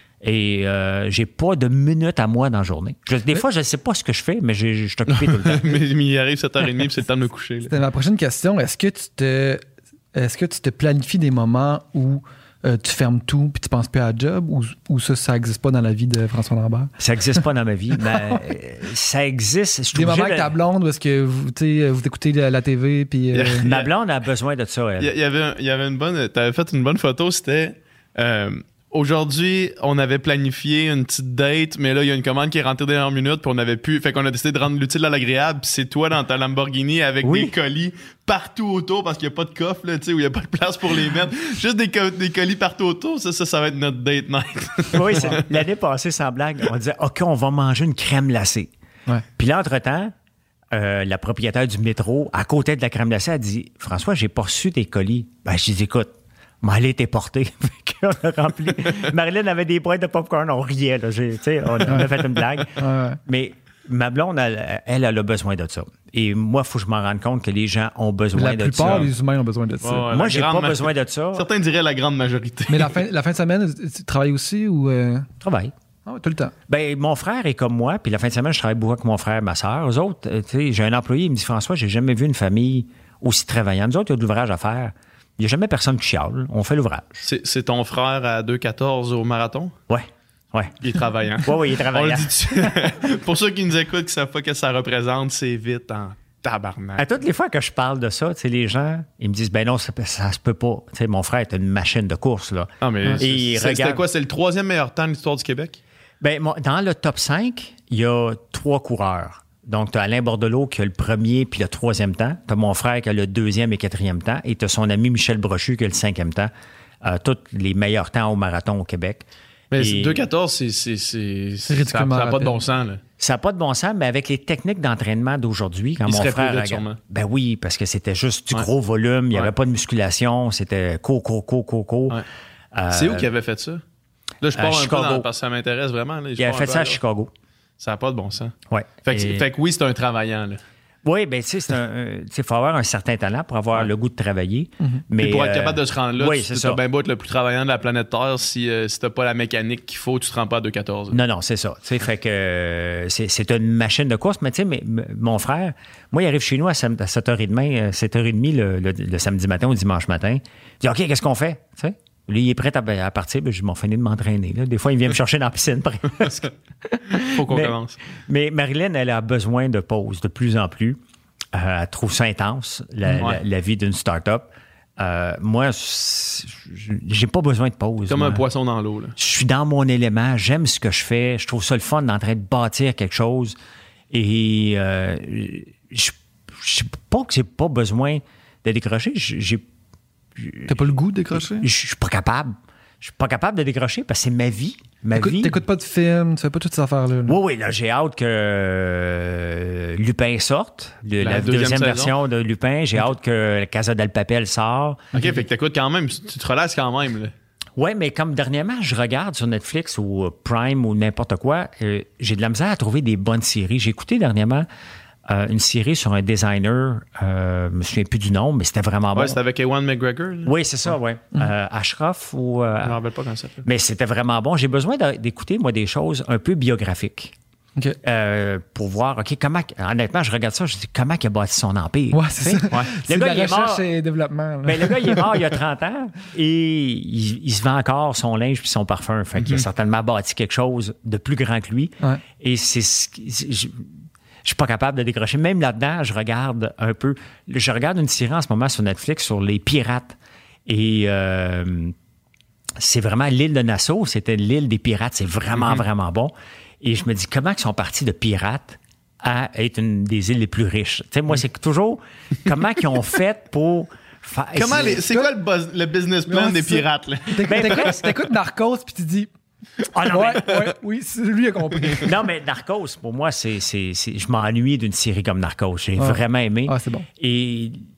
D: Et euh, j'ai pas de minutes à moi dans la journée. Je, des fois, je ne sais pas ce que je fais, mais je, je suis occupé tout le temps.
B: mais, mais il arrive sept heures trente, puis c'est le temps de me coucher. Là.
C: C'était ma prochaine question. Est-ce que tu te, est-ce que tu te planifies des moments où euh, tu fermes tout puis tu penses plus à la job ou, ou ça, ça n'existe pas dans la vie de François Lambert?
D: Ça n'existe pas dans ma vie. Ben, ça existe. Je
C: des moments avec de... ta blonde où est-ce que vous, vous écoutez la, la T V puis... Euh...
D: Ma blonde a besoin de ça, elle.
B: Il y avait, il y avait une bonne... Tu avais fait une bonne photo, c'était... Euh, Aujourd'hui, on avait planifié une petite date, mais là, il y a une commande qui est rentrée dernière minute, puis on avait pu... Fait qu'on a décidé de rendre l'utile à l'agréable, puis c'est toi dans ta Lamborghini avec oui. des colis partout autour, parce qu'il n'y a pas de coffre, là, tu sais, où il n'y a pas de place pour les mettre. Juste des, co- des colis partout autour, ça, ça, ça va être notre date night.
D: Oui, c'est, l'année passée, sans blague, on disait, OK, on va manger une crème glacée. Ouais. Puis là, entre-temps, euh, la propriétaire du métro, à côté de la crème glacée, a dit, François, j'ai pas reçu tes colis. Ben, je dis, écoute, elle était portée. On a rempli. Marilyn avait des boîtes de popcorn, on riait. Là. On a fait une blague. Ouais. Mais ma blonde, elle, elle, elle a besoin de ça. Et moi, il faut que je m'en rende compte que les gens ont besoin de ça.
C: La plupart des humains ont besoin de ça.
B: Ouais,
D: moi, j'ai pas
B: ma...
D: besoin de ça.
B: Certains diraient la grande majorité.
C: Mais la fin, la fin de semaine, tu travailles aussi ou... Euh...
D: Je travaille.
C: Ah ouais, tout le temps.
D: Ben, mon frère est comme moi, puis la fin de semaine, je travaille beaucoup avec mon frère et ma soeur. Eux autres, tu sais, j'ai un employé, il me dit, François, j'ai jamais vu une famille aussi travaillante. Nous autres, il y a de l'ouvrage à faire. Il n'y a jamais personne qui chiale. On fait l'ouvrage.
B: C'est, c'est ton frère à deux quatorze au marathon?
D: Oui. Ouais.
B: Il est travaillant.
D: Oui, oui, il est travaillant.
B: On le dit Pour ceux qui nous écoutent, qui ne savent pas ce que ça représente, c'est vite en tabarnak.
D: À toutes les fois que je parle de ça, tu sais, les gens, ils me disent, ben non, ça, ça se peut pas. Tu sais, mon frère est une machine de course, là.
B: Ah, mais
D: Et
B: c'est-
D: il
B: c'est- c'était
D: regarde-
B: quoi? C'est le troisième meilleur temps de l'histoire du Québec?
D: Ben, moi, dans le top cinq, il y a trois coureurs. Donc, tu as Alain Bordelot qui a le premier puis le troisième temps. Tu as mon frère qui a le deuxième et quatrième temps. Et tu as son ami Michel Brochu qui a le cinquième temps. Euh, tous les meilleurs temps au marathon au Québec.
B: Mais
D: Et-
B: deux quatorze, c'est, c'est, c'est,
C: C'est
B: ça
C: ridiculement
B: n'a pas de
C: rapide.
B: bon sens. Là.
D: Ça n'a pas de bon sens, mais avec les techniques d'entraînement d'aujourd'hui, quand
B: Il
D: mon
B: serait
D: frère
B: plus vite,
D: regarde-
B: sûrement.
D: ben oui, parce que c'était juste du
B: Ouais.
D: gros volume, il n'y avait
B: Ouais.
D: pas de musculation, c'était co, co, co, co, co.
B: Ouais.
D: Euh,
B: C'est où qui avait fait ça? Là, je
D: à
B: pars un
D: Chicago.
B: peu dans, parce que ça m'intéresse vraiment. Là. Je
D: Il a
B: pars un
D: fait
B: peu
D: ça à
B: là.
D: Chicago.
B: Ça n'a pas de bon sens.
D: Ouais.
B: Fait que,
D: Et-
B: fait que oui, c'est un travaillant. Là.
D: Oui, bien, tu sais, c'est un- un- tu sais, faut avoir un certain talent pour avoir le goût de travailler. Mais
B: Puis pour être
D: euh,
B: capable de se rendre là,
D: oui,
B: tu
D: c'est
B: tu
D: ça.
B: as bien beau être le plus travaillant de la planète Terre. Si, euh, si tu n'as pas la mécanique qu'il faut, tu te rends pas à deux quatorze.
D: Non, non, c'est ça. Tu sais, fait que euh, c'est, c'est une machine de course. Mais tu sais, mais, m- mon frère, moi, il arrive chez nous à, sam- à sept heures trente, euh, sept heures trente le, le- le samedi matin ou le dimanche matin. Il dit, OK, qu'est-ce qu'on fait? Tu sais? Lui, il est prêt à, à partir. Ben, je m'en finis de m'entraîner. Là. Des fois, il vient me chercher dans la piscine. presque.
B: Faut qu'on
D: Mais-
B: commence.
D: Mais Marilyn, elle a besoin de pause de plus en plus. Euh, elle trouve ça intense, la,
B: Ouais.
D: la- la vie d'une start-up. Euh, moi, c'est- j'ai pas besoin de pause.
B: Comme
D: moi.
B: un poisson dans l'eau. Là.
D: Je suis dans mon élément, j'aime ce que je fais, je trouve ça le fun d'en train de bâtir quelque chose. Et euh, je je sais pas que j'ai pas besoin de décrocher. Je- J'ai
C: T'as pas le goût de décrocher?
D: je suis pas capable. Je suis pas capable de décrocher parce que c'est ma vie. Ma
C: Écoute,
D: vie.
C: t'écoutes pas de film, tu fais pas toutes ces affaires-là. là.
D: Oui, oui, là, j'ai hâte que euh, Lupin sorte, le-
B: La
D: la,
B: deuxième
D: deuxième,
B: saison.
D: version de Lupin. J'ai hâte que Casa del Papel sort.
B: OK, fait que t'écoutes quand même. Tu te relaxes quand même. Là.
D: Oui, mais comme dernièrement, je regarde sur Netflix ou euh, Prime ou n'importe quoi, euh, j'ai de la misère à trouver des bonnes séries. J'ai écouté dernièrement euh, une série sur un designer, euh, je me souviens plus du nom, mais c'était vraiment
B: Ouais,
D: bon.
B: c'était avec Ewan McGregor. Là.
D: Oui, c'est ça, oui. Euh, Ashraf ou... euh,
B: Je me rappelle pas comment ça s'appelle.
D: mais c'était vraiment bon. J'ai besoin de- d'écouter, moi, des choses un peu biographiques.
C: OK.
D: Euh, pour voir, OK, comment... Honnêtement, je regarde ça, je dis, comment il a bâti son empire?
C: Ouais, c'est
D: Tu sais?
C: ça. C'est
D: Le
C: de
D: gars,
C: la
D: il est
C: recherche
D: mort...
C: et développement. là.
D: Mais le gars, il est mort il y a trente ans et il, il se vend encore son linge puis son parfum. Fait qu'il a certainement bâti quelque chose de plus grand que lui.
C: Ouais.
D: Et c'est ce qui- c'est- je, je suis pas capable de décrocher. Même là-dedans, je regarde un peu. Je regarde une série en ce moment sur Netflix sur les pirates. Et euh, c'est vraiment l'île de Nassau. C'était l'île des pirates. C'est vraiment, vraiment bon. Et je me dis, comment ils sont partis de pirates à être une des îles les plus riches? Tu sais, moi, c'est toujours comment ils ont fait pour faire.
B: Comment les- c'est quoi le, buzz- le business plan
C: Ouais,
B: des
C: c'est ça.
B: pirates? Là?
C: T'écoutes-
D: Ben,
C: T'écoutes
D: presque.
C: t'écoutes Narcos puis tu dis
D: Ah, non,
C: ouais,
D: mais-
C: ouais, oui, c'est- lui a compris.
D: Non, mais Narcos, pour moi, c'est, c'est, c'est- je m'ennuie d'une série comme Narcos. J'ai
C: Ah.
D: vraiment aimé.
C: Ah, c'est bon.
D: Et tu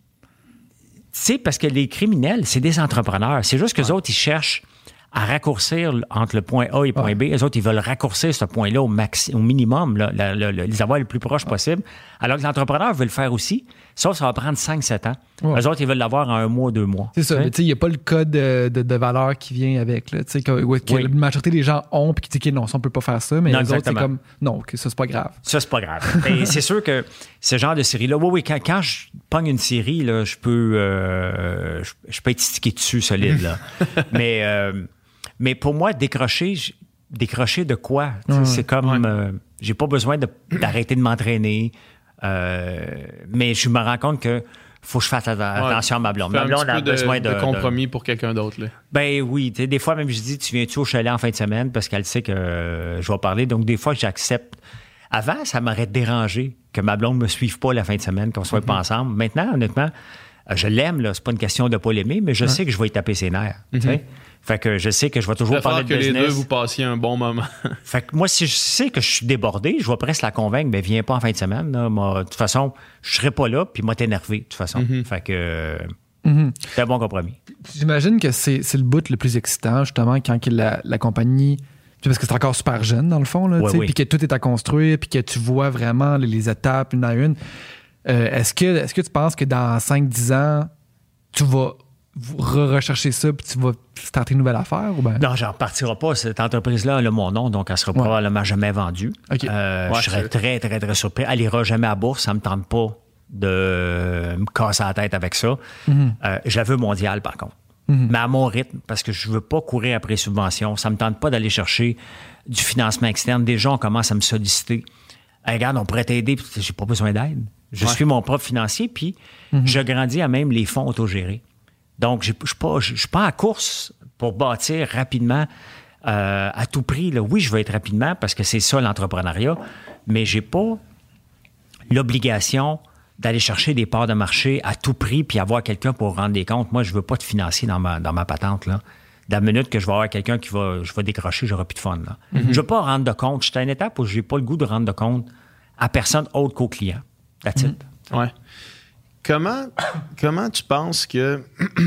D: sais, parce que les criminels, c'est des entrepreneurs. C'est juste que les autres, ils cherchent à raccourcir entre le point A et le point
C: Ouais.
D: B. Les autres, ils veulent raccourcir ce point-là au, maxi, au minimum, là, la- la- la- les avoir le plus proche possible. Alors que l'entrepreneur veut le faire aussi, sauf que ça va prendre cinq sept ans.
C: Ouais.
D: Les autres, ils veulent l'avoir en un mois, deux mois.
C: C'est ça,
D: Tu sais?
C: mais tu sais, il n'y a pas le code de, de, de valeur qui vient avec. Là, tu sais, que, ouais, que
D: Oui.
C: la majorité des gens ont, puis qui disent, OK, non, ça, on peut pas faire ça, mais
D: Non,
C: les autres, c'est
D: exactement.
C: comme, non, que ça, c'est pas grave.
D: Ça, c'est pas grave. Et c'est sûr que ce genre de série-là, oui, oui, quand, quand je pogne une série, là, je peux euh, je, je peux être stické dessus solide. Là. mais, euh, mais pour moi, décrocher, j- décrocher de quoi? Tu sais,
C: Ouais,
D: c'est comme
B: ouais.
D: euh, j'ai pas besoin de- d'arrêter de m'entraîner. euh, mais je me rends compte que faut que je fasse atten-
B: Ouais.
D: attention à ma blonde.
B: Fais
D: Ma
B: un
D: blonde
B: petit
D: a
B: peu de,
D: besoin de,
B: de
D: de-
B: compromis pour quelqu'un d'autre. Là.
D: ben oui, tu sais, des fois même je dis, tu viens-tu au chalet en fin de semaine parce qu'elle sait que euh, je vais parler. Donc des fois j'accepte. Avant, ça m'aurait dérangé que ma blonde me suive pas la fin de semaine, qu'on soit pas ensemble. Maintenant, honnêtement, euh, je l'aime, là. C'est pas une question de pas l'aimer, mais je sais que je vais y taper ses nerfs. tu sais. Fait que je sais que je vais
B: Il
D: toujours
B: va falloir
D: parler
B: que
D: de
B: les
D: business.
B: deux vous passiez un bon moment.
D: Fait que moi, si je sais que je suis débordé, je vais presque la convaincre, ben viens pas en fin de semaine. Là. Moi, de toute façon, je serai pas là, puis moi t'énerver, de toute façon. Fait que euh,
C: Mhm.
D: c'est un bon compromis.
C: J'imagine que c'est c'est le bout le plus excitant, justement, quand que la, la compagnie. tu sais, Parce que c'est encore super jeune, dans le fond, là,
D: Ouais,
C: tu sais,
D: oui.
C: puis que tout est à construire, puis que tu vois vraiment les, les étapes une à une. Euh, est-ce, que, est-ce que tu penses que dans cinq dix ans, tu vas re-rechercher ça, puis tu vas starter une nouvelle affaire? Ou ben?
D: Non, j'en repartira pas. Cette entreprise-là elle a mon nom, donc elle sera
C: Ouais.
D: probablement jamais vendue.
C: OK.
D: Euh,
B: Ouais,
D: je serais
B: c'est-
D: très, très, très surpris. Elle ira jamais à la bourse. Ça me tente pas de me casser la tête avec ça.
C: Mhm.
D: Euh, je la veux mondiale, par contre. Mais à mon rythme, parce que je veux pas courir après les subventions. Ça me tente pas d'aller chercher du financement externe. Déjà, on commence à me solliciter hey, regarde, on pourrait t'aider, puis j'ai pas besoin d'aide. Je
B: Ouais.
D: suis mon propre financier, puis mm-hmm. je grandis à même les fonds autogérés. Donc, je ne suis pas à course pour bâtir rapidement euh, à tout prix. Là. Oui, je veux être rapidement parce que c'est ça l'entrepreneuriat, mais j'ai pas l'obligation d'aller chercher des parts de marché à tout prix puis avoir quelqu'un pour rendre des comptes. Moi, je veux pas de financier dans ma, dans ma patente. Là. Dans la minute que je vais avoir quelqu'un qui va, je vais décrocher, j'aurai plus de fun. Là. Mm-hmm. Je veux pas rendre de compte. Je suis à une étape où j'ai pas le goût de rendre de compte à personne autre qu'au client. That's it.
B: Mm-hmm. Ouais. Comment, comment tu penses que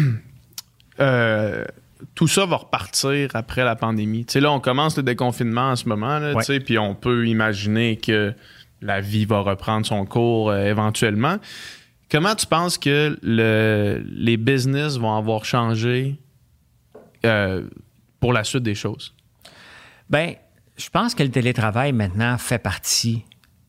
B: euh, tout ça va repartir après la pandémie? Tu sais, là, on commence le déconfinement en ce moment, là,
D: ouais.
B: tu sais, puis on peut imaginer que la vie va reprendre son cours euh, éventuellement. Comment tu penses que le, les business vont avoir changé euh, pour la suite des choses?
D: Bien, je pense que le télétravail, maintenant, fait partie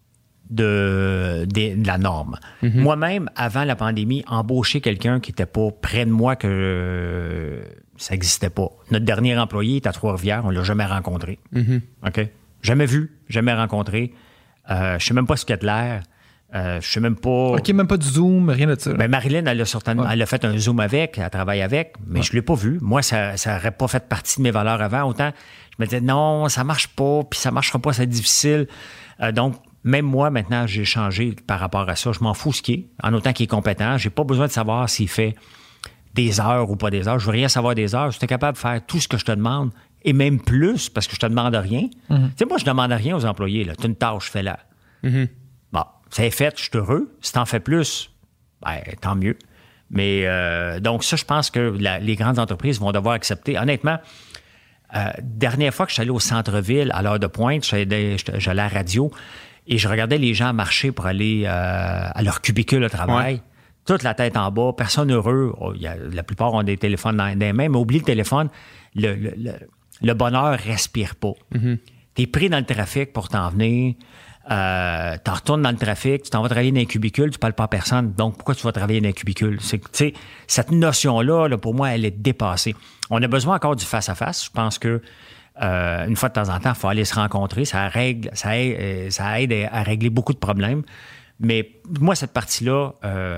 D: de, de, de la norme. Mm-hmm. Moi-même, avant la pandémie, embaucher quelqu'un qui n'était pas près de moi, que euh, ça n'existait pas. Notre dernier employé est à Trois-Rivières, on ne l'a jamais rencontré. Mm-hmm. OK? Jamais vu, jamais rencontré. Euh, je ne sais même pas ce qu'il y a de l'air. Euh, je sais même pas...
C: OK, même pas de Zoom, rien de ça.
D: Ben Marilyn, elle a, certainement,
C: ouais.
D: elle a fait un Zoom avec, elle travaille avec, mais ouais. je ne l'ai pas vu. Moi, ça n'aurait pas fait partie de mes valeurs avant. Autant, je me disais, non, ça ne marche pas, puis ça ne marchera pas, c'est difficile. Euh, donc, même moi, maintenant, j'ai changé par rapport à ça. Je m'en fous ce qui est, en autant qu'il est compétent. Je n'ai pas besoin de savoir s'il fait des heures ou pas des heures. Je veux rien savoir des heures. Je suis capable de faire tout ce que je te demande, et même plus, parce que je te demande rien. Mm-hmm. Tu sais, moi, je ne demande rien aux employés. Tu as une tâche, fais-la. Mm-hmm. Bon, ça est fait, je suis heureux. Si t'en fais plus, ben, tant mieux. Mais euh, donc ça, je pense que la, les grandes entreprises vont devoir accepter. Honnêtement, euh, dernière fois que je suis allé au centre-ville à l'heure de pointe, j'allais, j'allais à la radio et je regardais les gens marcher pour aller euh, à leur cubicule au travail. Ouais. Toute la tête en bas, personne heureux. Oh, y a, la plupart ont des téléphones dans, dans les mains, mais oublie le téléphone. Le, le, le, le bonheur respire pas. Mm-hmm. T'es pris dans le trafic pour t'en venir. Euh, tu retournes dans le trafic, tu t'en vas travailler dans un cubicule, tu parles pas à personne, donc pourquoi tu vas travailler dans un cubicule? C'est, tu sais, cette notion-là, là, pour moi, elle est dépassée. On a besoin encore du face-à-face. Je pense que euh, une fois de temps en temps, il faut aller se rencontrer. Ça règle, ça aide, ça aide à régler beaucoup de problèmes. Mais moi, cette partie-là,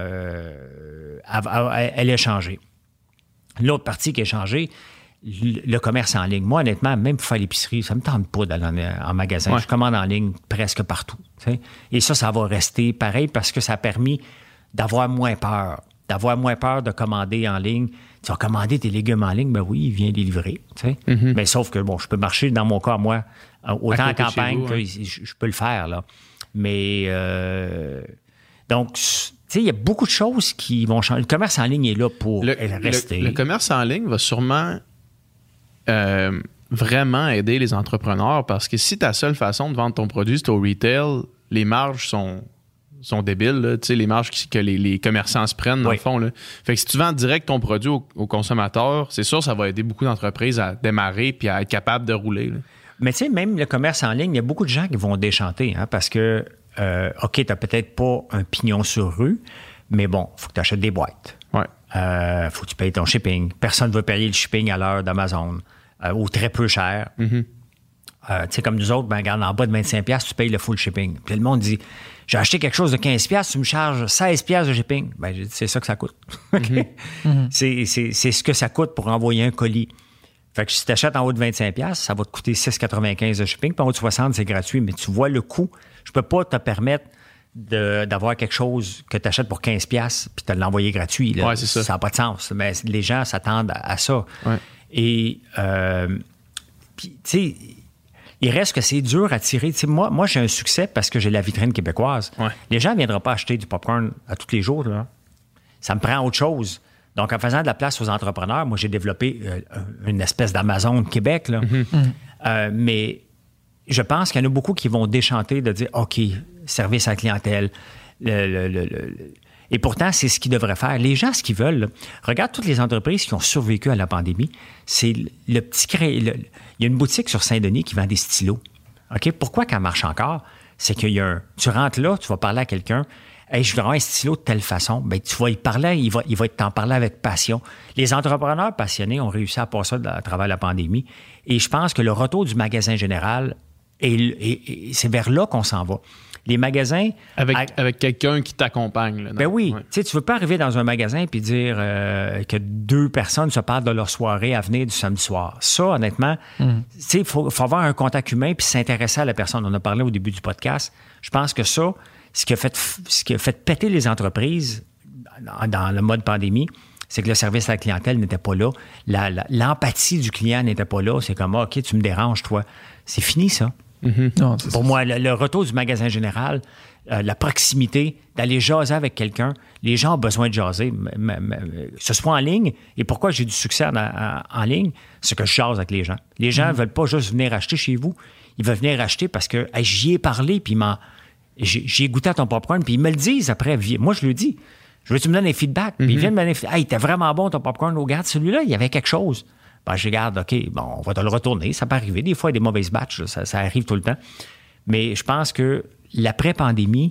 D: euh, elle a changé. L'autre partie qui a changé, le commerce en ligne. Moi, honnêtement, même pour faire l'épicerie, ça ne me tente pas d'aller en, en magasin. Ouais. Je commande en ligne presque partout. T'sais. Et ça, ça va rester pareil parce que ça a permis d'avoir moins peur. D'avoir moins peur de commander en ligne. Tu vas commander tes légumes en ligne, ben oui, il vient les livrer. Mm-hmm. Mais sauf que, bon, je peux marcher, dans mon cas, moi, autant en campagne vous, que hein. je, je peux le faire, là. Mais, euh, donc, tu sais, il y a beaucoup de choses qui vont changer. Le commerce en ligne est là pour
B: le,
D: rester.
B: Le, le commerce en ligne va sûrement... Euh, vraiment aider les entrepreneurs parce que si ta seule façon de vendre ton produit c'est au retail, les marges sont, sont débiles, là, les marges qui, que les, les commerçants se prennent dans oui. le fond. Là. Fait que si tu vends direct ton produit au, au consommateur, c'est sûr ça va aider beaucoup d'entreprises à démarrer puis à être capable de rouler. Là.
D: Mais tu sais, même le commerce en ligne, il y a beaucoup de gens qui vont déchanter hein, parce que, euh, OK, tu n'as peut-être pas un pignon sur rue, mais bon, il faut que tu achètes des boîtes.
B: Ouais.
D: Euh, faut que tu payes ton shipping. Personne ne veut payer le shipping à l'heure d'Amazon euh, ou très peu cher. Mm-hmm. Euh, tu sais, comme nous autres, ben, regarde, en bas de vingt-cinq dollars, tu payes le full shipping. Puis le monde dit, j'ai acheté quelque chose de quinze dollars, tu me charges seize dollars de shipping. Ben, j'ai dit, c'est ça que ça coûte. Mm-hmm. Mm-hmm. C'est, c'est, c'est ce que ça coûte pour envoyer un colis. Fait que si tu achètes en haut de vingt-cinq dollars, ça va te coûter six quatre-vingt-quinze de shipping. Puis en haut de soixante, c'est gratuit. Mais tu vois le coût. Je peux pas te permettre De, d'avoir quelque chose que tu achètes pour quinze dollars puis de l'envoyer gratuit. Là.
B: Ouais, c'est ça.
D: Ça n'a pas de sens. Mais les gens s'attendent à, à ça.
B: Ouais.
D: Et, euh, puis, tu sais, il reste que c'est dur à tirer. Tu sais, moi, moi, j'ai un succès parce que j'ai la vitrine québécoise.
B: Ouais.
D: Les gens ne viendront pas acheter du popcorn à tous les jours. Là. Ça me prend autre chose. Donc, en faisant de la place aux entrepreneurs, moi, j'ai développé euh, une espèce d'Amazon Québec. Là. Mm-hmm. Euh, mais je pense qu'il y en a beaucoup qui vont déchanter de dire, OK, service à la clientèle. Le, le, le, le. Et pourtant, c'est ce qu'ils devraient faire. Les gens, ce qu'ils veulent, là, regarde toutes les entreprises qui ont survécu à la pandémie. C'est le petit cré... le... Il y a une boutique sur Saint-Denis qui vend des stylos. OK? Pourquoi qu'elle marche encore? C'est qu'il y a un... Tu rentres là, tu vas parler à quelqu'un. Hey, je voudrais avoir un stylo de telle façon. Bien, tu vas y parler, il va, il va t'en parler avec passion. Les entrepreneurs passionnés ont réussi à passer à travers la pandémie. Et je pense que le retour du magasin général Et, et, et c'est vers là qu'on s'en va. Les magasins...
B: Avec,
D: à,
B: avec quelqu'un qui t'accompagne. Là,
D: ben oui.
B: Ouais.
D: Tu sais, tu veux pas arriver dans un magasin puis dire euh, que deux personnes se parlent de leur soirée à venir du samedi soir. Ça, honnêtement, mm. tu sais, il faut, faut avoir un contact humain puis s'intéresser à la personne. On a parlé au début du podcast. Je pense que ça, ce qui a fait, ce qui a fait péter les entreprises dans, dans le mode pandémie, c'est que le service à la clientèle n'était pas là. La, la, l'empathie du client n'était pas là. C'est comme, OK, tu me déranges, toi. C'est fini, ça.
C: Mm-hmm. Non,
D: Pour ça. moi, le, le retour du magasin général, euh, la proximité, d'aller jaser avec quelqu'un, les gens ont besoin de jaser, m- m- m- que ce soit en ligne. Et pourquoi j'ai du succès en, en, en ligne? C'est que je jase avec les gens. Les gens ne mm-hmm. veulent pas juste venir acheter chez vous. Ils veulent venir acheter parce que hey, j'y ai parlé, puis j'ai, j'ai goûté à ton popcorn, puis ils me le disent après. Moi, je le dis. Je veux que tu me donnes des feedbacks. Mm-hmm. Puis ils viennent me donner des feedbacks. Hey, t'es vraiment bon ton popcorn. Regarde, celui-là, il y avait quelque chose. Ben, je regarde, OK, bon, on va te le retourner. Ça peut arriver. Des fois, il y a des mauvaises batches. Ça, ça arrive tout le temps. Mais je pense que l'après-pandémie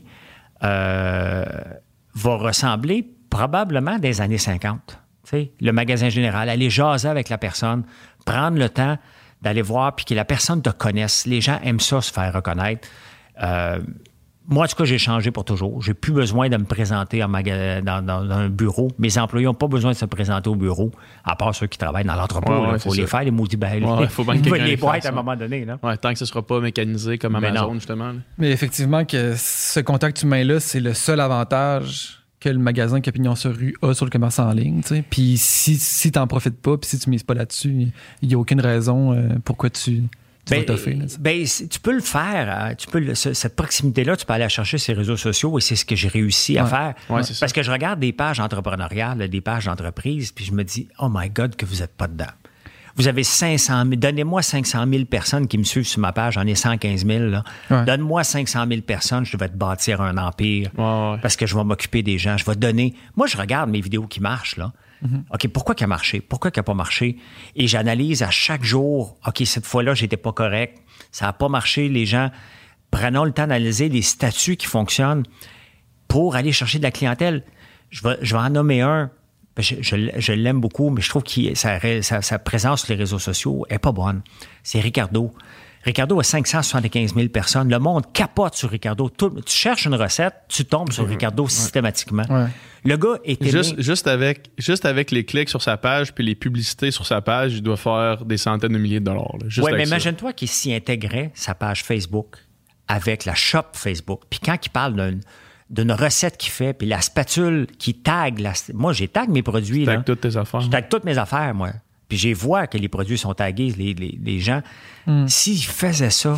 D: euh, va ressembler probablement des années cinquante. T'sais, le magasin général, aller jaser avec la personne, prendre le temps d'aller voir puis que la personne te connaisse. Les gens aiment ça, se faire reconnaître. Euh, Moi, en tout cas, j'ai changé pour toujours. J'ai plus besoin de me présenter en maga- dans, dans, dans un bureau. Mes employés n'ont pas besoin de se présenter au bureau, à part ceux qui travaillent dans l'entrepôt. Il ouais, ouais, faut les ça. faire, les maudits belles. Il ouais, faut bien que les boîtes à un moment donné. Là.
B: Ouais, tant que ce ne sera pas mécanisé comme Mais Amazon, non. justement. Là.
C: Mais effectivement, que ce contact humain-là, c'est le seul avantage que le magasin que Pignon sur rue a sur le commerce en ligne. T'sais. Puis si, si tu n'en profites pas, puis si tu ne mises pas là-dessus, il n'y a aucune raison euh, pourquoi tu... Tu, ben, fait,
D: ben, tu peux le faire. Tu peux le, cette proximité-là, tu peux aller la chercher sur les réseaux sociaux et c'est ce que j'ai réussi à
C: ouais.
D: faire.
B: Ouais, c'est
D: Parce
B: ça.
D: que je regarde des pages entrepreneuriales, des pages d'entreprise, puis je me dis, oh my God, que vous n'êtes pas dedans. Vous avez cinq cent mille, donnez-moi cinq cent mille personnes qui me suivent sur ma page, j'en ai cent quinze mille. Là. Ouais. Donne-moi cinq cent mille personnes, je vais te bâtir un empire
B: ouais, ouais.
D: parce que je vais m'occuper des gens. Je vais donner. Moi, je regarde mes vidéos qui marchent, là. Mm-hmm. OK, pourquoi qu'elle a marché? Pourquoi qu'elle n'a pas marché? Et j'analyse à chaque jour, OK, cette fois-là, j'étais pas correct. Ça n'a pas marché. Les gens, prenons le temps d'analyser les statuts qui fonctionnent pour aller chercher de la clientèle. Je vais, je vais en nommer un. Je, je, je l'aime beaucoup, mais je trouve que sa, sa, sa présence sur les réseaux sociaux n'est pas bonne. C'est Ricardo. Ricardo a cinq cent soixante-quinze mille personnes. Le monde capote sur Ricardo. Tout, tu cherches une recette, tu tombes sur Ricardo ouais. systématiquement. Ouais. Le gars est aimé.
B: Juste, juste, avec, juste avec les clics sur sa page puis les publicités sur sa page, il doit faire des centaines de milliers de dollars.
D: Oui, mais imagine-toi qu'il s'y intégrait sa page Facebook avec la shop Facebook. Puis quand il parle d'une, d'une recette qu'il fait, puis la spatule qui tag... La, moi, j'ai tag mes produits.
B: Tu
D: tag
B: toutes tes affaires.
D: Je tag toutes mes affaires, moi. Puis j'ai vois que les produits sont tagués, les, les, les gens. Mm. S'ils faisaient ça,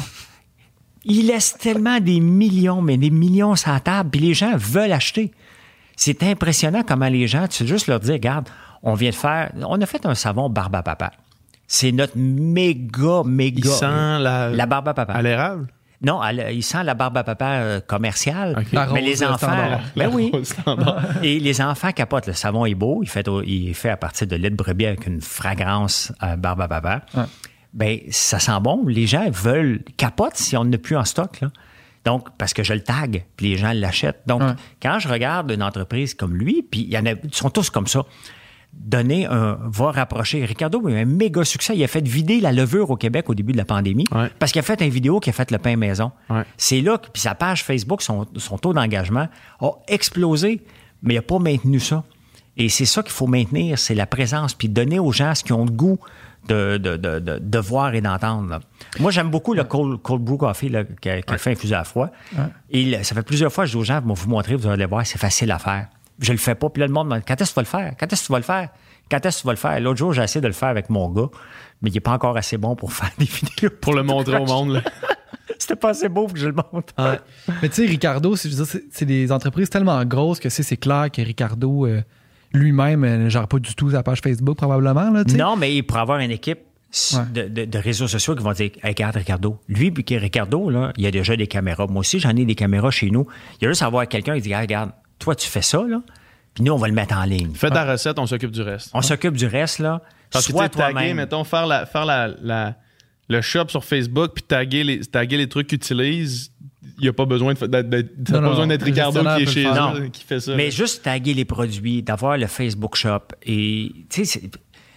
D: ils laissent tellement des millions, mais des millions sur la table, puis les gens veulent acheter. C'est impressionnant comment les gens, tu sais juste leur dire, regarde, on vient de faire, on a fait un savon barbe à papa. C'est notre méga, méga...
B: Il sent la...
D: La barbe à papa.
B: À l'érable?
D: Non, il sent la barbe à papa euh, commerciale. Okay.
C: La
D: mais
C: rose
D: les enfants...
C: standard.
D: Ben oui. Et les enfants capotent. Le savon est beau. Il, fait, il est fait à partir de lait de brebis avec une fragrance euh, barbe à papa. Ouais. Ben ça sent bon. Les gens veulent... capotent si on n'a plus en stock, là. Donc, parce que je le tag, puis les gens l'achètent. Donc, ouais. quand je regarde une entreprise comme lui, puis il y en a, ils sont tous comme ça, donner un, va rapprocher. Ricardo a eu un méga succès. Il a fait vider la levure au Québec au début de la pandémie
B: ouais.
D: parce qu'il a fait une vidéo qui a fait le pain maison.
B: Ouais.
D: C'est là que, puis sa page Facebook, son, son taux d'engagement a explosé, mais il n'a pas maintenu ça. Et c'est ça qu'il faut maintenir, c'est la présence, puis donner aux gens ce qu'ils ont le goût de, de, de, de, de voir et d'entendre. Là. Moi, j'aime beaucoup le cold, cold brew coffee là, qui a, qui a ouais. fait infuser à froid. Ouais. Et ça fait plusieurs fois que je dis aux gens, je vais vous montrer, vous allez voir, c'est facile à faire. Je le fais pas. Puis là, le monde me dit, quand est-ce que tu vas le faire? Quand est-ce que tu vas le faire? Quand est-ce que tu vas le faire? L'autre jour, j'ai essayé de le faire avec mon gars, mais il n'est pas encore assez bon pour faire des vidéos.
B: Pour le montrer au monde, là.
D: C'était pas assez beau pour que je le montre.
C: Ouais. Mais tu sais, Ricardo, c'est, je veux dire, c'est, c'est des entreprises tellement grosses que c'est, c'est clair que Ricardo euh, lui-même ne gère pas du tout sa page Facebook, probablement. Là,
D: non, mais il pourrait avoir une équipe ouais. de, de, de réseaux sociaux qui vont dire hey, regarde Ricardo. Lui, puis Ricardo, là, il y a déjà des caméras. Moi aussi, j'en ai des caméras chez nous. Il y a juste à voir quelqu'un qui dit regarde, toi, tu fais ça, là. Puis nous, on va le mettre en ligne.
B: Fais ta recette, on s'occupe du reste.
D: On s'occupe du reste, là.
B: Parce
D: Soit
B: que tu sais, taguer, mettons, faire, la, faire la, la, le shop sur Facebook puis taguer les, taguer les trucs qu'ils utilisent, il n'y a pas besoin, de, d'être, d'être, non, pas non, besoin d'être Ricardo qui est chez eux, qui fait ça.
D: Mais juste taguer les produits, d'avoir le Facebook Shop. Et, tu sais,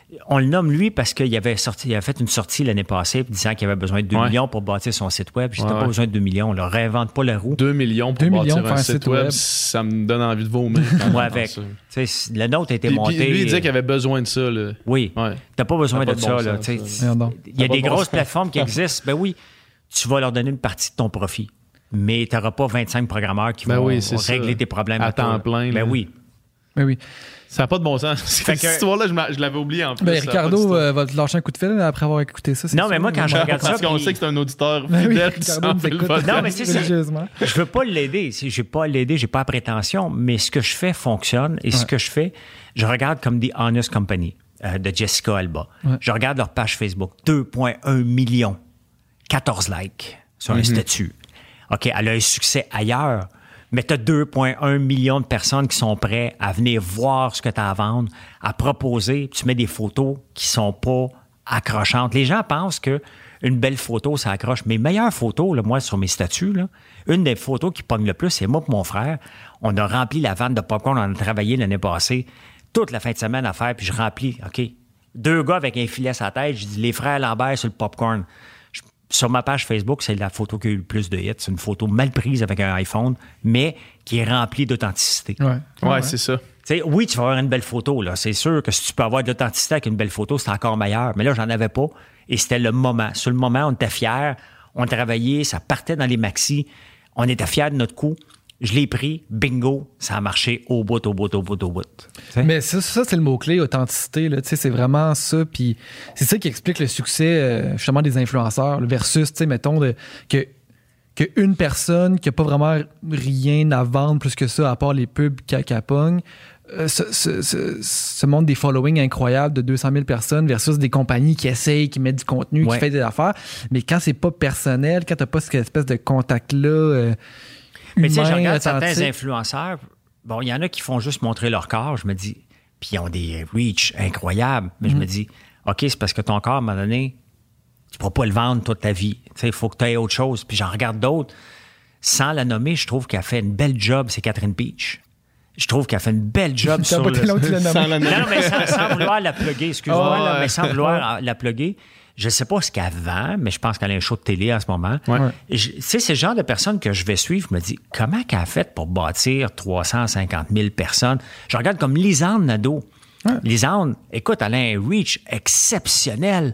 D: On le nomme lui parce qu'il avait, sorti, il avait fait une sortie l'année passée disant qu'il avait besoin de deux
B: ouais.
D: millions pour bâtir son site web. Je n'ai
B: ouais,
D: pas
B: ouais.
D: besoin de deux millions. Là, réinvente pas la roue.
B: deux millions pour
C: deux
B: bâtir
C: millions
B: un,
C: un
B: site,
C: site
B: web,
C: web,
B: ça me donne envie de vomir.
D: Moi avec. Le nôtre a été
B: puis,
D: monté.
B: Puis lui, il disait qu'il avait besoin de ça. Là.
D: Oui.
B: Ouais.
D: T'as pas besoin
B: pas
D: de,
B: de
D: ça.
B: bon
D: Là,
B: sens, ça.
D: Il y a
B: pas
D: des
B: de bon
D: grosses
B: sens.
D: plateformes qui existent. Ben oui, tu vas leur donner une partie de ton profit. Mais tu n'auras pas vingt-cinq programmeurs qui
B: Ben
D: vont,
B: oui, c'est
D: vont régler
B: ça.
D: tes problèmes.
B: À temps plein,
D: Ben
B: là.
D: oui.
C: Ben oui.
B: Ça n'a pas de bon sens. Cette
D: que-
B: histoire-là, je, m'a- je l'avais oublié en plus.
C: Ben,
B: ça a pas
C: Ricardo
B: d'histoire.
C: euh, va te lâcher un coup de fil là, après avoir écouté ça. c'est
D: Non,
C: sûr.
D: mais moi, quand je
C: Ouais.
D: regarde ça,
B: Parce qu'on
D: puis-
B: sait que c'est un auditeur
C: Ben oui,
B: fidèle. qui
C: Ricardo
B: s'en
C: nous
B: fait le
C: écoute.
B: podcast.
D: Non, mais c'est ça.
C: Religieusement.
D: Je veux pas l'aider. Si je veux pas l'aider, j'ai pas la prétention, mais ce que je fais fonctionne et ce
C: Ouais.
D: que je fais, je regarde comme The Honest Company euh, de Jessica Alba.
C: Ouais.
D: Je regarde leur page Facebook, deux virgule un millions, quatorze likes sur un statut. OK, elle a un succès ailleurs, mais tu as deux virgule un millions de personnes qui sont prêtes à venir voir ce que tu as à vendre, à proposer. Tu mets des photos qui sont pas accrochantes. Les gens pensent que une belle photo, ça accroche. Mes meilleures photos, là, moi, sur mes statuts, là, une des photos qui pogne le plus, c'est moi et mon frère. On a rempli la vanne de popcorn, on a travaillé l'année passée, toute la fin de semaine à faire, puis je remplis, OK, deux gars avec un filet sur la tête, je dis les frères Lambert sur le popcorn. Je- sur ma page Facebook, c'est la photo qui a eu le plus de hits. C'est une photo mal prise avec un iPhone, mais qui est remplie d'authenticité.
C: Ouais.
B: Ouais, c'est ça.
D: Tu sais, oui, tu vas avoir une belle photo. Là. C'est sûr que si tu peux avoir de l'authenticité avec une belle photo, c'est encore meilleur. Mais là, j'en avais pas. Et c'était le moment. Sur le moment, on était fiers. On travaillait, ça partait dans les maxis. On était fiers de notre coup. Je l'ai pris, bingo, ça a marché au bout, au bout, au bout, au bout. Tu sais?
C: Mais ça, ça c'est le mot-clé, authenticité. Là. Tu sais, c'est vraiment ça. Puis c'est ça qui explique le succès euh, justement des influenceurs versus, tu sais, mettons, de, que, que une personne qui n'a pas vraiment rien à vendre plus que ça, à part les pubs qu'elle qu'elle pogne, euh, se, se, se, se montre des followings incroyables de deux cent mille personnes versus des compagnies qui essayent, qui mettent du contenu,
D: Ouais.
C: qui font des affaires. Mais quand c'est pas personnel, quand t'as pas cette espèce de contact-là euh,
D: Mais tu sais, je
C: humain,
D: regarde certains
C: authentique.
D: influenceurs. Bon, il y en a qui font juste montrer leur corps. Je me dis, puis ils ont des reach incroyables. Mais je me dis, OK, c'est parce que ton corps, à un moment donné, tu ne pourras pas le vendre toute ta vie. Tu sais, il faut que tu aies autre chose. Puis j'en regarde d'autres. Sans la nommer, je trouve qu'elle fait une belle job, c'est Catherine Peach. Je trouve qu'elle fait une belle job
C: T'as
D: sur
C: pas
D: le...
C: été long, tu l'as nommé.
B: Sans la
D: Non, non, mais sans, sans vouloir la plugger, excuse-moi,
B: Oh,
D: là,
B: ouais.
D: mais sans vouloir la plugger. Je sais pas ce qu'elle vend, mais je pense qu'elle a un show de télé en ce moment.
B: Ouais.
D: Et je- Tu sais, c'est le genre de personne que je vais suivre. Je me dis, comment qu'elle a fait pour bâtir trois cent cinquante mille personnes? Je regarde comme Lisanne Nadeau. Lisanne, écoute, elle a un reach exceptionnel.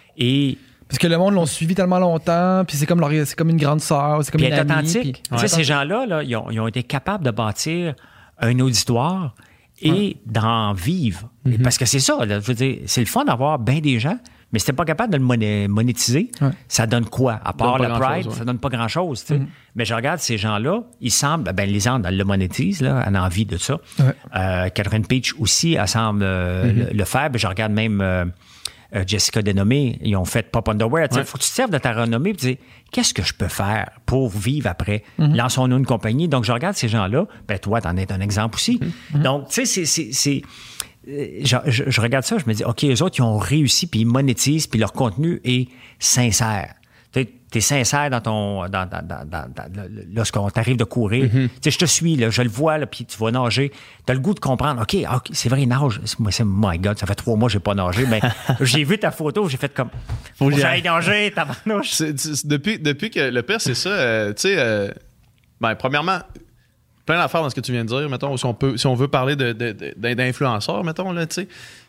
D: Et
C: Parce que le monde l'ont suivi tellement longtemps, puis c'est comme, leur- c'est comme une grande sœur, c'est comme
D: puis
C: une
D: elle est
C: amie.
D: authentique.
C: puis-
D: Tu sais, ces gens-là, là, ils, ont, ils ont été capables de bâtir un auditoire et d'en vivre. Et parce que c'est ça, là, je veux dire, c'est le fun d'avoir bien des gens, mais si t'es pas capable de le moné- monétiser,
C: Ouais.
D: ça donne quoi? À part
B: Donne
D: le
B: pas
D: Pride,
B: grand-chose, ouais.
D: ça donne pas grand-chose. tu sais. Mais je regarde ces gens-là, ils semblent, ben Lisande, elle le monétise, là, elle a envie de ça.
C: Ouais.
D: Euh, Catherine Peach aussi, elle semble euh, le, le faire. Ben, je regarde même euh, euh, Jessica Denomé, ils ont fait Pop Underwear. Il
B: Ouais.
D: faut que tu te serves de ta renommée et te dire qu'est-ce que je peux faire pour vivre après? Lançons-nous une compagnie. Donc, je regarde ces gens-là. Ben, toi, t'en es un exemple aussi. Donc, tu sais, c'est- c'est- c'est. euh, Je, je- je regarde ça, je me dis, OK, eux autres, ils ont réussi, puis ils monétisent, puis leur contenu est sincère. Tu es sincère dans ton. Dans, dans, dans, dans- dans- lorsqu'on t'arrive de courir. Tu sais, je te suis, là, je le vois, là, puis tu vas nager. Tu as le goût de comprendre, OK, OK, c'est vrai, il nage. Moi, c'est, my God, ça fait trois mois que je n'ai pas nagé, mais j'ai vu ta photo, j'ai fait comme. Faut que
B: j'y
D: j'aille nager, tabarnouche.
B: C'est- c'est- depuis, depuis que le pire, c'est ça, euh, tu sais, euh, ben, premièrement, plein d'affaires dans ce que tu viens de dire, mettons, si on, peut, si on veut parler de, de- de- d'influenceurs, mettons, là, tu sais.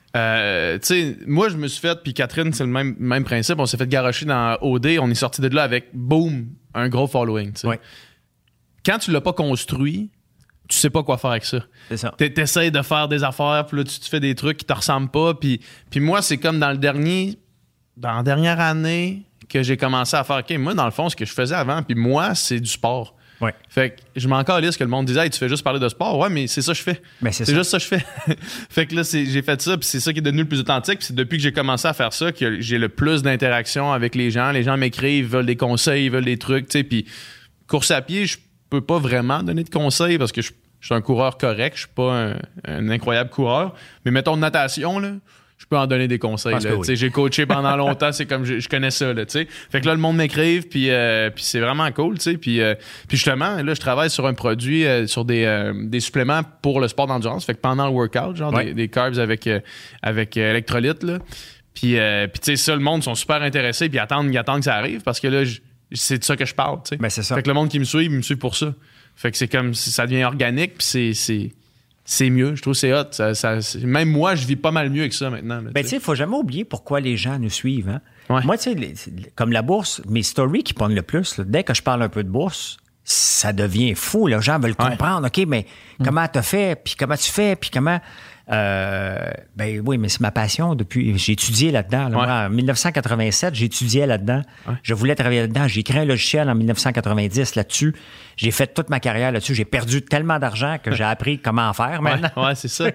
B: Euh, tu sais, moi, je me suis fait, puis Catherine, c'est le même, même principe, on s'est fait garrocher dans O D, on est sorti de là avec, boom, un gros following, tu sais.
D: Ouais.
B: Quand tu l'as pas construit, tu sais pas quoi faire avec ça.
D: C'est ça.
B: T'es- T'essayes de faire des affaires, puis là, tu te fais des trucs qui te ressemblent pas. Puis, puis moi, c'est comme dans le dernier... Dans la dernière année que j'ai commencé à faire... OK, moi, dans le fond, ce que je faisais avant, puis moi, c'est du sport.
D: Ouais.
B: Fait que je m'en calisse que le monde disait « Hey, tu fais juste parler de sport. » Ouais, mais c'est ça que je fais.
D: Ben, c'est
B: c'est
D: ça.
B: juste ça que je fais. Fait que là, c'est- j'ai fait ça, puis c'est ça qui est devenu le plus authentique. Puis c'est depuis que j'ai commencé à faire ça que j'ai le plus d'interaction avec les gens. Les gens m'écrivent, veulent des conseils, veulent des trucs, tu sais. Puis course à pied, je peux pas vraiment donner de conseils parce que je je suis un coureur correct, je suis pas un, un incroyable coureur. Mais mettons natation, là, je peux en donner des conseils. Là, oui. J'ai coaché pendant longtemps, c'est comme je, je connais ça. Là, fait que là, le monde m'écrive, puis euh, c'est vraiment cool. Puis euh, justement, là, je travaille sur un produit, euh, sur des, euh, des suppléments pour le sport d'endurance. Fait que pendant le workout, genre ouais. des, des carbs avec, euh, avec euh, électrolytes. Là. Puis, euh, puis tu sais, ça, le monde sont super intéressés, puis ils attendent, ils attendent que ça arrive parce que là, je, c'est de ça que je parle.
D: Ben, c'est ça.
B: Fait que le monde qui me suit, il me suit pour ça. Fait que c'est comme, ça devient organique, puis c'est... c'est c'est mieux, je trouve que c'est hot. Ça, ça, même moi, je vis pas mal mieux avec ça maintenant. Là,
D: ben, tu sais, il faut jamais oublier pourquoi les gens nous suivent. Hein?
B: Ouais.
D: Moi, tu sais, comme la bourse, mes stories qui pognent le plus, là, dès que je parle un peu de bourse, ça devient fou. Les gens veulent comprendre. Ouais. OK, mais mm. comment t'as fait? Puis comment tu fais? Puis comment... Euh, ben oui, mais c'est ma passion depuis... J'ai étudié là-dedans. Là.
B: Ouais.
D: Moi, en dix-neuf cent quatre-vingt-sept, j'étudiais là-dedans. Ouais. Je voulais travailler là-dedans. J'ai créé un logiciel en dix-neuf cent quatre-vingt-dix là-dessus. J'ai fait toute ma carrière là-dessus. J'ai perdu tellement d'argent que j'ai appris comment en faire maintenant.
B: Ouais, ouais c'est ça.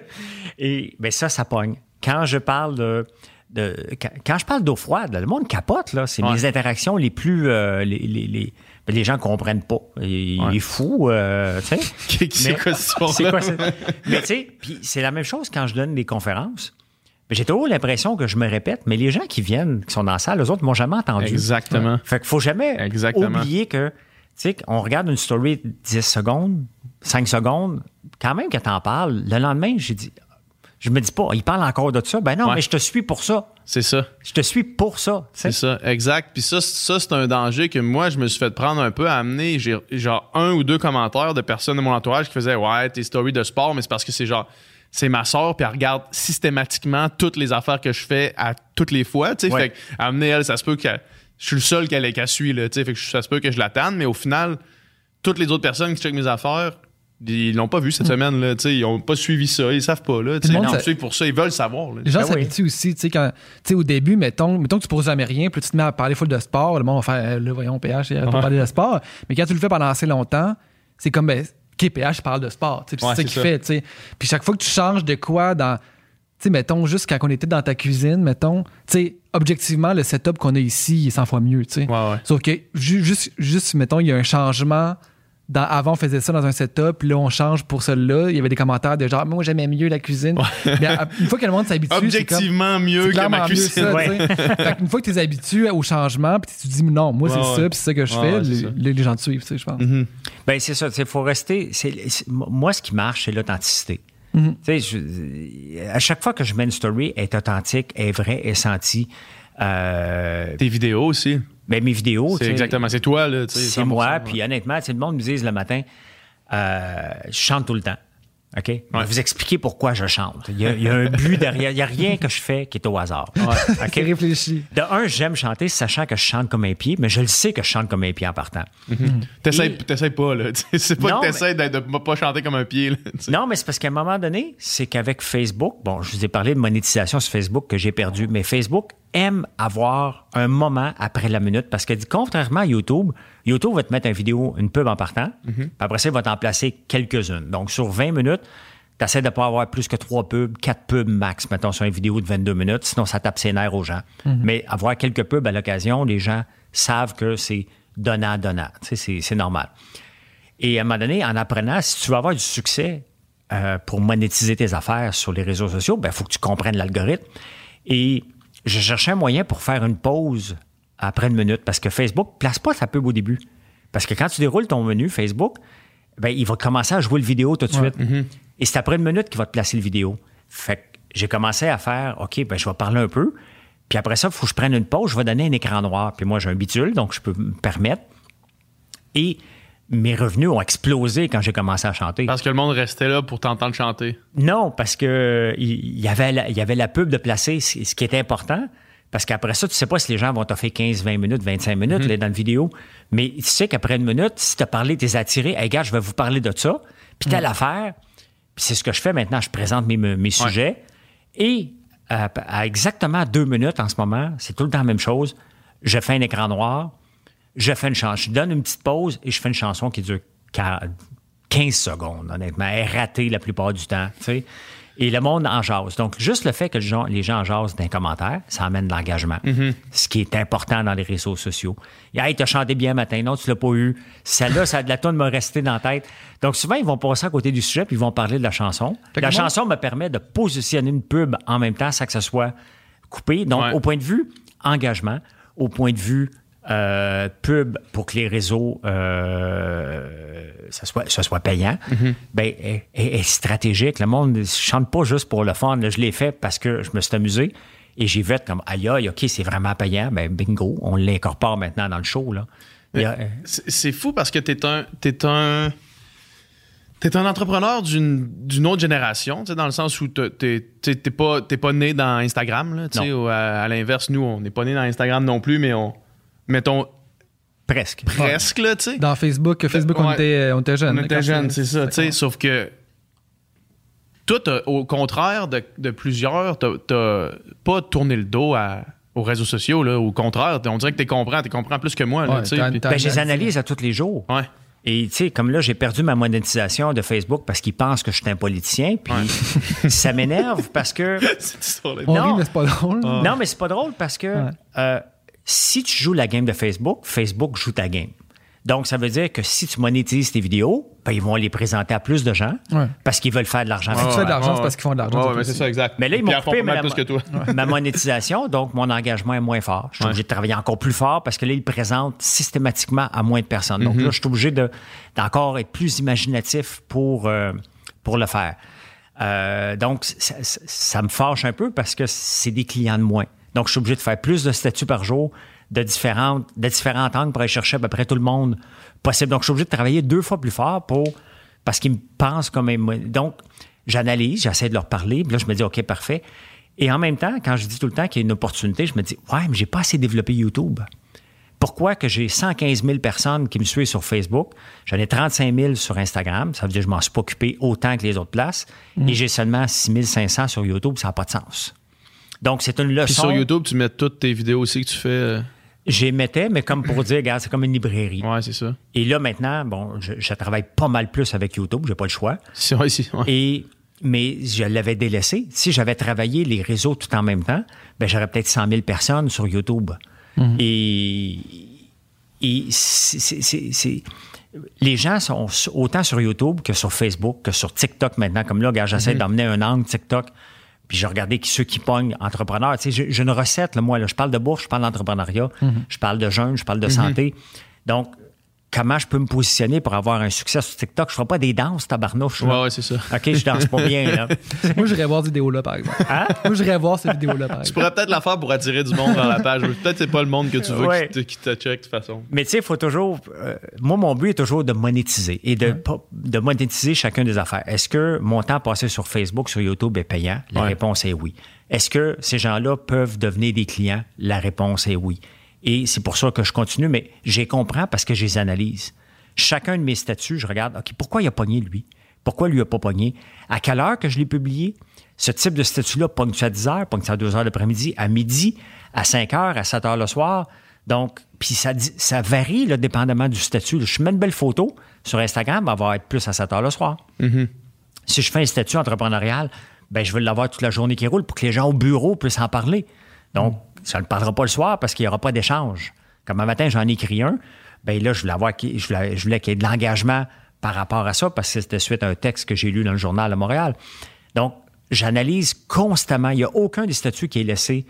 D: Et ben ça, ça pogne. Quand je parle de... de quand, quand je parle d'eau froide, là, le monde capote. Là. C'est ouais. mes interactions les plus... Euh, les, les, les, les gens ne comprennent pas. Il, ouais. il est fou, euh, tu sais.
B: C'est quoi ce
D: c'est quoi ça? Mais tu sais, puis c'est la même chose quand je donne des conférences. J'ai toujours l'impression que je me répète, mais les gens qui viennent, qui sont dans la salle, eux autres ne m'ont jamais entendu.
B: Exactement.
D: Fait qu'il faut jamais
B: Exactement.
D: oublier que, tu sais, on regarde une story de dix secondes, cinq secondes, quand même que t'en parles, le lendemain, j'ai dit... Je me dis pas, il parle encore de ça. Ben non, ouais. mais je te suis pour ça.
B: C'est ça.
D: Je te suis pour ça.
B: T'sais. C'est ça, exact. Puis ça, ça, c'est un danger que moi, je me suis fait prendre un peu à amener. J'ai genre un ou deux commentaires de personnes de mon entourage qui faisaient « Ouais, tes stories de sport, mais c'est parce que c'est genre... C'est ma soeur, puis elle regarde systématiquement toutes les affaires que je fais à toutes les fois. Tu sais, ouais. Fait qu'amener elle, ça se peut que je suis le seul qu'elle qu'elle suit. Là, fait que ça se peut que je l'attende, mais au final, toutes les autres personnes qui checkent mes affaires... Ils l'ont pas vu cette semaine, là, ils n'ont pas suivi ça, ils savent pas. Là, ils me suivent pour ça, ils veulent savoir. Là.
C: Les gens
D: ben
C: s'habituent
D: oui.
C: aussi. Quand, au début, mettons, mettons que tu ne poses jamais rien, puis tu te mets à parler full de sport, le monde va faire, là, voyons, P H, il va pas parler de sport. Mais quand tu le fais pendant assez longtemps, c'est comme, ben, OK, P H parle de sport. Ouais, c'est ça qu'il fait. T'sais. Puis chaque fois que tu changes de quoi dans. Tu sais, mettons, juste quand on était dans ta cuisine, mettons, tu sais, objectivement, le setup qu'on a ici, il est cent fois mieux. Ouais,
B: ouais.
C: Sauf que, juste, juste, mettons, il y a un changement. Dans, avant, on faisait ça dans un setup, puis là, on change pour celui-là. Il y avait des commentaires de genre, moi, j'aimais mieux la cuisine. Ouais. Mais à, une fois que le monde s'habitue,
B: objectivement
C: c'est comme,
B: mieux
C: c'est
B: que ma cuisine.
C: Ça,
B: ouais.
C: Fait une fois que tu es habitué au changement, puis tu te dis, non, moi, c'est ouais, ça, puis c'est ça que je ouais, fais, ouais, les, les gens te suivent, je pense.
D: Mm-hmm. Ben c'est ça. Il faut rester. C'est, c'est, moi, ce qui marche, c'est l'authenticité. Mm-hmm. Tu sais, je, à chaque fois que je mets une story, elle est authentique, elle est vraie, elle est sentie. Euh,
B: Tes vidéos aussi.
D: Ben, mes vidéos.
B: C'est exactement. C'est toi, là.
D: C'est moi. Puis ouais. honnêtement, le monde me dit le matin, euh, je chante tout le temps. OK? Ouais. Je vais vous expliquer pourquoi je chante. Il y a, il y a un but derrière. Il n'y a rien que je fais qui est au hasard.
C: Ouais. Okay? réfléchi.
D: De un, j'aime chanter, sachant que je chante comme un pied, mais je le sais que je chante comme un pied en partant.
B: Mm-hmm. T'essayes, Et... t'essayes pas, là. C'est pas non, que t'essayes mais... de ne pas chanter comme un pied. Là,
D: non, mais c'est parce qu'à un moment donné, c'est qu'avec Facebook, bon, je vous ai parlé de monétisation sur Facebook que j'ai perdu, mais Facebook aime avoir un moment après la minute parce que, contrairement à YouTube, YouTube va te mettre une vidéo, une pub en partant, mm-hmm. puis après ça, il va t'en placer quelques-unes. Donc, sur vingt minutes, tu essaies de ne pas avoir plus que trois pubs, quatre pubs max, mettons, sur une vidéo de vingt-deux minutes, sinon ça tape ses nerfs aux gens. Mm-hmm. Mais avoir quelques pubs à l'occasion, les gens savent que c'est donnant-donnant. Tu sais, c'est, c'est normal. Et à un moment donné, en apprenant, si tu veux avoir du succès euh, pour monétiser tes affaires sur les réseaux sociaux, il faut que tu comprennes l'algorithme. Et je cherchais un moyen pour faire une pause après une minute parce que Facebook ne place pas sa pub au début. Parce que quand tu déroules ton menu Facebook, ben, il va commencer à jouer le vidéo tout de suite. Ouais. Mm-hmm. Et c'est après une minute qu'il va te placer le vidéo. Fait que j'ai commencé à faire, OK, ben, je vais parler un peu. Puis après ça, il faut que je prenne une pause. Je vais donner un écran noir. Puis moi, j'ai un bidule, donc je peux me permettre. Et mes revenus ont explosé quand j'ai commencé à chanter.
B: Parce que le monde restait là pour t'entendre chanter.
D: Non, parce que il y avait la, il y avait la pub de placer, ce qui était important. Parce qu'après ça, tu sais pas si les gens vont t'offrir quinze, vingt minutes, vingt-cinq minutes mm-hmm. là, dans la vidéo. Mais tu sais qu'après une minute, si tu as parlé, tu es attiré, hey, gars, je vais vous parler de ça. Puis tu as mm-hmm. l'affaire. Puis c'est ce que je fais maintenant. Je présente mes, mes sujets. Ouais. Et à, à exactement deux minutes en ce moment, c'est tout le temps la même chose. Je fais un écran noir. Je fais une chanson. Je donne une petite pause et je fais une chanson qui dure quinze secondes, honnêtement. Elle est ratée la plupart du temps. Tu sais. Et le monde en jase. Donc, juste le fait que les gens, les gens en jasent d'un commentaire, ça amène de l'engagement. Mm-hmm. Ce qui est important dans les réseaux sociaux. Et, hey, t'as chanté bien matin. Non, tu l'as pas eu. Celle-là, ça, de la toune m'a resté dans la tête. Donc, souvent, ils vont passer à côté du sujet puis ils vont parler de la chanson. La chanson me permet de positionner une pub en même temps sans que ça soit coupé. Donc, ouais. Au point de vue engagement, au point de vue Euh, pub pour que les réseaux euh, ça soit, ça soit payant, mm-hmm. ben, est, est stratégique. Le monde ne chante pas juste pour le fun. Là, je l'ai fait parce que je me suis amusé et j'ai vu comme aïe aïe, OK, c'est vraiment payant. Ben, bingo, on l'incorpore maintenant dans le show. Là.
B: A, euh, c'est, c'est fou parce que t'es un t'es un t'es un entrepreneur d'une, d'une autre génération, dans le sens où t'es, t'es, t'es, pas, t'es pas né dans Instagram. Là, ou à, à l'inverse, nous, on n'est pas né dans Instagram non plus, mais on mettons.
D: Presque.
B: Presque, là, tu sais.
C: Dans Facebook, Facebook, ouais. on, était, on était jeunes.
B: On était jeunes, c'est ça, tu sais. Sauf que. Toi, au contraire de, de plusieurs, t'as, t'as pas tourné le dos à, aux réseaux sociaux, là. Au contraire, on dirait que t'es comprends, t'es comprends plus que moi, là,
C: ouais,
B: tu sais.
D: Ben, je les analyse à tous les jours.
B: Ouais.
D: Et, tu sais, comme là, j'ai perdu ma monétisation de Facebook parce qu'ils pensent que je suis un politicien. Puis ouais. Ça m'énerve parce que.
C: C'est on rit, mais c'est pas drôle.
D: Ah. Non, mais c'est pas drôle parce que. Ouais. Euh, Si tu joues la game de Facebook, Facebook joue ta game. Donc, ça veut dire que si tu monétises tes vidéos, ben, ils vont les présenter à plus de gens ouais. parce qu'ils veulent faire de l'argent.
C: Si tu fais de l'argent, ouais, c'est parce qu'ils font de l'argent.
B: Ouais, mais c'est ça, exact.
D: Mais là, ils m'ont coupé ma,
B: plus que toi.
D: ma monétisation, donc mon engagement est moins fort. Je suis ouais. obligé de travailler encore plus fort parce que là, ils présentent systématiquement à moins de personnes. Donc mm-hmm. là, je suis obligé de, d'encore être plus imaginatif pour, euh, pour le faire. Euh, donc, ça, ça, ça me fâche un peu parce que c'est des clients de moins. Donc, je suis obligé de faire plus de statuts par jour de différentes, de différents angles pour aller chercher à peu près tout le monde possible. Donc, je suis obligé de travailler deux fois plus fort pour parce qu'ils me pensent comme... Donc, j'analyse, j'essaie de leur parler. Puis là, je me dis, OK, parfait. Et en même temps, quand je dis tout le temps qu'il y a une opportunité, je me dis, ouais, mais j'ai pas assez développé YouTube. Pourquoi que j'ai cent quinze mille personnes qui me suivent sur Facebook? J'en ai trente-cinq mille sur Instagram. Ça veut dire que je m'en suis pas occupé autant que les autres places. Mmh. Et j'ai seulement six mille cinq cents sur YouTube. Ça n'a pas de sens. Donc, c'est une leçon.
B: Puis sur YouTube, tu mets toutes tes vidéos aussi que tu fais. Euh...
D: J'y mettais, mais comme pour dire, regarde, c'est comme une librairie.
B: Ouais, c'est ça.
D: Et là, maintenant, bon, je, je travaille pas mal plus avec YouTube, j'ai pas le choix.
B: C'est vrai, si. Ouais.
D: Et, mais je l'avais délaissé. Si j'avais travaillé les réseaux tout en même temps, ben j'aurais peut-être cent mille personnes sur YouTube. Mm-hmm. Et, et c'est, c'est, c'est, c'est... les gens sont autant sur YouTube que sur Facebook, que sur TikTok maintenant. Comme là, regarde, j'essaie mm-hmm. d'emmener un angle TikTok. Puis j'ai regardé qui, ceux qui pognent entrepreneurs. Tu sais, j'ai, j'ai une recette, là, moi. Là, je parle de bourse, je parle d'entrepreneuriat, mm-hmm. je parle de jeûne, je parle de mm-hmm. santé. Donc, comment je peux me positionner pour avoir un succès sur TikTok? Je ne ferai pas des danses, tabarnouche.
B: Ouais, ouais, c'est ça.
D: OK, je danse pas bien, là.
C: Moi, j'irais voir cette vidéo-là, par exemple. Hein? Moi, j'irais voir cette vidéo-là, par exemple.
B: Tu pourrais peut-être la faire pour attirer du monde dans la page. Peut-être que c'est pas le monde que tu veux ouais. qui, te, qui te check de toute façon.
D: Mais tu sais, il faut toujours... Euh, moi, mon but est toujours de monétiser et de, ouais. de monétiser chacune des affaires. Est-ce que mon temps passé sur Facebook, sur YouTube est payant? La ouais. réponse est oui. Est-ce que ces gens-là peuvent devenir des clients? La réponse est oui. Et c'est pour ça que je continue, mais je les comprends parce que je les analyse. Chacun de mes statuts, je regarde, OK, pourquoi il a pogné, lui? Pourquoi lui a pas pogné? À quelle heure que je l'ai publié? Ce type de statut-là, pogne-tu à dix heures, pogne-tu à deux heures l'après-midi, à midi, à cinq heures, à sept heures le soir? Donc, puis ça, ça varie, là, dépendamment du statut. Là, je mets une belle photo sur Instagram, elle va être plus à sept heures le soir. Mm-hmm. Si je fais un statut entrepreneurial, ben je veux l'avoir toute la journée qui roule pour que les gens au bureau puissent en parler. Donc, mm. ça ne parlera pas le soir parce qu'il n'y aura pas d'échange. Comme un matin, j'en ai écrit un. Bien là, je voulais, avoir, je, voulais, je voulais qu'il y ait de l'engagement par rapport à ça parce que c'était suite à un texte que j'ai lu dans le journal de Montréal. Donc, j'analyse constamment. Il n'y a aucun des statuts qui est laissé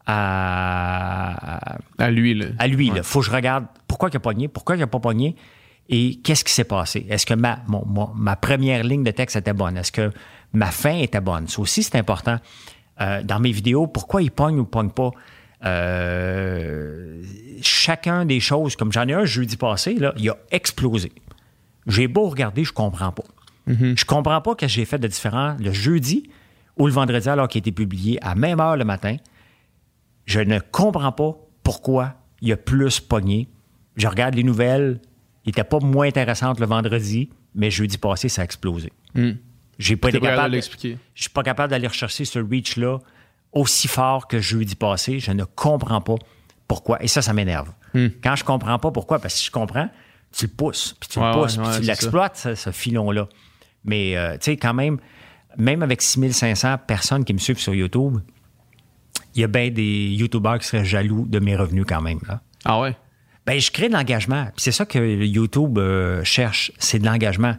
D: à...
B: À lui, là.
D: À lui,
B: ouais.
D: là. Faut que je regarde pourquoi il a pogné, pourquoi il n'a pas pogné et qu'est-ce qui s'est passé. Est-ce que ma, mon, mon, ma première ligne de texte était bonne? Est-ce que ma fin était bonne? Ça aussi, c'est important. Euh, dans mes vidéos, pourquoi il pogne ou ne pogne pas? Euh, chacun des choses, comme j'en ai un jeudi passé, là, il a explosé. J'ai beau regarder, je comprends pas. Mm-hmm. Je comprends pas ce que j'ai fait de différent le jeudi ou le vendredi alors qu'il a été publié à même heure le matin. Je ne comprends pas pourquoi il a plus pogné. Je regarde les nouvelles, il n'était pas moins intéressante le vendredi, mais jeudi passé, ça a explosé. Mm. J'ai pas été capable de l'expliquer. Je suis pas capable d'aller rechercher ce reach-là aussi fort que jeudi passé. Je ne comprends pas pourquoi. Et ça, ça m'énerve. Hmm. Quand je comprends pas pourquoi, parce que si je comprends, tu le pousses, puis tu ouais, le pousses, ouais, puis ouais, tu l'exploites, ce, ce filon-là. Mais, euh, tu sais, quand même, même avec six mille cinq cents personnes qui me suivent sur YouTube, il y a bien des YouTubers qui seraient jaloux de mes revenus quand même. Là.
B: Ah ouais?
D: Ben, je crée de l'engagement. Puis c'est ça que YouTube euh, cherche, c'est de l'engagement.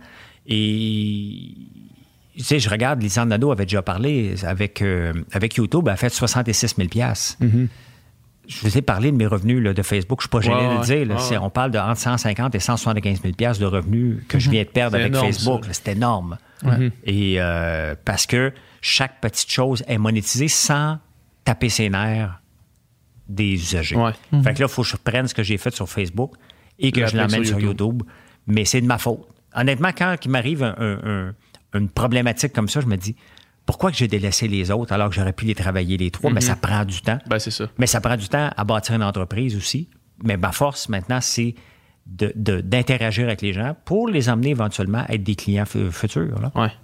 D: Et, tu sais, je regarde, Lisanne Nadeau avait déjà parlé avec, euh, avec YouTube, elle a fait soixante-six mille dollars.
B: Mm-hmm.
D: Je vous ai parlé de mes revenus là, de Facebook. Je ne suis pas gêné
B: ouais,
D: de le dire. Là,
B: ouais,
D: c'est,
B: ouais.
D: on parle de entre cent cinquante et cent soixante-quinze mille dollars de revenus que mm-hmm. je viens de perdre
B: c'est
D: avec
B: énorme,
D: Facebook. Là, c'est énorme. Mm-hmm. Et euh, parce que chaque petite chose est monétisée sans taper ses nerfs des usagers.
B: Ouais.
D: Mm-hmm. Fait que là, il faut que je prenne ce que j'ai fait sur Facebook et que
B: la
D: je l'emmène
B: sur
D: sur YouTube. YouTube. Mais c'est de ma faute. Honnêtement, quand il m'arrive un, un, un, une problématique comme ça, je me dis... Pourquoi que j'ai délaissé les autres alors que j'aurais pu les travailler les trois? Mm-hmm. Mais ça prend du temps.
B: Ben, c'est ça.
D: Mais ça prend du temps à bâtir une entreprise aussi. Mais ma force maintenant, c'est de, de, d'interagir avec les gens pour les emmener éventuellement à être des clients f- futurs. Là.
B: Ouais.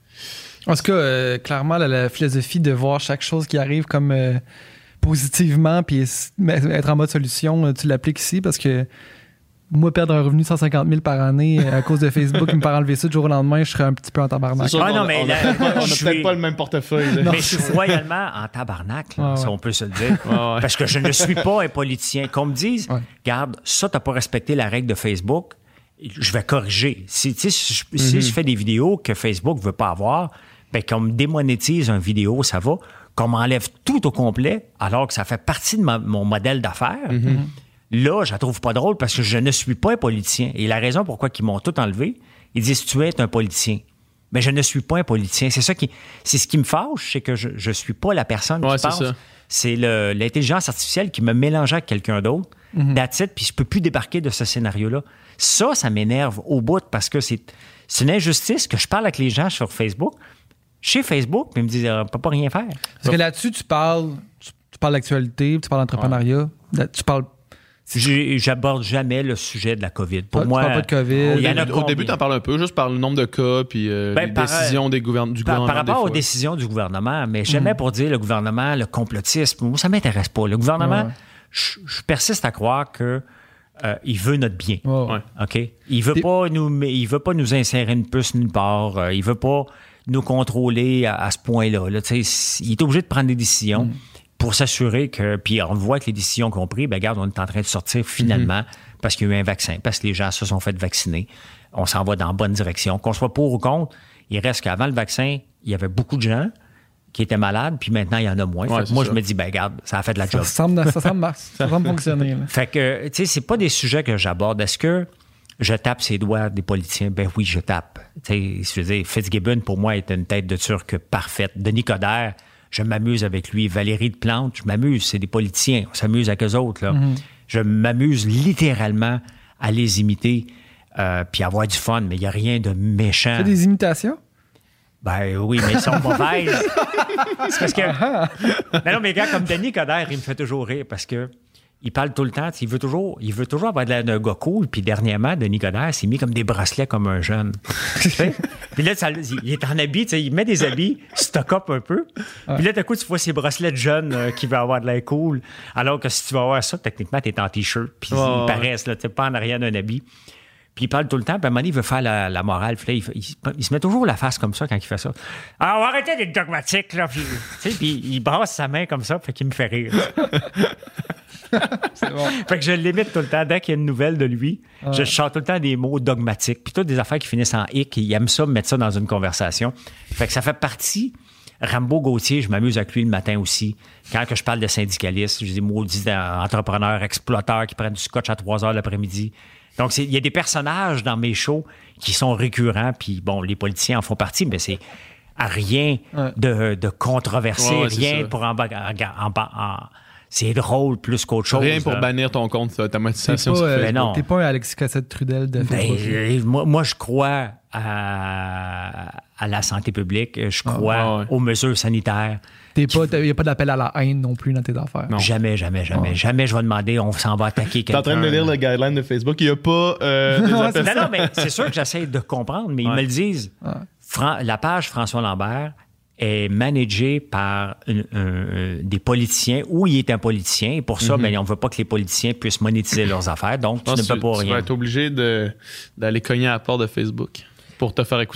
C: En tout cas, euh, clairement, la, la philosophie de voir chaque chose qui arrive comme euh, positivement puis être en mode solution, tu l'appliques ici parce que moi, perdre un revenu de cent cinquante mille par année à cause de Facebook qui me part enlever ça du jour au lendemain, je serais un petit peu en tabarnak.
B: C'est sûr
D: ah, non,
B: on,
D: mais
B: on,
D: là,
B: a, on a
D: je
B: peut-être
D: suis...
B: pas le même portefeuille. Là.
D: Mais je suis royalement en tabarnak, là,
C: ouais,
D: si
C: ouais.
D: on peut se le dire.
B: Ouais, ouais.
D: Parce que je ne suis pas un politicien. Qu'on me dise,
C: ouais.
D: regarde, ça, t'as pas respecté la règle de Facebook, je vais corriger. Si, si, si, je, si mm-hmm. je fais des vidéos que Facebook veut pas avoir, ben qu'on me démonétise une vidéo, ça va. Qu'on m'enlève tout au complet, alors que ça fait partie de ma, mon modèle d'affaires. Mm-hmm. Là, je la trouve pas drôle parce que je ne suis pas un politicien. Et la raison pourquoi ils m'ont tout enlevé, ils disent tu es un politicien. Mais je ne suis pas un politicien. C'est ça qui, c'est ce qui me fâche, c'est que je je suis pas la personne
B: ouais,
D: qui
B: c'est
D: pense.
B: Ça.
D: C'est le, l'intelligence artificielle qui me mélangeait avec quelqu'un d'autre. Mm-hmm. That's it, puis je peux plus débarquer de ce scénario-là. Ça, ça m'énerve au bout parce que c'est, c'est une injustice que je parle avec les gens sur Facebook. Chez Facebook, mais ils me disent on peut pas rien faire.
C: Parce que là-dessus, tu parles, tu, tu parles d'actualité, tu parles d'entrepreneuriat, ouais. tu parles.
D: J'ai, j'aborde jamais le sujet de la COVID. Pour
C: ah,
D: moi,
C: tu parles pas de COVID.
B: Au, début, au début, tu en parles un peu, juste par le nombre de cas puis euh,
D: ben,
B: les
D: par,
B: décisions des gouvern- du
D: par,
B: gouvernement.
D: Par rapport aux
B: fois.
D: décisions du gouvernement, mais jamais mmh. pour dire le gouvernement, le complotisme, moi, ça m'intéresse pas. Le gouvernement, ouais. je, je persiste à croire que euh, il veut notre bien.
C: Ouais.
D: OK? Il veut
C: Et...
D: pas nous, il veut pas nous insérer une puce nulle part. Euh, il veut pas nous contrôler à, à ce point-là. Là, il est obligé de prendre des décisions. Mmh. Pour s'assurer que, puis on voit que les décisions qu'on a prises, ben regarde, on est en train de sortir finalement mm-hmm. parce qu'il y a eu un vaccin, parce que les gens se sont fait vacciner. On s'en va dans la bonne direction. Qu'on soit pour ou contre, il reste qu'avant le vaccin, il y avait beaucoup de gens qui étaient malades, puis maintenant, il y en a moins.
B: Ouais,
D: fait que moi,
B: ça.
D: je me dis, ben regarde, ça a fait de la job.
C: Ça semble, ça semble, ça semble fonctionner. Là.
D: Fait que, tu sais, c'est pas des sujets que j'aborde. Est-ce que je tape ses doigts des politiciens? Ben oui, je tape. Tu sais, je veux dire, Fitzgibbon, pour moi, est une tête de Turc parfaite. Denis Coderre, je m'amuse avec lui. Valérie de Plante, je m'amuse. C'est des politiciens. On s'amuse avec eux autres. Là. Mm-hmm. Je m'amuse littéralement à les imiter euh, puis avoir du fun, mais il n'y a rien de méchant.
C: Tu fais des imitations?
D: Ben oui, mais ils sont mauvaises. C'est parce que... Mais non, mais gars, comme Denis Coderre, il me fait toujours rire parce que il parle tout le temps. Il veut toujours, il veut toujours avoir de l'air d'un gars cool. Puis dernièrement, Denis Coderre s'est mis comme des bracelets comme un jeune. Puis là, ça, il est en habit, il met des habits, stock up un peu. Ouais. Puis là, d'un coup, tu vois ces bracelets de jeune euh, qui veut avoir de l'air cool. Alors que si tu vas avoir ça, techniquement, t'es en T-shirt. Puis oh, ils paraissent, là, t'es pas en arrière d'un habit. Puis il parle tout le temps. Puis à un moment donné, il veut faire la, la morale. Puis là, il, il, il se met toujours la face comme ça quand il fait ça. Alors, on va arrêter d'être dogmatique, là. Puis, puis il brasse sa main comme ça, fait qu'il me fait rire.
C: C'est bon.
D: Fait que je l'imite tout le temps. Dès qu'il y a une nouvelle de lui, ouais. je chante tout le temps des mots dogmatiques. Puis toutes des affaires qui finissent en hic. Il aime ça, mettre ça dans une conversation. Fait que ça fait partie. Rambo Gauthier, je m'amuse avec lui le matin aussi. Quand que je parle de syndicalistes, j'ai des maudits entrepreneurs, exploiteurs qui prennent du scotch à trois heures l'après-midi. Donc, il y a des personnages dans mes shows qui sont récurrents. Puis bon, les politiciens en font partie, mais c'est à rien ouais. de, de controversé, ouais, ouais, rien pour en... en, en, en c'est drôle plus qu'autre chose.
B: Rien pour
D: là.
B: Bannir ton compte, ta monétisation.
C: T'es pas, euh,
D: mais non.
C: T'es pas un Alexis Cossette-Trudel de
D: ben, euh, moi, moi, je crois à, à la santé publique. Je crois ah, ouais. aux mesures sanitaires.
C: Il n'y a pas d'appel à la haine non plus dans tes affaires.
D: Non. Jamais, jamais, jamais. Ah. Jamais je vais demander, on s'en va attaquer quelqu'un.
B: T'es en train de lire le guideline de Facebook. Il n'y a pas euh, des appels.
D: Non, non, mais c'est sûr que j'essaie de comprendre, mais ouais. ils me le disent. Ouais. Fran- la page François Lambert est managé par une, un, des politiciens ou il est un politicien. Et pour ça, mm-hmm. ben, on ne veut pas que les politiciens puissent monétiser leurs affaires. Donc, tu ne peux pas rien.
B: Tu vas être obligé de, d'aller cogner à la porte de Facebook pour te faire écouter.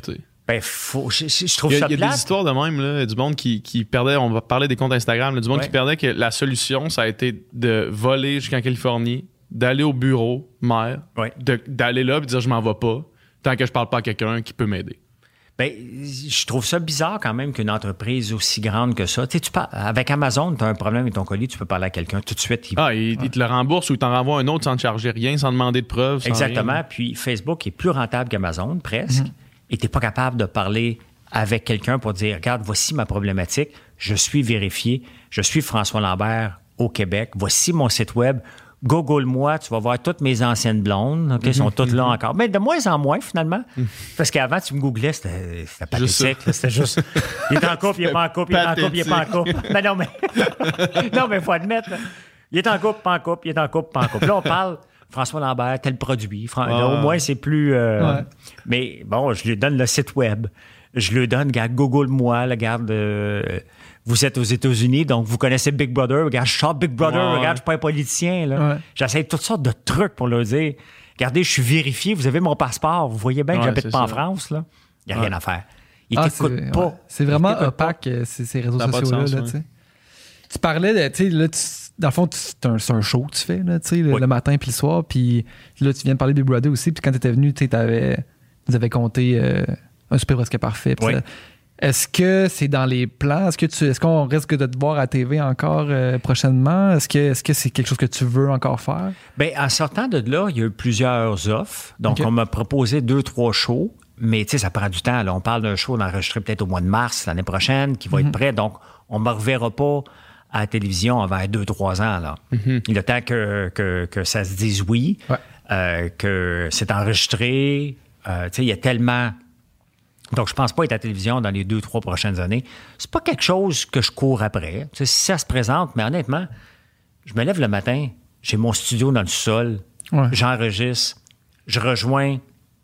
D: Ben, faut, je, je trouve
B: Il y a,
D: ça
B: il y a
D: plate.
B: des histoires de même, là, du monde qui, qui perdait, on va parler des comptes Instagram, là, du monde
D: Ouais.
B: qui perdait que la solution, ça a été de voler jusqu'en Californie, d'aller au bureau, maire,
D: Ouais.
B: de, d'aller là et de dire je m'en vais pas, tant que je parle pas à quelqu'un qui peut m'aider.
D: Ben, je trouve ça bizarre quand même qu'une entreprise aussi grande que ça. Tu sais, tu parles, avec Amazon, tu as un problème avec ton colis, tu peux parler à quelqu'un tout de suite. Il...
B: Ah, il, il te le rembourse ou il t'en renvoie un autre sans te charger rien, sans demander de preuves. sans
D: Exactement.
B: rien.
D: Puis Facebook est plus rentable qu'Amazon, presque. Et tu n'es pas capable de parler avec quelqu'un pour dire, regarde, voici ma problématique, je suis vérifié, je suis François Lambert au Québec, voici mon site web, Google-moi, tu vas voir toutes mes anciennes blondes, OK, elles sont toutes là encore. Mais de moins en moins, finalement, parce qu'avant, tu me googlais, c'était, c'était
B: Juste
D: pathétique, là, c'était juste, il est en couple, il est pas en couple, il est en couple, il est pas en couple. Mais non, mais, non, mais il faut admettre, là, il est en couple, pas en couple, il est en couple, pas en couple. Là, on parle François Lambert, tel produit. Fran- là, au moins, c'est plus... euh,
C: Ouais.
D: Mais bon, je lui donne le site web. Je lui donne, regarde, Google-moi, regarde, euh, vous êtes aux États-Unis, donc vous connaissez Big Brother. Regarde, je sors Big Brother,
B: Ouais, ouais.
D: regarde, je suis pas un politicien. Là.
C: Ouais.
D: J'essaie toutes sortes de trucs pour leur dire, regardez, je suis vérifié, vous avez mon passeport, vous voyez bien que
B: Ouais,
D: j'habite
B: c'est
D: pas en
B: ça.
D: France. Là. Il n'y a
B: Ouais.
D: rien à faire. Ils
C: Ah,
D: t'écoutent
C: c'est,
D: pas.
C: ouais. C'est
D: Ils
C: vraiment
D: t'écoutent pas.
C: opaque, euh, ces, ces réseaux
B: Ça a pas de
C: sociaux-là.
B: sens,
C: là,
B: ouais.
C: tu sais. Tu parlais de, tu sais, là, tu- dans le fond, tu- c'est un, c'est un show que tu fais, là, tu sais, le,
D: Oui.
C: le matin puis le soir, puis là, tu viens de parler de Big Brother aussi, puis quand tu étais venu, tu sais, t'avais, vous avez compté euh, un super presque parfait. puis
D: Oui.
C: ça. Est-ce que c'est dans les plans? Est-ce que tu, est-ce qu'on risque de te voir à T V encore euh, prochainement? Est-ce que, est-ce que c'est quelque chose que tu veux encore faire?
D: Bien, en sortant de là, il y a eu plusieurs offres. Donc,
C: OK.
D: on m'a proposé deux, trois shows. Mais, tu sais, ça prend du temps. Là. On parle d'un show d'enregistrer peut-être au mois de mars l'année prochaine qui va être prêt. Donc, on ne me reverra pas à la télévision avant deux, trois ans. Là. Le temps que, que, que ça se dise oui,
C: Ouais.
D: euh, que c'est enregistré. Euh, tu sais, il y a tellement... Donc, je pense pas être à la télévision dans les deux, trois prochaines années. C'est pas quelque chose que je cours après. Tu sais, si ça se présente, mais honnêtement, je me lève le matin, j'ai mon studio dans le sol,
C: Ouais.
D: j'enregistre, je rejoins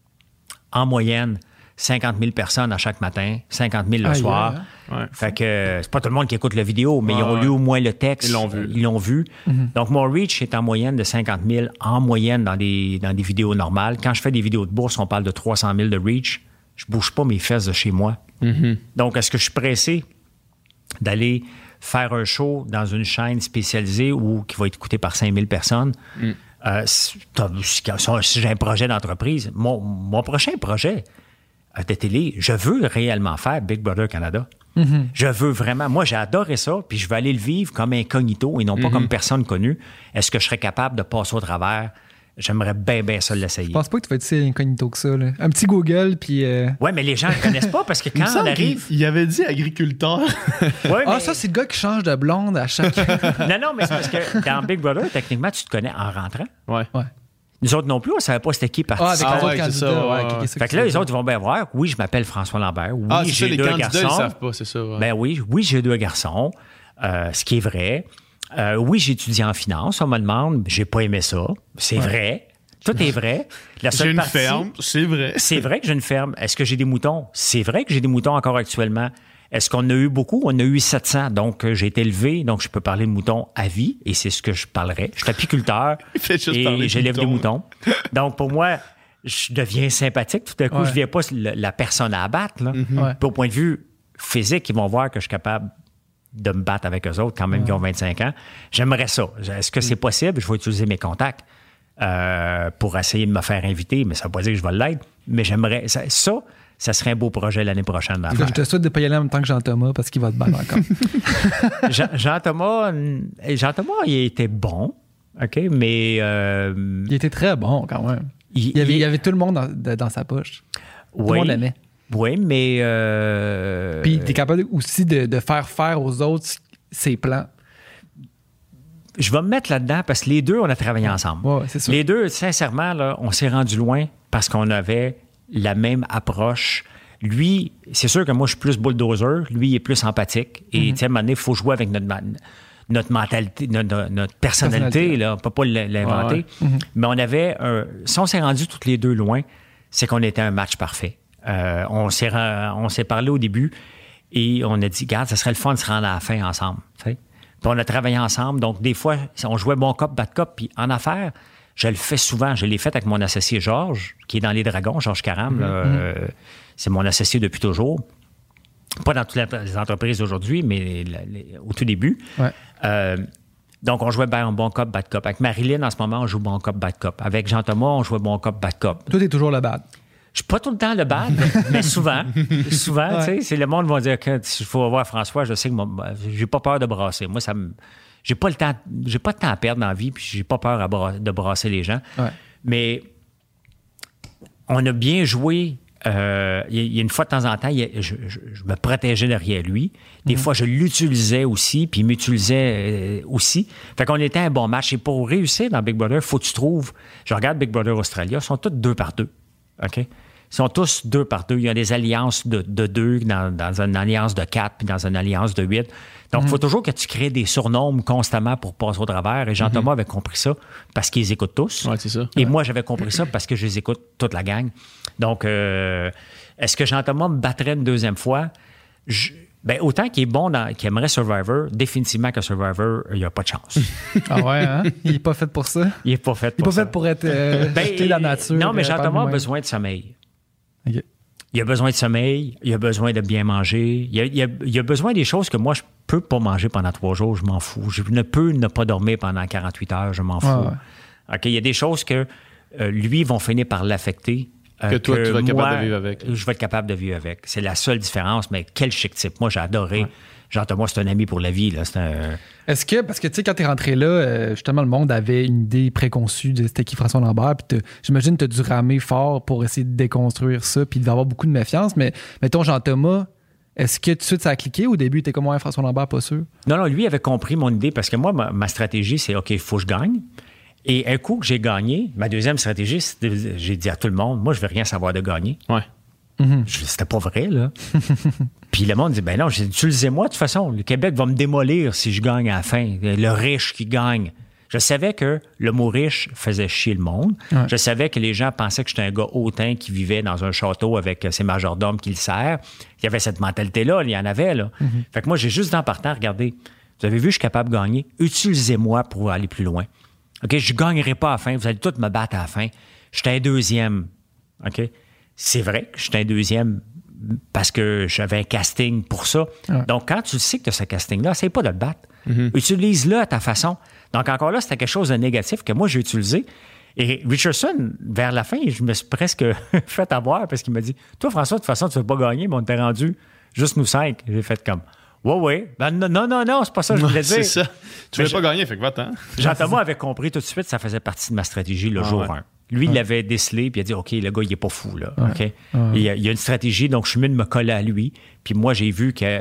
D: en moyenne cinquante mille personnes à chaque matin, cinquante mille le
C: Aïe,
D: soir.
C: aïe,
B: Ouais.
D: Fait que euh, c'est pas tout le monde qui écoute la vidéo, mais
B: Ouais,
D: ils ont
B: ouais.
D: lu au moins le texte.
B: Ils l'ont vu.
D: Ils l'ont vu.
C: Mm-hmm.
D: Donc, mon reach est en moyenne de cinquante mille, en moyenne dans des, dans des vidéos normales. Quand je fais des vidéos de bourse, on parle de trois cent mille de reach. Je bouge pas mes fesses de chez moi. Donc, est-ce que je suis pressé d'aller faire un show dans une chaîne spécialisée ou qui va être écoutée par cinq mille personnes? Euh, si, t'as- si- si j'ai un projet d'entreprise, mon, mon prochain projet euh, de télé, je veux réellement faire Big Brother Canada. Je veux vraiment. Moi, j'ai adoré ça, puis je veux aller le vivre comme incognito et non pas comme personne connue. Est-ce que je serais capable de passer au travers? J'aimerais bien, bien ça l'essayer.
C: Je pense pas que tu vas être si incognito que ça, là. Un petit Google, puis... euh,
D: Oui, mais les gens ne connaissent pas parce que
B: Il me
D: quand on
B: semble
D: arrive.
B: qu'il- Il avait dit agriculteur.
D: Ouais,
C: Ah,
D: mais-
C: ça, c'est le gars qui change de blonde à chaque...
D: Non, non, mais c'est parce que dans Big Brother, techniquement, tu te connais en rentrant.
B: Ouais.
C: Ouais.
D: Nous autres non plus, on ne savait pas c'était qui
C: Ah,
D: participait.
C: avec
B: Ah
C: les
B: ouais,
C: autres
B: c'est ça,
C: candidats.
B: ouais,
C: ouais,
B: ouais.
C: ok, ok, ça
D: Fait
C: que
D: que là,
C: tu
D: les
C: veux
D: autres, ils vont bien voir. Oui, je m'appelle François Lambert. Oui,
B: Ah, c'est ça,
D: j'ai
B: les
D: deux
B: candidats, ils
D: garçons.
B: savent pas, c'est ça. ouais.
D: Ben oui, oui, j'ai deux garçons, euh, ce qui est vrai. Euh, oui, j'ai étudié en finance. On me demande, j'ai pas aimé ça. C'est vrai. Tout est vrai. La seule
B: J'ai une
D: partie-
B: ferme, c'est vrai.
D: C'est vrai que j'ai une ferme. Est-ce que j'ai des moutons? C'est vrai que j'ai des moutons encore actuellement. Est-ce qu'on a eu beaucoup? On a eu sept cents. Donc, euh, j'ai été élevé. Donc, je peux parler de moutons à vie. Et c'est ce que je parlerai. Je suis apiculteur.
B: Il fait juste parler
D: Et
B: de
D: j'élève des
B: moutons.
D: moutons. Donc, pour moi, je deviens sympathique. Tout à coup,
C: Ouais.
D: je ne deviens pas le- la personne à abattre. Là.
C: Ouais.
D: Puis au point de vue physique, ils vont voir que je suis capable de me battre avec eux autres, quand même, qui ont vingt-cinq ans. J'aimerais ça. Est-ce que c'est possible? Je vais utiliser mes contacts euh, pour essayer de me faire inviter, mais ça ne veut pas dire que je vais l'être. Mais j'aimerais... Ça, ça, ça serait un beau projet l'année prochaine. à
C: Là,
D: faire.
C: je te souhaite de pas y aller en même temps que Jean-Thomas parce qu'il va te battre encore.
D: Jean- Jean-Thomas, Jean-Thomas, il était bon, OK, mais... euh,
C: Il était très bon, quand même. Il y avait, il y avait tout le monde dans, de- dans sa poche. Tout le
D: oui,
C: monde l'aimait.
D: Oui, mais... euh,
C: Puis t'es capable aussi de, de faire faire aux autres ses plans.
D: je vais me mettre là-dedans parce que les deux, on a travaillé ensemble.
C: Ouais, ouais, c'est sûr.
D: Les deux, sincèrement, là, on s'est rendu loin parce qu'on avait la même approche. Lui, c'est sûr que moi, je suis plus bulldozer. Lui, il est plus empathique.
C: Mhm.
D: Et, tu sais, à un moment donné, il faut jouer avec notre, ma- notre mentalité, notre, notre personnalité.
C: Personnalité.
D: Là. On ne peut pas l'inventer.
B: Ouais,
D: Mais on avait un... Si on s'est rendu toutes les deux loin, c'est qu'on était un match parfait. Euh, on s'est ra- on s'est parlé au début et on a dit, regarde, ça serait le fun de se rendre à la fin ensemble. tu sais. Puis on a travaillé ensemble. Donc, des fois, on jouait bon cop, bad cop. Puis en affaires, Je le fais souvent. Je l'ai fait avec mon associé Georges, qui est dans les Dragons, Georges Caram. Mm-hmm. Là, euh, c'est mon associé depuis toujours. Pas dans toutes les entreprises d'aujourd'hui, mais la, les, au tout début.
C: Ouais.
D: Euh, donc, on jouait ben, bon cop, bad cop. Avec Marilyn, en ce moment, on joue bon cop, bad cop. Avec Jean-Thomas, on jouait bon cop, bad cop.
C: Toi, t'es toujours le bad.
D: Je suis pas tout le temps le bad, mais souvent. Souvent, ouais. tu sais, c'est le monde va dire que s'il faut voir François, je sais que moi, j'ai pas peur de brasser. Moi, ça me. J'ai pas le temps. J'ai pas de temps à perdre dans la vie, puis j'ai pas peur à bra- de brasser les gens.
C: Ouais.
D: Mais on a bien joué. Euh, il y a une fois de temps en temps, il y a, je, je, je me protégeais derrière lui. Des mm-hmm. fois, je l'utilisais aussi, puis il m'utilisait euh, aussi. Fait qu'on était un bon match. Et pour réussir dans Big Brother, il faut que tu trouves... Je regarde Big Brother Australia, ils sont tous deux par deux. OK? Ils sont tous deux par deux. Il y a des alliances de, de deux dans, dans une alliance de quatre, puis dans une alliance de huit. Donc, il mm-hmm. faut toujours que tu crées des surnoms constamment pour passer au travers. Et Jean-Thomas mm-hmm. avait compris ça parce qu'ils écoutent tous.
B: Ouais, c'est ça.
D: Et
B: ouais.
D: moi, j'avais compris ça parce que je les écoute toute la gang. Donc, euh, est-ce que Jean-Thomas me battrait une deuxième fois? Je, ben, autant qu'il est bon, dans, qu'il aimerait Survivor, définitivement que Survivor, il n'y a pas de chance.
C: Ah ouais, hein? Il n'est pas fait pour ça?
D: Il n'est pas fait
C: pour ça. Il n'est pas fait pour être euh,
D: ben,
C: jeter la nature.
D: Non, mais Jean-Thomas a besoin de sommeil.
C: OK.
D: Il a besoin de sommeil, il a besoin de bien manger, il a, il a, il a besoin des choses que moi, je peux pas manger pendant trois jours, je m'en fous. Je ne peux ne pas dormir pendant quarante-huit heures, je m'en fous. Ah ouais. OK, il y a des choses que euh, lui vont finir par l'affecter.
B: Euh, que toi, que tu vas être
D: moi,
B: capable de vivre avec.
D: Je vais être capable de vivre avec. C'est la seule différence, mais quel chic type. Moi, j'ai adoré. Ouais. Jean-Thomas, c'est un ami pour la vie. Là. C'est un...
C: Est-ce que, parce que tu sais, quand tu es rentré là, euh, justement, le monde avait une idée préconçue de c'était qui François Lambert, puis j'imagine que tu as dû ramer fort pour essayer de déconstruire ça, puis d'avoir beaucoup de méfiance. Mais mettons, Jean-Thomas, est-ce que tout de suite ça a cliqué? Au début, tu es comme ouais, François Lambert, pas sûr?
D: Non, non, lui avait compris mon idée parce que moi, ma, ma stratégie, c'est OK, il faut que je gagne. Et un coup que j'ai gagné, ma deuxième stratégie, c'était, j'ai dit à tout le monde, moi, je veux rien savoir de gagner.
B: Ouais.
C: Mm-hmm.
D: Je, c'était pas vrai, là. Puis le monde dit, ben non, j'ai dit, utilisez-moi, de toute façon. Le Québec va me démolir si je gagne à la fin. Le riche qui gagne. Je savais que le mot riche faisait chier le monde. Ouais. Je savais que les gens pensaient que j'étais un gars hautain qui vivait dans un château avec ses majordomes qui le servent. Il y avait cette mentalité-là, il y en avait, là. Mm-hmm. Fait que moi, j'ai juste dans partant, regardez, vous avez vu, je suis capable de gagner. Utilisez-moi pour aller plus loin. OK, je ne gagnerai pas à la fin. Vous allez tous me battre à la fin. J'étais un deuxième. OK? C'est vrai que j'étais un deuxième parce que j'avais un casting pour ça. Ouais. Donc, quand tu sais que tu as ce casting-là, essaye pas de le battre. Mm-hmm. Utilise-le à ta façon. Donc, encore là, c'était quelque chose de négatif que moi, j'ai utilisé. Et Richardson, vers la fin, je me suis presque fait avoir parce qu'il m'a dit « Toi, François, de toute façon, tu ne veux pas gagner, mais on t'est rendu juste nous cinq. » J'ai fait comme « Ouais, ouais. Ben, non, non, non, non, c'est pas ça que je voulais dire. »
B: C'est ça. Tu ne veux pas gagner, fait que va-t'en.
D: Jean-Thomas avait compris tout de suite, ça faisait partie de ma stratégie le ah, jour ouais. un. Lui, ouais. il l'avait décelé, puis il a dit, OK, le gars, il est pas fou, là. Ouais. OK? Ouais. Il, y a, il y a une stratégie, donc je suis mieux de me coller à lui. Puis moi, j'ai vu qu'il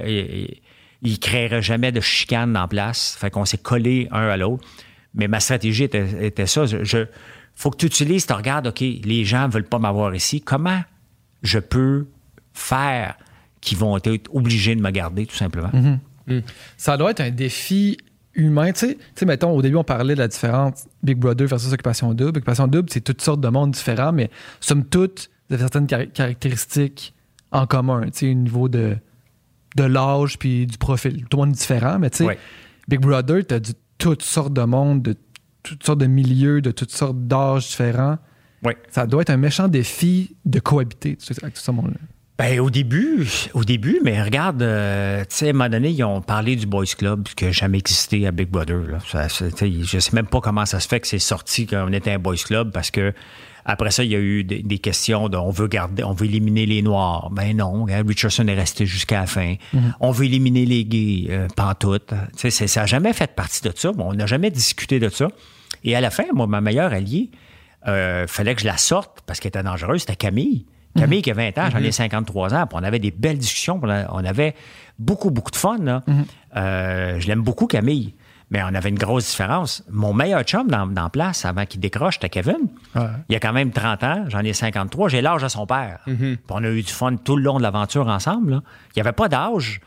D: ne créerait jamais de chicane en place. Fait qu'on s'est collé un à l'autre. Mais ma stratégie était, était ça. Je, je, faut que tu utilises, tu regardes, OK, les gens ne veulent pas m'avoir ici. Comment je peux faire qu'ils vont être obligés de me garder, tout simplement?
C: Mm-hmm. Mm. Ça doit être un défi humain. Tu sais, tu sais, mettons, au début, on parlait de la différence Big Brother versus Occupation Double. Occupation Double, c'est toutes sortes de mondes différents, mais somme toute, vous avez certaines car- caractéristiques en commun, tu sais, au niveau de, de l'âge puis du profil. Tout le monde est différent, mais tu sais, ouais. Big Brother, tu as du, toutes sortes de mondes, de toutes sortes de milieux, de toutes sortes d'âges différents.
D: Ouais.
C: Ça doit être un méchant défi de cohabiter tu sais, avec tout ce monde-là.
D: Ben, au début, au début, mais regarde, euh, tu sais, à un moment donné, ils ont parlé du Boys Club qui n'a jamais existé à Big Brother. Là. Ça, je sais même pas comment ça se fait que c'est sorti quand on était un Boys Club parce que après ça, il y a eu des, des questions de on veut garder, on veut éliminer les Noirs. Ben non, Richardson est resté jusqu'à la fin. Mm-hmm. On veut éliminer les gays, euh, pantoute. Tu sais, ça n'a jamais fait partie de ça. On n'a jamais discuté de ça. Et à la fin, moi, ma meilleure alliée, il euh, fallait que je la sorte parce qu'elle était dangereuse, c'était Camille. Camille, qui a vingt ans, j'en ai cinquante-trois ans, puis on avait des belles discussions, on avait beaucoup, beaucoup de fun. Là. Mm-hmm. Euh, je l'aime beaucoup, Camille, mais on avait une grosse différence. Mon meilleur chum dans, dans place, avant qu'il décroche, c'était Kevin. Ouais. Il a quand même trente ans, j'en ai cinquante-trois, j'ai l'âge de son père. Mm-hmm. Puis on a eu du fun tout le long de l'aventure ensemble. Là. Il n'y avait pas d'âge.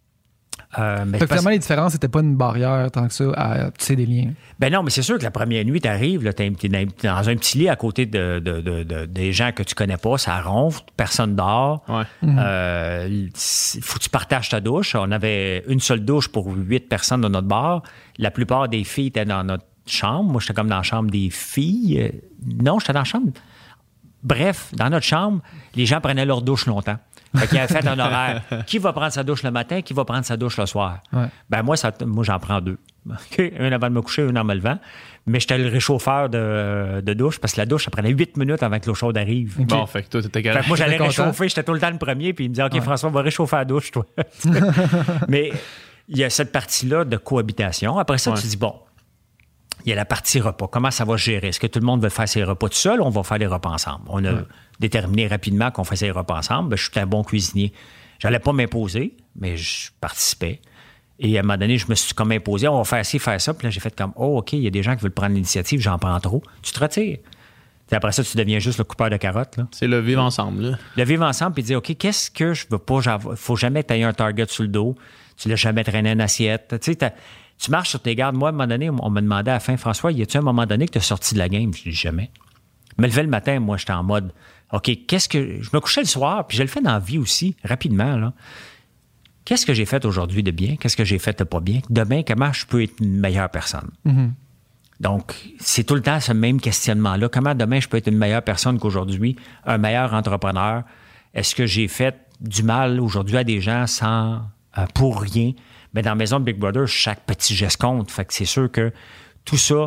D: Euh, mais
C: fait que finalement, les différences, c'était pas une barrière tant que ça à tisser des liens.
D: Ben non, mais c'est sûr que la première nuit, t'arrives, là, t'es, t'es dans un petit lit à côté de, de, de, de, des gens que tu connais pas, ça ronfle, personne dort. Ouais. Mm-hmm. Euh, il faut que tu partages ta douche. On avait une seule douche pour huit personnes dans notre bar. La plupart des filles étaient dans notre chambre. Moi, j'étais comme dans la chambre des filles. Euh, non, j'étais dans la chambre... Bref, dans notre chambre, les gens prenaient leur douche longtemps. Fait qu'il avait fait un horaire. Qui va prendre sa douche le matin, qui va prendre sa douche le soir? Ouais. Ben moi, ça, moi, j'en prends deux. Okay? Un avant de me coucher, un en me levant. Mais j'étais le réchauffeur de, de douche parce que la douche, ça prenait huit minutes avant que l'eau chaude arrive.
B: Okay. Bon, fait que toi, t'étais
D: fait que moi, j'allais réchauffer. J'étais tout le temps le premier. Puis il me disait, OK, ouais. François, va réchauffer la douche, toi. Mais il y a cette partie-là de cohabitation. Après ça, ouais. tu dis, bon, il y a la partie repas. Comment ça va gérer? Est-ce que tout le monde veut faire ses repas tout seul ou on va faire les repas ensemble? On a ouais. déterminé rapidement qu'on faisait les repas ensemble. Ben, je suis un bon cuisinier. J'allais pas m'imposer, mais je participais. Et à un moment donné, je me suis comme imposé, on va faire ci, faire ça. Puis là, j'ai fait comme, oh, OK, il y a des gens qui veulent prendre l'initiative, j'en prends trop. Tu te retires. Puis après ça, tu deviens juste le coupeur de carottes. Là.
B: C'est le vivre ensemble. Là.
D: Le vivre ensemble, puis dire, OK, qu'est-ce que je veux pas? Il faut jamais que tu aies un target sur le dos. Tu ne laisses jamais traîner une assiette. Tu sais, tu marches sur tes gardes. Moi, à un moment donné, on me demandait à la fin, François, y a-tu un moment donné que tu as sorti de la game? Je dis jamais. Je me levais le matin, moi, j'étais en mode, OK, qu'est-ce que. Je me couchais le soir, puis je le fais dans la vie aussi, rapidement, là. Qu'est-ce que j'ai fait aujourd'hui de bien? Qu'est-ce que j'ai fait de pas bien? Demain, comment je peux être une meilleure personne? Mm-hmm. Donc, c'est tout le temps ce même questionnement-là. Comment demain, je peux être une meilleure personne qu'aujourd'hui? Un meilleur entrepreneur? Est-ce que j'ai fait du mal aujourd'hui à des gens sans, euh, pour rien? Mais dans la maison de Big Brother, chaque petit geste compte. Fait que c'est sûr que tout ça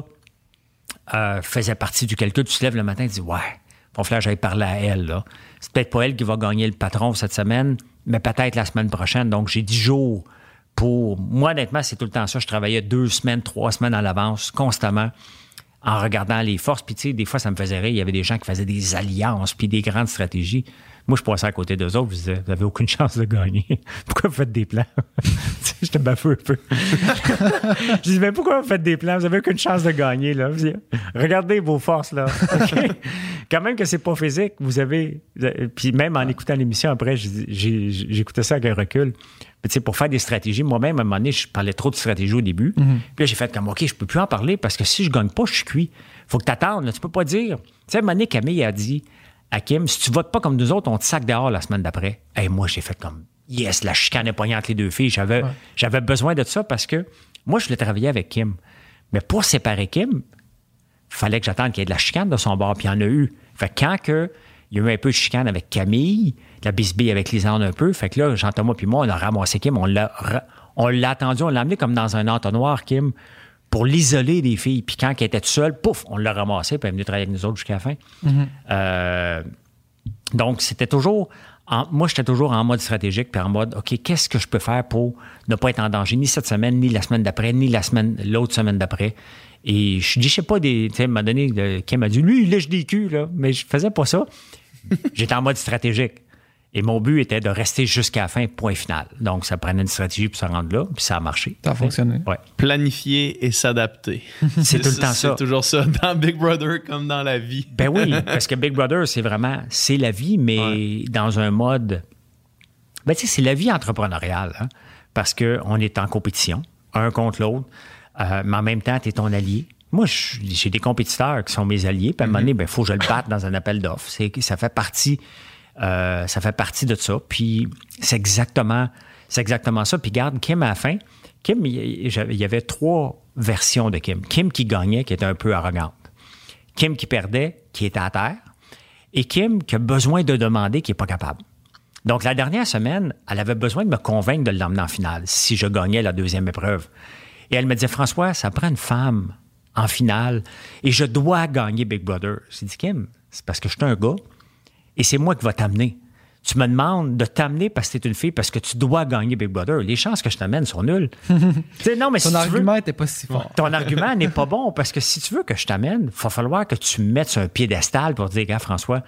D: euh, faisait partie du calcul. Tu te lèves le matin et tu dis, ouais, il va falloir que j'aille parler à elle, là. C'est peut-être pas elle qui va gagner le patron cette semaine, mais peut-être la semaine prochaine. Donc, j'ai dix jours pour... Moi, honnêtement, c'est tout le temps ça. Je travaillais deux semaines, trois semaines à l'avance, constamment, en regardant les forces. Puis, tu sais, des fois, ça me faisait rire. Il y avait des gens qui faisaient des alliances puis des grandes stratégies. Moi, je passais à côté d'eux autres. Je disais, vous n'avez aucune chance de gagner. Pourquoi vous faites des plans? J'étais bafoué un peu. Je disais, mais pourquoi vous faites des plans? Vous n'avez aucune chance de gagner, là. Dis, regardez vos forces, là. Okay? Quand même que c'est pas physique, vous avez... Puis même en écoutant l'émission, après, j'ai, j'ai, j'écoutais ça avec un recul. Mais tu sais, pour faire des stratégies, moi-même, à un moment donné, je parlais trop de stratégie au début. Mm-hmm. Puis là, j'ai fait comme, OK, je peux plus en parler parce que si je gagne pas, je suis cuit. Faut que tu attendes, là. Tu peux pas dire... Tu sais, à un moment donné, Camille a dit... à Kim, si tu votes pas comme nous autres, on te sac dehors la semaine d'après. Et hey, moi, j'ai fait comme, yes, la chicane est poignée entre les deux filles. J'avais, ouais. j'avais besoin de ça parce que moi, je voulais travailler avec Kim. Mais pour séparer Kim, il fallait que j'attende qu'il y ait de la chicane de son bord, puis il y en a eu. Fait que quand que, il y a eu un peu de chicane avec Camille, de la bisbille avec Lisanne un peu, fait que là, Jean-Thomas puis moi, on a ramassé Kim, on l'a, on l'a attendu, on l'a amené comme dans un entonnoir, Kim, pour l'isoler des filles. Puis quand elle était toute seule, pouf, on l'a ramassée, puis elle est venue travailler avec nous autres jusqu'à la fin. Mm-hmm. Euh, donc, c'était toujours... En, moi, j'étais toujours en mode stratégique, puis en mode, OK, qu'est-ce que je peux faire pour ne pas être en danger, ni cette semaine, ni la semaine d'après, ni la semaine, l'autre semaine d'après. Et je dis, je sais pas, des, tu sais, à un moment donné, le, Kim m'a dit, lui, il lèche des culs, là, mais je faisais pas ça. J'étais en mode stratégique. Et mon but était de rester jusqu'à la fin, point final. Donc, ça prenait une stratégie pour se rendre là, puis ça a marché.
C: Ça a fonctionné.
D: Ouais.
B: Planifier et s'adapter.
D: C'est, c'est tout le temps
B: c'est
D: ça.
B: C'est toujours ça, dans Big Brother comme dans la vie.
D: Ben oui, parce que Big Brother, c'est vraiment, c'est la vie, mais ouais. dans un mode... Ben tu sais, c'est la vie entrepreneuriale, hein, parce qu'on est en compétition, un contre l'autre, euh, mais en même temps, tu es ton allié. Moi, j'ai des compétiteurs qui sont mes alliés, puis à un moment donné, il faut que je le batte dans un appel d'offres. C'est, ça fait partie... Euh, ça fait partie de ça. Puis c'est exactement, c'est exactement ça. Puis regarde, Kim, à la fin, Kim, il y avait trois versions de Kim. Kim qui gagnait, qui était un peu arrogante. Kim qui perdait, qui était à terre. Et Kim qui a besoin de demander, qui n'est pas capable. Donc, la dernière semaine, elle avait besoin de me convaincre de l'emmener en finale si je gagnais la deuxième épreuve. Et elle me disait, François, ça prend une femme en finale et je dois gagner Big Brother. J'ai dit, Kim, c'est parce que je suis un gars. Et c'est moi qui va t'amener. Tu me demandes de t'amener parce que tu es une fille, parce que tu dois gagner Big Brother. Les chances que je t'amène sont nulles. non, mais
C: ton
D: si
C: argument
D: veux,
C: n'était pas si fort.
D: Ton argument n'est pas bon parce que si tu veux que je t'amène, il va falloir que tu me mettes sur un piédestal pour dire, gars, François,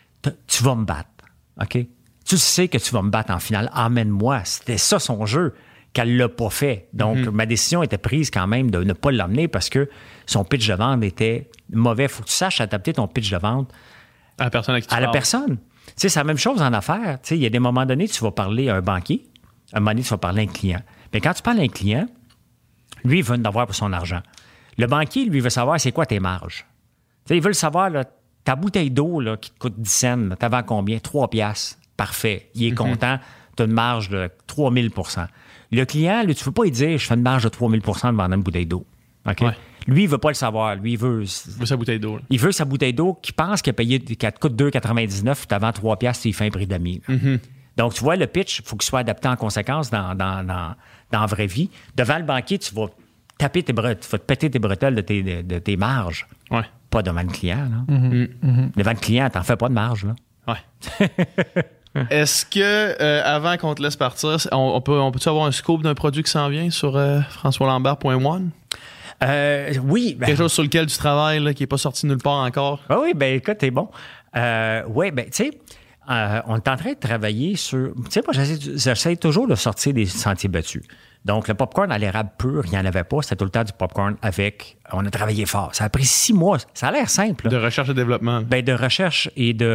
D: tu vas me battre. OK? Tu sais que tu vas me battre en finale. Emmène-moi. C'était ça son jeu, qu'elle ne l'a pas fait. Donc, mm-hmm. ma décision était prise quand même de ne pas l'emmener parce que son pitch de vente était mauvais. Il faut que tu saches adapter ton pitch de vente
B: à la personne à qui tu
D: À la
B: parles.
D: personne. Tu sais, c'est la même chose en affaires. Tu sais, il y a des moments donnés, tu vas parler à un banquier. À un moment donné, tu vas parler à un client. Mais quand tu parles à un client, lui, il veut en avoir pour son argent. Le banquier, lui, veut savoir c'est quoi tes marges. Tu sais, il veut le savoir, là, ta bouteille d'eau là, qui te coûte dix cents, tu vends combien? trois piastres. Parfait. Il est mm-hmm. content. Tu as une marge de trois mille pour cent. Le client, lui, tu ne peux pas lui dire je fais une marge de trois mille pour cent de vendre une bouteille d'eau. OK?
B: Ouais.
D: Lui, il veut pas le savoir. Lui, il veut...
B: Il veut sa bouteille d'eau. Là.
D: Il veut sa bouteille d'eau qui pense qu'il a payé, qu'elle coûte deux quatre-vingt-dix-neuf, tu vends trois piastres, il fait un prix d'amis.
B: Mm-hmm.
D: Donc, tu vois, le pitch, il faut qu'il soit adapté en conséquence dans, dans, dans, dans la vraie vie. Devant le banquier, tu vas taper tes bretelles, tu vas te péter tes bretelles de tes, de, de tes marges.
B: Ouais.
D: Pas devant le client, là.
C: Mm-hmm. Mm-hmm.
D: Devant le client, t'en fais pas de marge, là.
B: Ouais. Est-ce que, euh, avant qu'on te laisse partir, on, on peut, on peut-tu avoir un scoop d'un produit qui s'en vient sur euh, françois lambert point one?
D: Euh, oui. Ben,
B: Quelque chose sur lequel tu travailles, là, qui n'est pas sorti nulle part encore?
D: Ah oui, ben écoute, t'es bon. Euh, oui, ben tu sais, euh, on est en train de travailler sur... Tu sais, moi, j'essaie, j'essaie toujours de sortir des sentiers battus. Donc, le popcorn à l'érable pur, il n'y en avait pas. C'était tout le temps du popcorn avec... On a travaillé fort. Ça a pris six mois. Ça a l'air simple.
B: De
D: Là.
B: recherche et développement.
D: Ben, de recherche et de...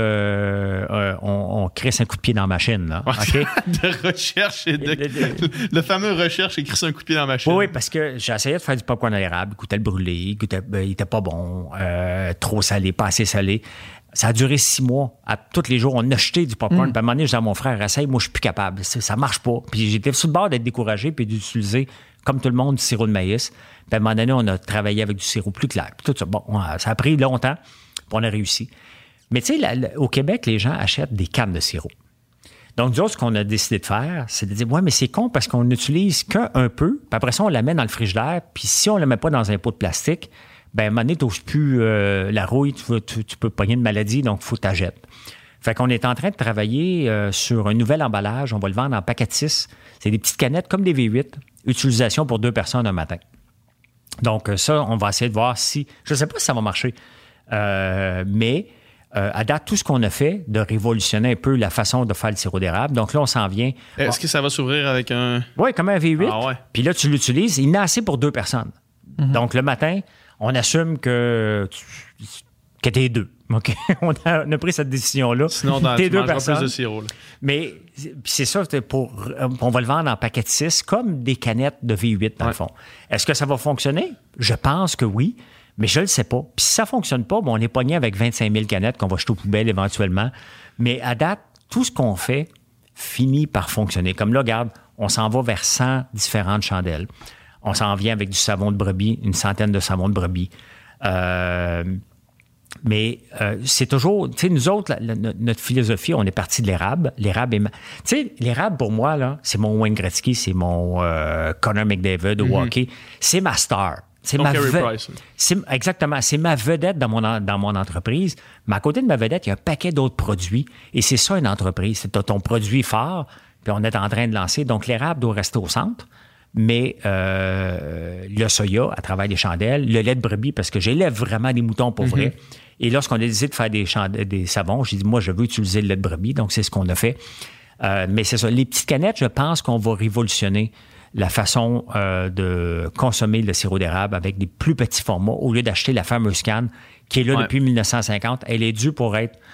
D: Euh, on, on crisse un coup de pied dans la machine, là. OK?
B: De recherche et de... Le fameux recherche et crisser un coup de pied dans la machine.
D: Oui, parce que j'essayais de faire du popcorn à l'érable. Il goûtait le brûlé. Il, goûtait, ben, il était pas bon. Euh, trop salé, pas assez salé. Ça a duré six mois. À, tous les jours, on achetait du popcorn. Mm. Puis à un moment donné, je disais à mon frère, essaye, moi, je suis plus capable. Ça, ça marche pas. Puis j'étais sur le bord d'être découragé puis d'utiliser, comme tout le monde, du sirop de maïs. Puis à un moment donné, on a travaillé avec du sirop plus clair. Puis tout ça. Bon, ça a pris longtemps, puis on a réussi. Mais tu sais, au Québec, les gens achètent des cannes de sirop. Donc, nous autres, ce qu'on a décidé de faire, c'est de dire, ouais, mais c'est con parce qu'on n'utilise qu'un peu. Puis après ça, on la met dans le frigidaire. Puis si on la met pas dans un pot de plastique, ben à un moment donné, tu n'oses plus euh, la rouille, tu, tu, tu peux pogner une maladie, donc il faut que tu la jettes. Fait qu'on est en train de travailler euh, sur un nouvel emballage. On va le vendre en paquet de six. C'est des petites canettes comme des V huit, utilisation pour deux personnes un matin. Donc ça, on va essayer de voir si... Je ne sais pas si ça va marcher, euh, mais euh, à date, tout ce qu'on a fait de révolutionner un peu la façon de faire le sirop d'érable. Donc là, on s'en vient...
B: Est-ce que ça va s'ouvrir avec un...
D: Oui, comme un V huit.
B: Ah ouais.
D: Puis là, tu l'utilises. Il en a assez pour deux personnes. Mm-hmm. Donc le matin... On assume que, que t'es deux. OK? On a, on a pris cette décision-là.
B: Sinon, dans,
D: t'es
B: tu
D: deux
B: mangeras
D: personnes.
B: plus de sirop. Là.
D: Mais c'est ça, pour, on va le vendre en paquet de six, comme des canettes de V huit, dans ouais. le fond. Est-ce que ça va fonctionner? Je pense que oui, mais je ne le sais pas. Puis si ça ne fonctionne pas, bon, on est pogné avec vingt-cinq mille canettes qu'on va jeter aux poubelles éventuellement. Mais à date, tout ce qu'on fait finit par fonctionner. Comme là, regarde, on s'en va vers cent différentes chandelles. On s'en vient avec du savon de brebis, une centaine de savons de brebis. Euh, mais euh, c'est toujours... Tu sais, nous autres, la, la, notre philosophie, on est parti de l'érable. L'érable est... Tu sais, l'érable, pour moi, là, c'est mon Wayne Gretzky, c'est mon euh, Connor McDavid au mm-hmm. hockey. C'est ma star. C'est
B: Donc
D: ma
B: ve-
D: c'est, exactement. C'est ma vedette dans mon, dans mon entreprise. Mais à côté de ma vedette, il y a un paquet d'autres produits. Et c'est ça, une entreprise. C'est ton produit phare, puis on est en train de lancer. Donc, l'érable doit rester au centre. Mais euh, le soya, à travers les chandelles, le lait de brebis, parce que j'élève vraiment des moutons pour vrai. Mm-hmm. Et lorsqu'on a décidé de faire des, chandelles, des savons, j'ai dit, moi, je veux utiliser le lait de brebis. Donc, c'est ce qu'on a fait. Euh, mais c'est ça. Les petites canettes, je pense qu'on va révolutionner la façon euh, de consommer le sirop d'érable avec des plus petits formats au lieu d'acheter la fameuse canne qui est là ouais. depuis dix-neuf cent cinquante. Elle est due pour être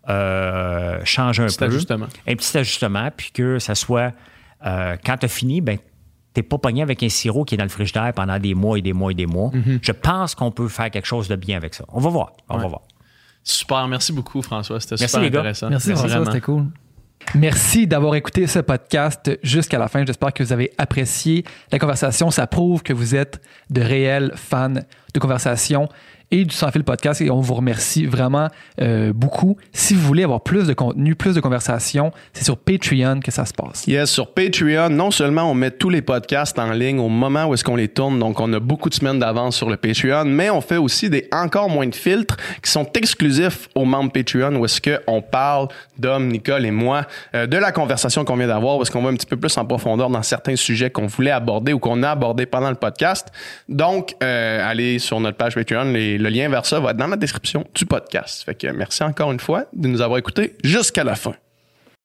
D: euh, changée un, un petit peu.
B: Ajustement.
D: Un petit ajustement, puis que ça soit... Euh, quand tu as fini, ben t'es pas pogné avec un sirop qui est dans le frigidaire pendant des mois et des mois et des mois. Mm-hmm. Je pense qu'on peut faire quelque chose de bien avec ça. On va voir. On ouais. va voir.
B: Super. Merci beaucoup, François. C'était
D: Merci,
B: super
D: les gars.
B: intéressant.
C: Merci, Merci François. C'était cool. Merci d'avoir écouté ce podcast jusqu'à la fin. J'espère que vous avez apprécié la conversation. Ça prouve que vous êtes de réels fans de conversation et du Sans Fil Podcast, et on vous remercie vraiment euh, beaucoup. Si vous voulez avoir plus de contenu, plus de conversation, c'est sur Patreon que ça se passe.
B: Yes, sur Patreon, non seulement on met tous les podcasts en ligne au moment où est-ce qu'on les tourne, donc on a beaucoup de semaines d'avance sur le Patreon, mais on fait aussi des encore moins de filtres qui sont exclusifs aux membres Patreon, où est-ce qu'on parle, Dom, Nicole et moi, euh, de la conversation qu'on vient d'avoir, où est-ce qu'on va un petit peu plus en profondeur dans certains sujets qu'on voulait aborder ou qu'on a abordé pendant le podcast. Donc, euh, allez sur notre page Patreon, les le lien vers ça va être dans la description du podcast. Fait que merci encore une fois de nous avoir écoutés jusqu'à la fin.